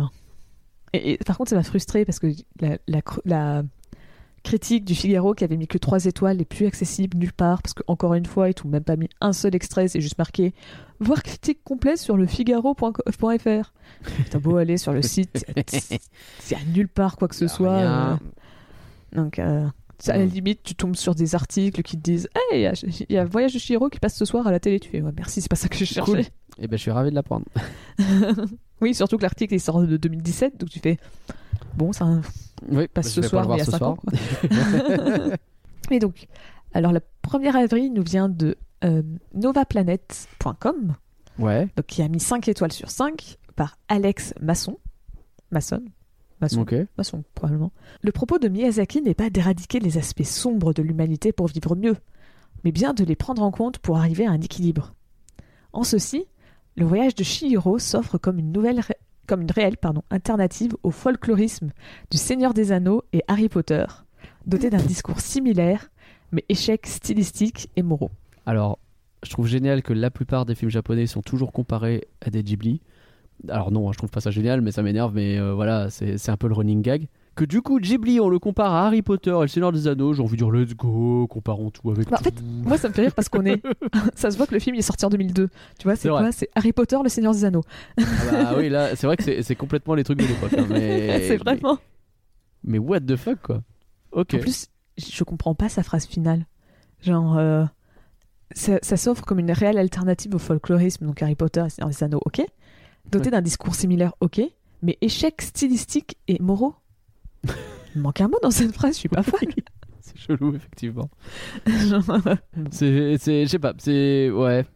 et par contre, ça m'a frustrée parce que la critique du Figaro qui avait mis que 3 étoiles les plus accessibles nulle part, parce qu'encore une fois, ils t'ont même pas mis un seul extrait, c'est juste marqué « Voir critique complète sur le Figaro.fr ». T'as beau aller sur le site, c'est à nulle part quoi que ce soit. Donc, à la limite, tu tombes sur des articles qui te disent « Hey, il y a Voyage de Chihiro qui passe ce soir à la télé ». Tu fais « Ouais, merci, c'est pas ça que je cherchais. » Cool. Eh ben, je suis ravi de l'apprendre. Oui, surtout que l'article il sort de 2017, donc tu fais bon, ça passe ce soir, mais il y a 5 ans. Et donc, alors la première avril nous vient de novaplanet.com, ouais. Donc qui a mis 5 étoiles sur 5 par Alex Masson, okay. Masson probablement. Le propos de Miyazaki n'est pas d'éradiquer les aspects sombres de l'humanité pour vivre mieux, mais bien de les prendre en compte pour arriver à un équilibre. En ceci, le voyage de Chihiro s'offre comme une réelle alternative au folklorisme du Seigneur des Anneaux et Harry Potter, doté d'un discours similaire, mais échecs stylistiques et moraux. Alors, je trouve génial que la plupart des films japonais sont toujours comparés à des Ghibli. Alors non, je trouve pas ça génial, mais ça m'énerve, mais voilà, c'est un peu le running gag. Que du coup, Ghibli, on le compare à Harry Potter et le Seigneur des Anneaux, j'ai envie de dire let's go, comparons tout avec tout. En fait, moi ça me fait rire parce qu'on est... ça se voit que le film il est sorti en 2002. Tu vois, c'est quoi ? C'est Harry Potter, le Seigneur des Anneaux. Ah bah oui, là, c'est vrai que c'est complètement les trucs de l'époque. Hein, mais... c'est vraiment... Mais what the fuck, quoi. Ok. En plus, je comprends pas sa phrase finale. Genre, ça s'offre comme une réelle alternative au folklorisme, donc Harry Potter, le Seigneur des Anneaux, ok. Doté d'un discours similaire, ok. Mais échecs stylistiques et moraux. Il manque un mot dans cette phrase, je suis pas fan. C'est chelou, effectivement. Je sais pas, c'est... Ouais.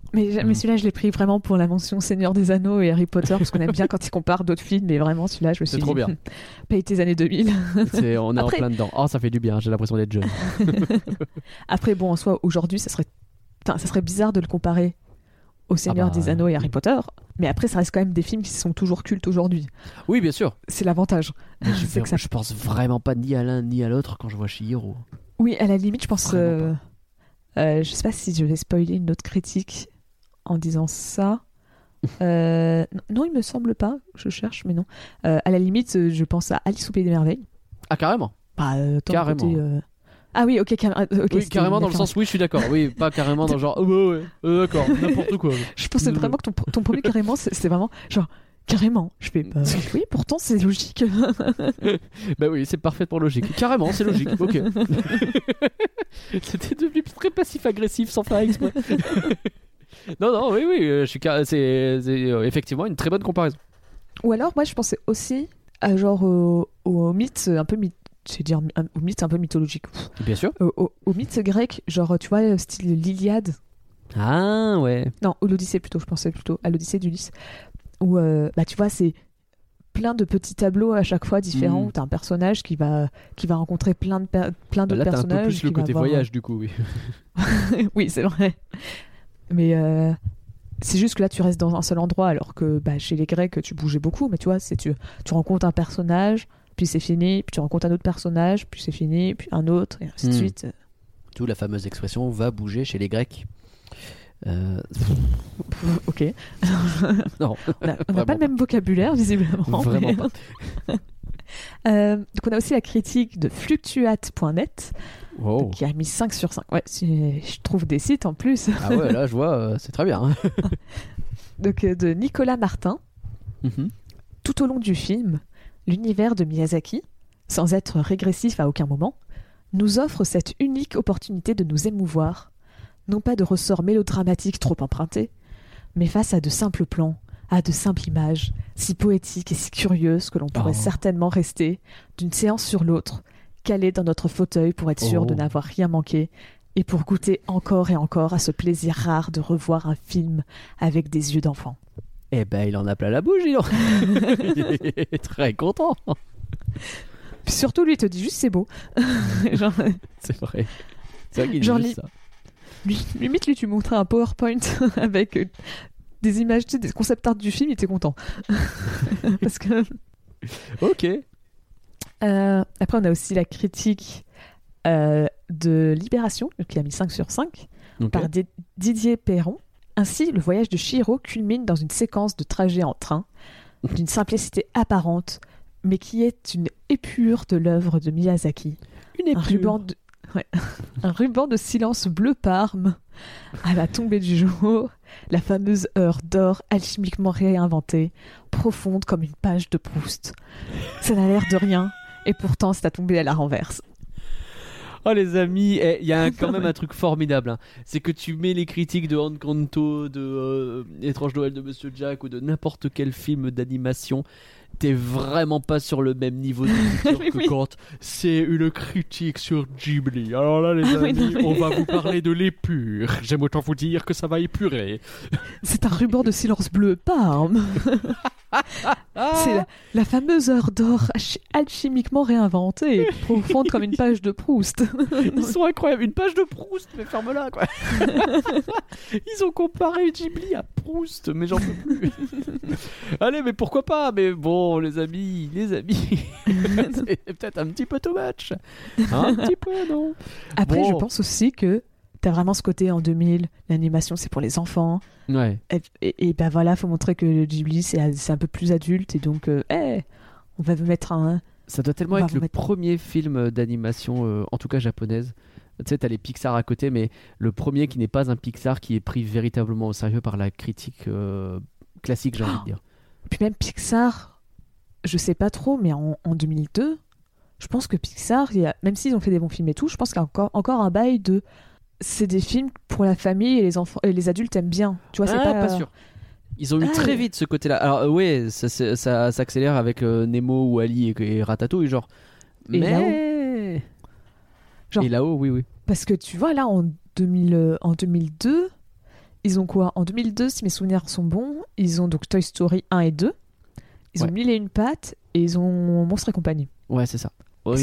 Mais celui-là, je l'ai pris vraiment pour la mention Seigneur des Anneaux et Harry Potter, parce qu'on aime bien quand ils comparent d'autres films, mais vraiment, celui-là, je me suis dit... C'est trop bien. Paye tes années 2000. On est en plein dedans. Oh, ça fait du bien, j'ai l'impression d'être jeune. Après, bon, en soi, aujourd'hui, ça serait bizarre de le comparer au Seigneur des Anneaux et Harry Potter, mais après, ça reste quand même des films qui sont toujours cultes aujourd'hui. Oui, bien sûr. C'est l'avantage. Je pense vraiment pas ni à l'un ni à l'autre quand je vois Chihiro. Oui, à la limite, je pense... je sais pas si je vais spoiler une autre critique en disant ça. Non, il me semble pas. Je cherche, mais non. À la limite, je pense à Alice au Pays des Merveilles. Ah, carrément. Carrément. Côté, Ah oui, ok, oui, carrément dans le sens, oui, je suis d'accord. Oui, pas carrément dans le genre, ouais, d'accord, n'importe quoi. Je pensais vraiment que ton premier carrément, c'était vraiment genre, carrément. Je fais, oui, pourtant c'est logique. Bah oui, c'est parfaitement logique. Carrément, c'est logique, ok. C'était devenu très passif-agressif sans faire exprès. Non, oui, c'est effectivement une très bonne comparaison. Ou alors, moi, je pensais aussi à genre au mythe un peu au mythe un peu mythologique. Bien sûr. Au mythe grec, genre, tu vois, style l'Iliade. Ah, ouais. Non, l'Odyssée plutôt, je pensais plutôt à l'Odyssée d'Ulysse. Où, tu vois, c'est plein de petits tableaux à chaque fois différents, où t'as un personnage qui va rencontrer plein d'autres personnages. Là, t'as un peu plus le côté voyage, du coup, oui. Oui, c'est vrai. Mais c'est juste que là, tu restes dans un seul endroit, alors que chez les Grecs, tu bougeais beaucoup. Mais tu vois, tu rencontres un personnage, puis c'est fini, puis tu rencontres un autre personnage, puis c'est fini, puis un autre, et ainsi de suite. D'où la fameuse expression « va bouger chez les Grecs ». Ok. Non, on n'a pas le même vocabulaire, visiblement. Vraiment pas. Donc on a aussi la critique de fluctuate.net qui a mis 5 sur 5. Ouais, je trouve des sites en plus. Ah ouais, là je vois, c'est très bien. Donc de Nicolas Martin. Tout au long du film, l'univers de Miyazaki, sans être régressif à aucun moment, nous offre cette unique opportunité de nous émouvoir, non pas de ressorts mélodramatiques trop empruntés, mais face à de simples plans, à de simples images, si poétiques et si curieuses que l'on pourrait certainement rester, d'une séance sur l'autre, calé dans notre fauteuil pour être sûr de n'avoir rien manqué, et pour goûter encore et encore à ce plaisir rare de revoir un film avec des yeux d'enfant. Eh ben, il en a plein la bouche, il est très content. Puis surtout, lui, il te dit juste c'est beau. Genre... C'est vrai. C'est vrai qu'il dit juste ça. Limite, lui, tu montrais un PowerPoint avec des images, tu sais, des concept art du film, il était content. Parce que... Ok. Après, on a aussi la critique de Libération, qui a mis 5 sur 5, par Didier Perron. Ainsi, le voyage de Chihiro culmine dans une séquence de trajet en train, d'une simplicité apparente, mais qui est une épure de l'œuvre de Miyazaki. Un ruban de silence bleu Parme à la tombée du jour, la fameuse heure d'or alchimiquement réinventée, profonde comme une page de Proust. Ça n'a l'air de rien, et pourtant c'est à tomber à la renverse. Oh les amis, il y a quand même un truc formidable, hein. C'est que tu mets les critiques de Encanto, de Étrange Noël de Monsieur Jack ou de n'importe quel film d'animation, t'es vraiment pas sur le même niveau d'écriture que quand c'est une critique sur Ghibli. Alors là les amis, on va vous parler de l'épure. J'aime autant vous dire que ça va épurer. C'est un ruban de silence bleu Parme. C'est la fameuse heure d'or alchimiquement réinventée, profonde comme une page de Proust. Ils sont incroyables, une page de Proust, mais ferme-la quoi. Ils ont comparé Ghibli à Proust, mais j'en peux plus. Allez, mais pourquoi pas, mais bon les amis, c'est peut-être un petit peu too much. Un petit peu, non. Après, je pense aussi que t'as vraiment ce côté en 2000, l'animation c'est pour les enfants. Ouais. Et ben voilà, faut montrer que le Ghibli c'est un peu plus adulte, et donc on va mettre un... Ça doit tellement être le premier film d'animation, en tout cas japonaise. Tu sais, t'as les Pixar à côté, mais le premier qui n'est pas un Pixar, qui est pris véritablement au sérieux par la critique classique, j'ai envie de dire. Puis même Pixar, je sais pas trop, mais en 2002, je pense que Pixar, même s'ils ont fait des bons films et tout, je pense qu'il y a encore un bail de... C'est des films pour la famille et les enfants et les adultes aiment bien. Tu vois, c'est pas sûr. Ils ont eu très vite ce côté-là. Alors ouais, ça s'accélère avec Nemo ou Ali et Ratatouille, genre. Et mais genre, et là-haut, oui. Parce que tu vois là en 2002, ils ont quoi ? En 2002, si mes souvenirs sont bons, ils ont donc Toy Story 1 et 2. Ils ont Mille et une pattes et ils ont Monstres et compagnie. Ouais, c'est ça.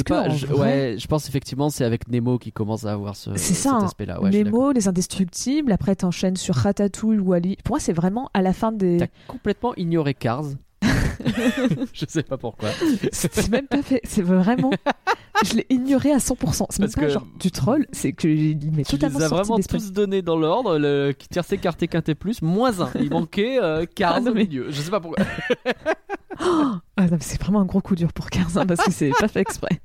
Je pense effectivement c'est avec Nemo qui commence à avoir cet aspect-là. Ouais, Nemo, Les Indestructibles, après t'enchaînes sur Ratatouille, Wall-E. Pour moi, c'est vraiment à la fin des... T'as complètement ignoré Cars. Je sais pas pourquoi. C'est même pas fait. C'est vraiment... Je l'ai ignoré à 100%. C'est même pas genre du troll, c'est que il m'est totalement sorti d'esprit. Tu les as vraiment tous donnés dans l'ordre, le tiercé, quarté, quinté plus, -1. Il manquait Cars au milieu. Je sais pas pourquoi. Non, c'est vraiment un gros coup dur pour Cars, parce que c'est pas fait exprès.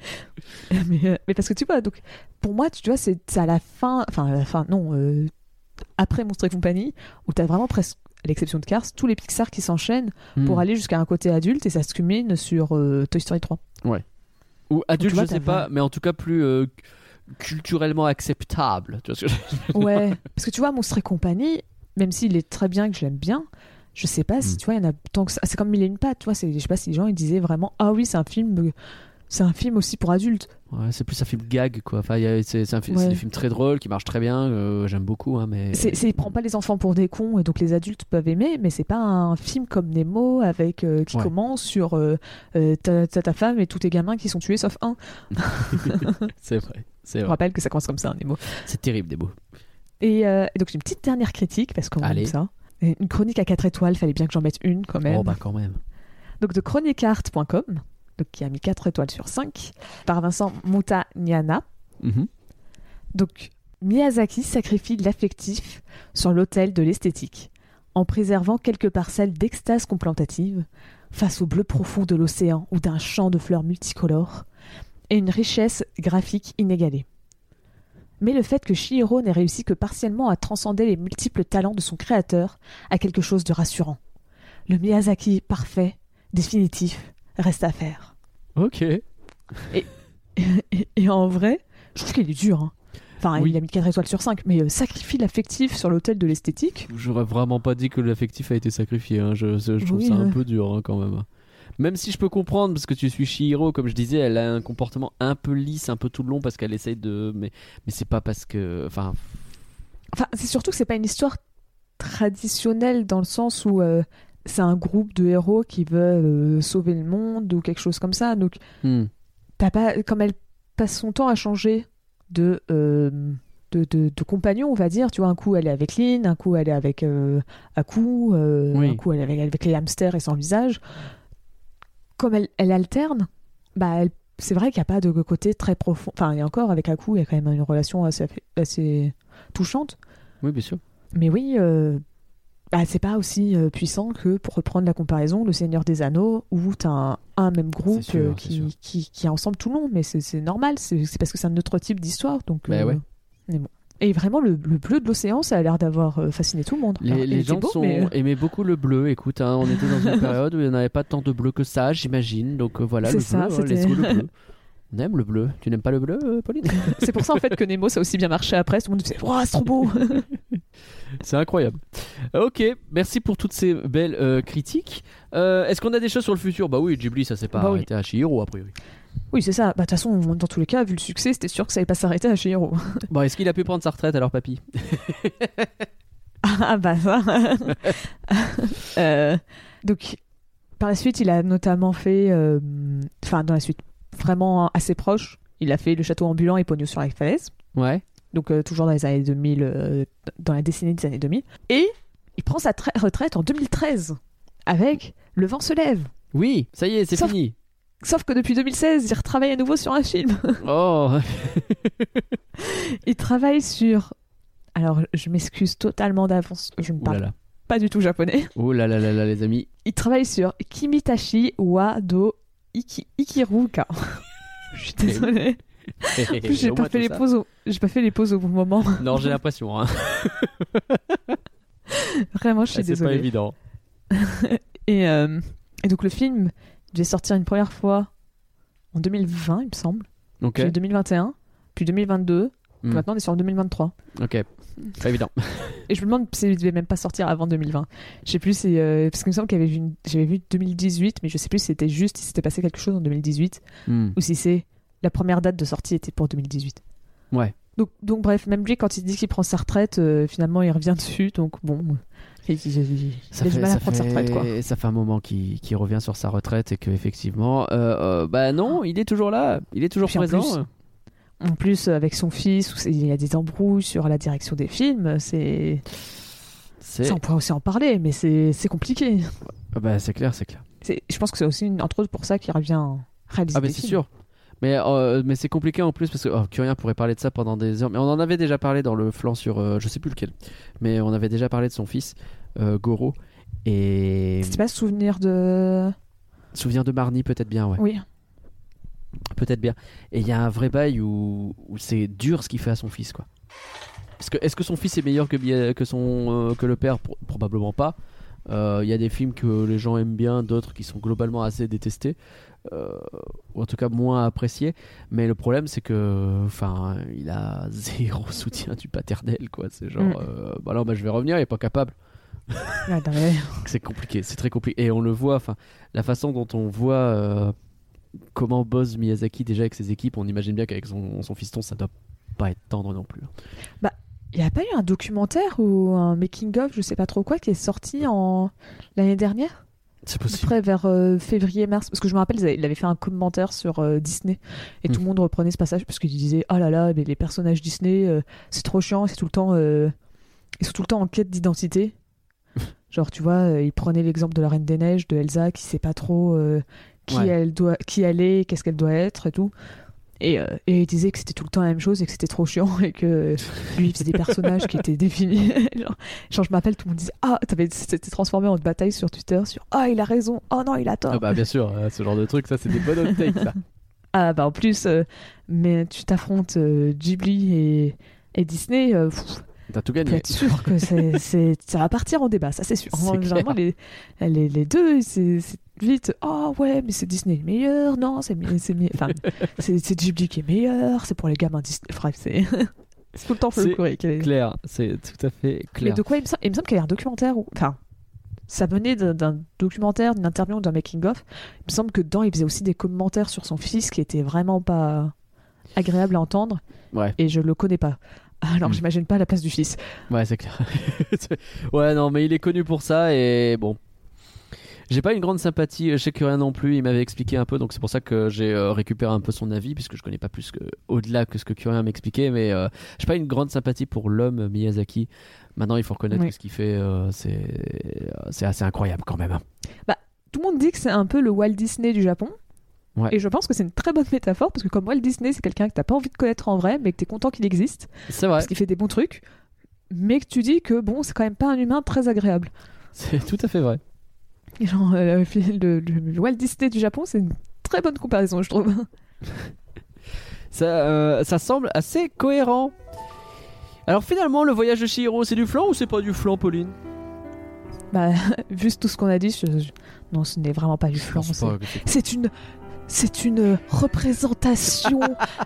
Mais parce que tu vois, donc pour moi, tu vois, c'est à la fin, après Monstres et compagnie, où t'as vraiment presque, à l'exception de Cars, tous les Pixar qui s'enchaînent pour aller jusqu'à un côté adulte et ça se culmine sur Toy Story 3. Ouais. Ou adulte, je sais pas, mais en tout cas plus culturellement acceptable. Tu vois ce que ouais, parce que tu vois, Monstres et compagnie, même s'il est très bien, que je l'aime bien, je sais pas si tu vois, il y en a tant que ça. C'est comme Mille et une pattes, tu vois, je sais pas si les gens ils disaient vraiment ah oui, c'est un film aussi pour adultes. Ouais, c'est plus un film gag quoi. Enfin, c'est des films très drôles qui marchent très bien. J'aime beaucoup, mais il prend pas les enfants pour des cons et donc les adultes peuvent aimer, mais c'est pas un film comme Nemo avec qui commence sur ta femme et tous tes gamins qui sont tués sauf un. C'est vrai. Je rappelle que ça commence comme ça, Nemo. C'est terrible, Nemo. Et donc une petite dernière critique parce qu'on aime ça. Une chronique à 4 étoiles, fallait bien que j'en mette une quand même. Oh bah quand même. Donc de chronicart.com, donc qui a mis 4 étoiles sur 5, par Vincent Moutagnana. Donc Miyazaki sacrifie l'affectif sur l'autel de l'esthétique, en préservant quelques parcelles d'extase contemplative face au bleu profond de l'océan ou d'un champ de fleurs multicolores et une richesse graphique inégalée. Mais le fait que Chihiro n'ait réussi que partiellement à transcender les multiples talents de son créateur a quelque chose de rassurant. Le Miyazaki parfait, définitif, reste à faire. Ok. Et en vrai, je trouve qu'il est dur. Hein. Enfin, il a mis 4 étoiles sur 5, mais sacrifie l'affectif sur l'autel de l'esthétique. J'aurais vraiment pas dit que l'affectif a été sacrifié. Hein. Je trouve ça un peu dur quand même. Même si je peux comprendre, parce que tu suis Chihiro, comme je disais, elle a un comportement un peu lisse, un peu tout le long, parce qu'elle essaye de... Mais c'est pas parce que... Enfin, c'est surtout que c'est pas une histoire traditionnelle, dans le sens où c'est un groupe de héros qui veut sauver le monde, ou quelque chose comme ça. Donc, t'as pas... Comme elle passe son temps à changer de compagnons, on va dire. Tu vois, un coup, elle est avec Lynn, un coup, elle est avec Aku, un coup, elle est avec les hamsters et son visage... Comme elle alterne, c'est vrai qu'il n'y a pas de côté très profond. Enfin, et encore, avec Aku, il y a quand même une relation assez touchante. Oui, bien sûr. Mais oui, c'est pas aussi puissant que, pour reprendre la comparaison, Le Seigneur des Anneaux, où tu as un même groupe qui est ensemble tout le long. Mais c'est normal, c'est parce que c'est un autre type d'histoire. Donc, mais bon. Et vraiment, le bleu de l'océan, ça a l'air d'avoir fasciné tout le monde. Les gens aimaient beaucoup le bleu. Écoute, on était dans une période où il n'y en avait pas tant de bleu que ça, j'imagine. Donc voilà, le bleu, laisse-nous le bleu. On aime le bleu. Tu n'aimes pas le bleu, Pauline ? C'est pour ça en fait que Nemo, ça a aussi bien marché après. Tout le monde disait « Wow, c'est trop beau !» C'est incroyable. Ok, merci pour toutes ces belles critiques. Est-ce qu'on a des choses sur le futur ? Bah oui, Ghibli, ça s'est pas arrêté à Chihiro, a priori. Oui, c'est ça. De toute façon, dans tous les cas, vu le succès, c'était sûr que ça allait pas s'arrêter à Chihiro. Bon, est-ce qu'il a pu prendre sa retraite alors, papy ? Ah bah ça. Donc, par la suite, il a notamment fait... dans la suite, vraiment assez proche, il a fait Le Château ambulant et Pogno sur la falaise. Ouais. Donc, toujours dans les années 2000, dans la décennie des années 2000. Et il prend sa retraite en 2013 avec Le vent se lève. Oui, ça y est, c'est fini. Sauf que depuis 2016, il retravaille à nouveau sur un film. Oh. Il travaille sur... Alors, je m'excuse totalement d'avance, je ne parle pas du tout japonais. Oh là là là là, les amis. Il travaille sur Kimitashi wa do Ikiruka. Je suis désolée. En plus, j'ai pas fait les pauses au bon moment. Non, j'ai l'impression. Hein. Vraiment, je suis désolée. C'est pas évident. Et donc, le film devait sortir une première fois en 2020, il me semble. Okay. Puis 2021, puis 2022. Puis maintenant, on est sur 2023. Ok, pas évident. Et je me demande s'il ne devait même pas sortir avant 2020. Je sais plus, parce qu'il me semble j'avais vu 2018, mais je sais plus si c'était juste, si c'était passé quelque chose en 2018, ou si c'est la première date de sortie était pour 2018. Ouais. Donc bref, même lui, quand il dit qu'il prend sa retraite, finalement, il revient dessus. Donc bon, il a du mal à prendre sa retraite, quoi. Ça fait un moment qu'il revient sur sa retraite et qu'effectivement, non, il est toujours là, il est toujours présent. En plus, avec son fils, il y a des embrouilles sur la direction des films. Ça, on pourrait aussi en parler, mais c'est compliqué. C'est clair. Je pense que c'est aussi, entre autres, pour ça qu'il revient réaliser des films. C'est sûr. Mais c'est compliqué en plus parce que Curien pourrait parler de ça pendant des heures. Mais on en avait déjà parlé dans le flanc sur je sais plus lequel. Mais on avait déjà parlé de son fils Goro. Et c'était pas Souvenir de Marnie, peut-être bien, ouais. Oui. Peut-être bien. Et il y a un vrai bail où c'est dur ce qu'il fait à son fils, quoi. Parce que est-ce que son fils est meilleur que le père? Probablement pas. Il y a des films que les gens aiment bien, d'autres qui sont globalement assez détestés. Ou en tout cas moins apprécié, mais le problème c'est que il a zéro soutien du paternel, quoi. C'est genre je vais revenir, il est pas capable. C'est compliqué, c'est très compliqué, et on le voit, la façon dont on voit comment bosse Miyazaki déjà avec ses équipes, on imagine bien qu'avec son fiston ça doit pas être tendre non plus. Il n'y a pas eu un documentaire ou un making of, je sais pas trop quoi, qui est sorti l'année dernière? C'est possible. Après, vers février-mars, parce que je me rappelle, il avait fait un commentaire sur Disney et tout le monde reprenait ce passage parce qu'il disait oh là là, mais les personnages Disney, c'est trop chiant, c'est tout le temps, ils sont tout le temps en quête d'identité. Genre, tu vois, il prenait l'exemple de la Reine des Neiges, de Elsa, qui sait pas trop qui elle est, qu'est-ce qu'elle doit être et tout. Et il disait que c'était tout le temps la même chose et que c'était trop chiant et que lui il faisait des personnages qui étaient définis. genre je m'appelle, tout le monde disait c'était transformé en bataille sur Twitter sur il a raison, oh non il a tort. Bien sûr, ce genre de truc, ça c'est des bonnes hot takes, ça. En plus mais tu t'affrontes Ghibli et Disney, t'as tout gagné. Tu peux être sûr que ça va partir en débat, ça c'est sûr. Généralement les deux c'est vite mais c'est Disney le meilleur, non c'est Ghibli qui est meilleur, c'est pour les gamins Disney. Bref, c'est tout le temps folklorique. C'est clair, c'est tout à fait clair. Mais de quoi il me semble qu'il y a un documentaire ça venait d'un documentaire, d'une interview ou d'un making of. Il me semble que dedans il faisait aussi des commentaires sur son fils qui étaient vraiment pas agréables à entendre. Ouais. Et je le connais pas. Alors j'imagine pas la place du fils. Ouais, c'est clair. Ouais, non, mais il est connu pour ça et bon. J'ai pas une grande sympathie chez Curien non plus, il m'avait expliqué un peu, donc c'est pour ça que j'ai récupéré un peu son avis, puisque je connais pas plus au-delà que ce que Curien m'expliquait, mais j'ai pas une grande sympathie pour l'homme Miyazaki. Maintenant, il faut reconnaître que ce qu'il fait, c'est assez incroyable quand même. Tout le monde dit que c'est un peu le Walt Disney du Japon. Ouais. Et je pense que c'est une très bonne métaphore, parce que comme Walt Disney, c'est quelqu'un que t'as pas envie de connaître en vrai, mais que t'es content qu'il existe. C'est vrai. Parce qu'il fait des bons trucs, mais que tu dis que bon, c'est quand même pas un humain très agréable. C'est tout à fait vrai. Genre, le Walt Disney du Japon, c'est une très bonne comparaison, je trouve. Ça semble assez cohérent. Alors finalement, le voyage de Chihiro, c'est du flan ou c'est pas du flan, Pauline? Vu tout ce qu'on a dit, non, ce n'est vraiment pas du flan. C'est une représentation.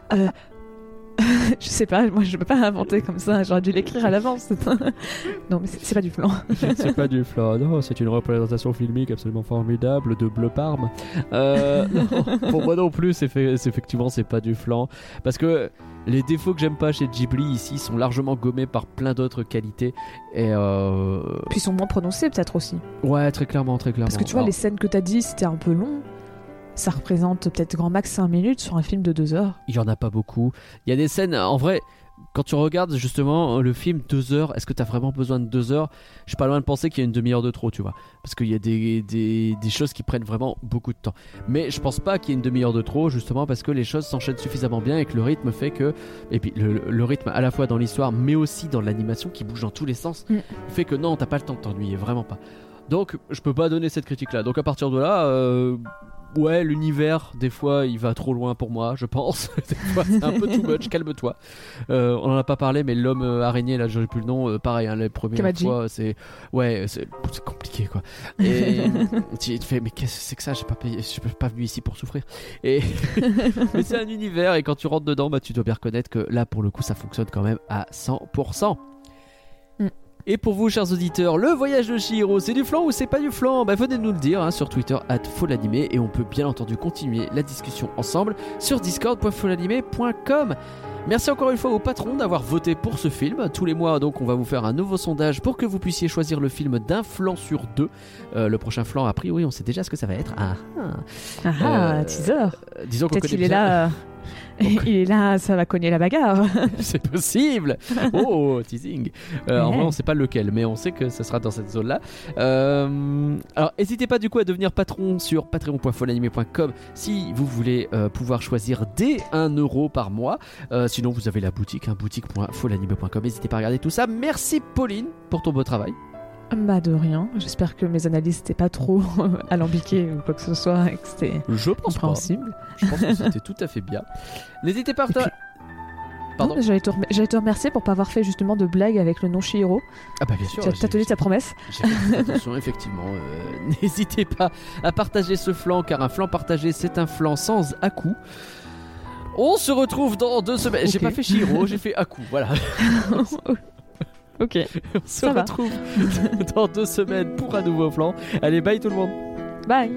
Je sais pas, moi je peux pas inventer comme ça, j'aurais dû l'écrire à l'avance. Non, mais c'est pas du flan. C'est pas du flan, non, c'est une représentation filmique absolument formidable de Bleu Parme. Non, pour moi non plus, effectivement, c'est pas du flan. Parce que les défauts que j'aime pas chez Ghibli ici sont largement gommés par plein d'autres qualités. Et puis ils sont moins prononcés peut-être aussi. Ouais, très clairement. Parce que tu vois, les scènes que t'as dit, c'était un peu long. Ça représente peut-être grand max 5 minutes sur un film de 2 heures. Il y en a pas beaucoup. Il y a des scènes, en vrai, quand tu regardes justement le film 2 heures, est-ce que t'as vraiment besoin de 2 heures? Je suis pas loin de penser qu'il y a une demi-heure de trop, tu vois. Parce qu'il y a des choses qui prennent vraiment beaucoup de temps. Mais je pense pas qu'il y ait une demi-heure de trop, justement parce que les choses s'enchaînent suffisamment bien et que le rythme fait que... Et puis le rythme à la fois dans l'histoire, mais aussi dans l'animation qui bouge dans tous les sens, fait que non, t'as pas le temps de t'ennuyer, vraiment pas. Donc je peux pas donner cette critique-là. Donc à partir de là... Ouais, l'univers, des fois, il va trop loin pour moi, je pense. Des fois, c'est un peu too much, calme-toi. On en a pas parlé, mais l'homme araignée, là, j'ai plus le nom, pareil, les premières fois, c'est compliqué, quoi. Et tu te fais, mais qu'est-ce que c'est que ça? Je suis pas venu ici pour souffrir. Mais c'est un univers, et quand tu rentres dedans, tu dois bien reconnaître que là, pour le coup, ça fonctionne quand même à 100%. Et pour vous, chers auditeurs, le voyage de Chihiro, c'est du flan ou c'est pas du flan ? Venez nous le dire sur Twitter @folanimé et on peut bien entendu continuer la discussion ensemble sur discord.folanimé.com. Merci encore une fois au patron d'avoir voté pour ce film. Tous les mois, donc, on va vous faire un nouveau sondage pour que vous puissiez choisir le film d'un flan sur 2. Le prochain flan, a priori, on sait déjà ce que ça va être. Teaser. Disons qu'on peut-être connaît qu'il est bien. là. Il est là, ça va cogner la bagarre. C'est possible. Oh, teasing. En vrai, on sait pas lequel, mais on sait que ça sera dans cette zone-là. Alors, n'hésitez pas du coup à devenir patron sur patreon.folanimé.com si vous voulez pouvoir choisir dès 1€ par mois. Sinon, vous avez la boutique, boutique.folanimé.com. N'hésitez pas à regarder tout ça. Merci Pauline pour ton beau travail. De rien. J'espère que mes analyses n'étaient pas trop alambiquées ou quoi que ce soit et que c'était compréhensible. Je pense que c'était tout à fait bien. N'hésitez pas à... Pardon. J'allais te remercier pour pas avoir fait justement de blague avec le nom Chihiro. Ah bah bien sûr. T'as tenu ta promesse. J'ai fait attention, effectivement. N'hésitez pas à partager ce flan, car un flan partagé, c'est un flan sans à-coup. On se retrouve dans 2 semaines. J'ai pas fait Chihiro, j'ai fait à-coup. Voilà. Ok. On se retrouve dans 2 semaines pour un nouveau flan. Allez, bye tout le monde. Bye.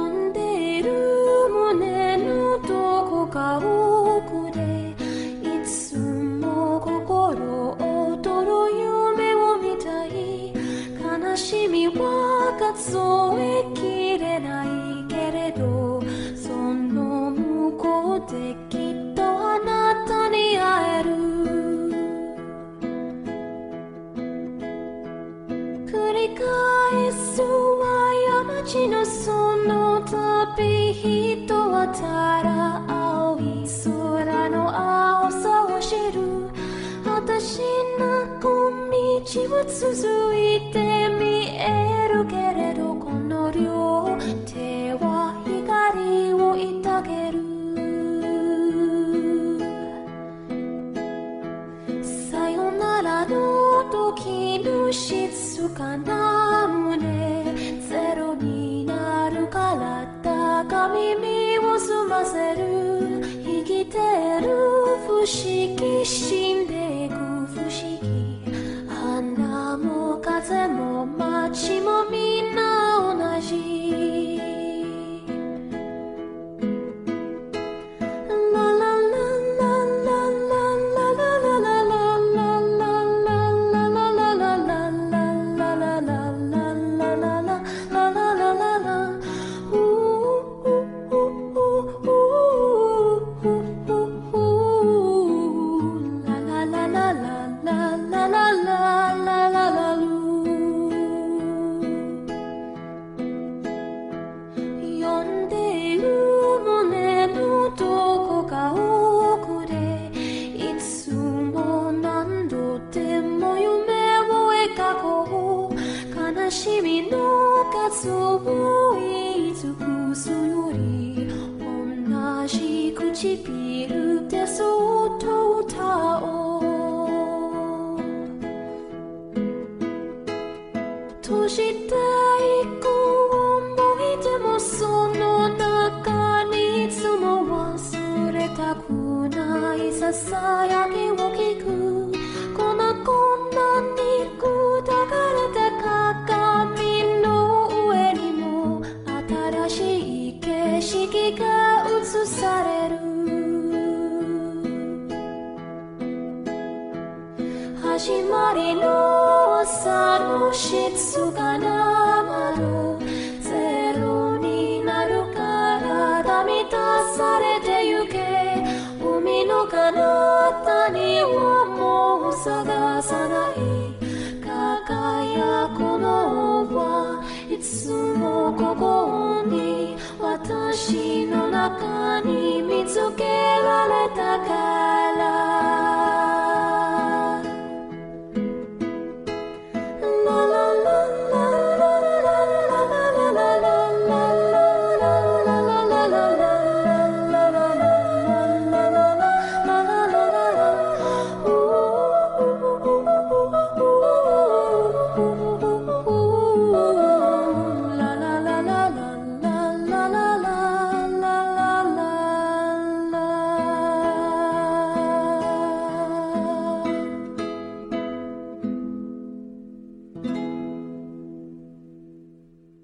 街のその旅人はただ青い空の青さを知る私の小道は続いて見えるけれどこの両手は光を抱けるさよならの時の静かな胸ゼロになるから高耳を澄ませる生きてる不思議死んでいく不思議花も風も街もみんな同じ君の数を言い尽くすより同じ唇でそっと歌おう閉じていく思い出もその中にいつも忘れたくないささやきを聞くこの粉に砕かれた鏡の上にも新しい景色が映される始まりの朝の静かな窓ゼロになるから満たされてゆけ海の彼方にはもう探さない輝くのはいつもここに私の中に見つけられたから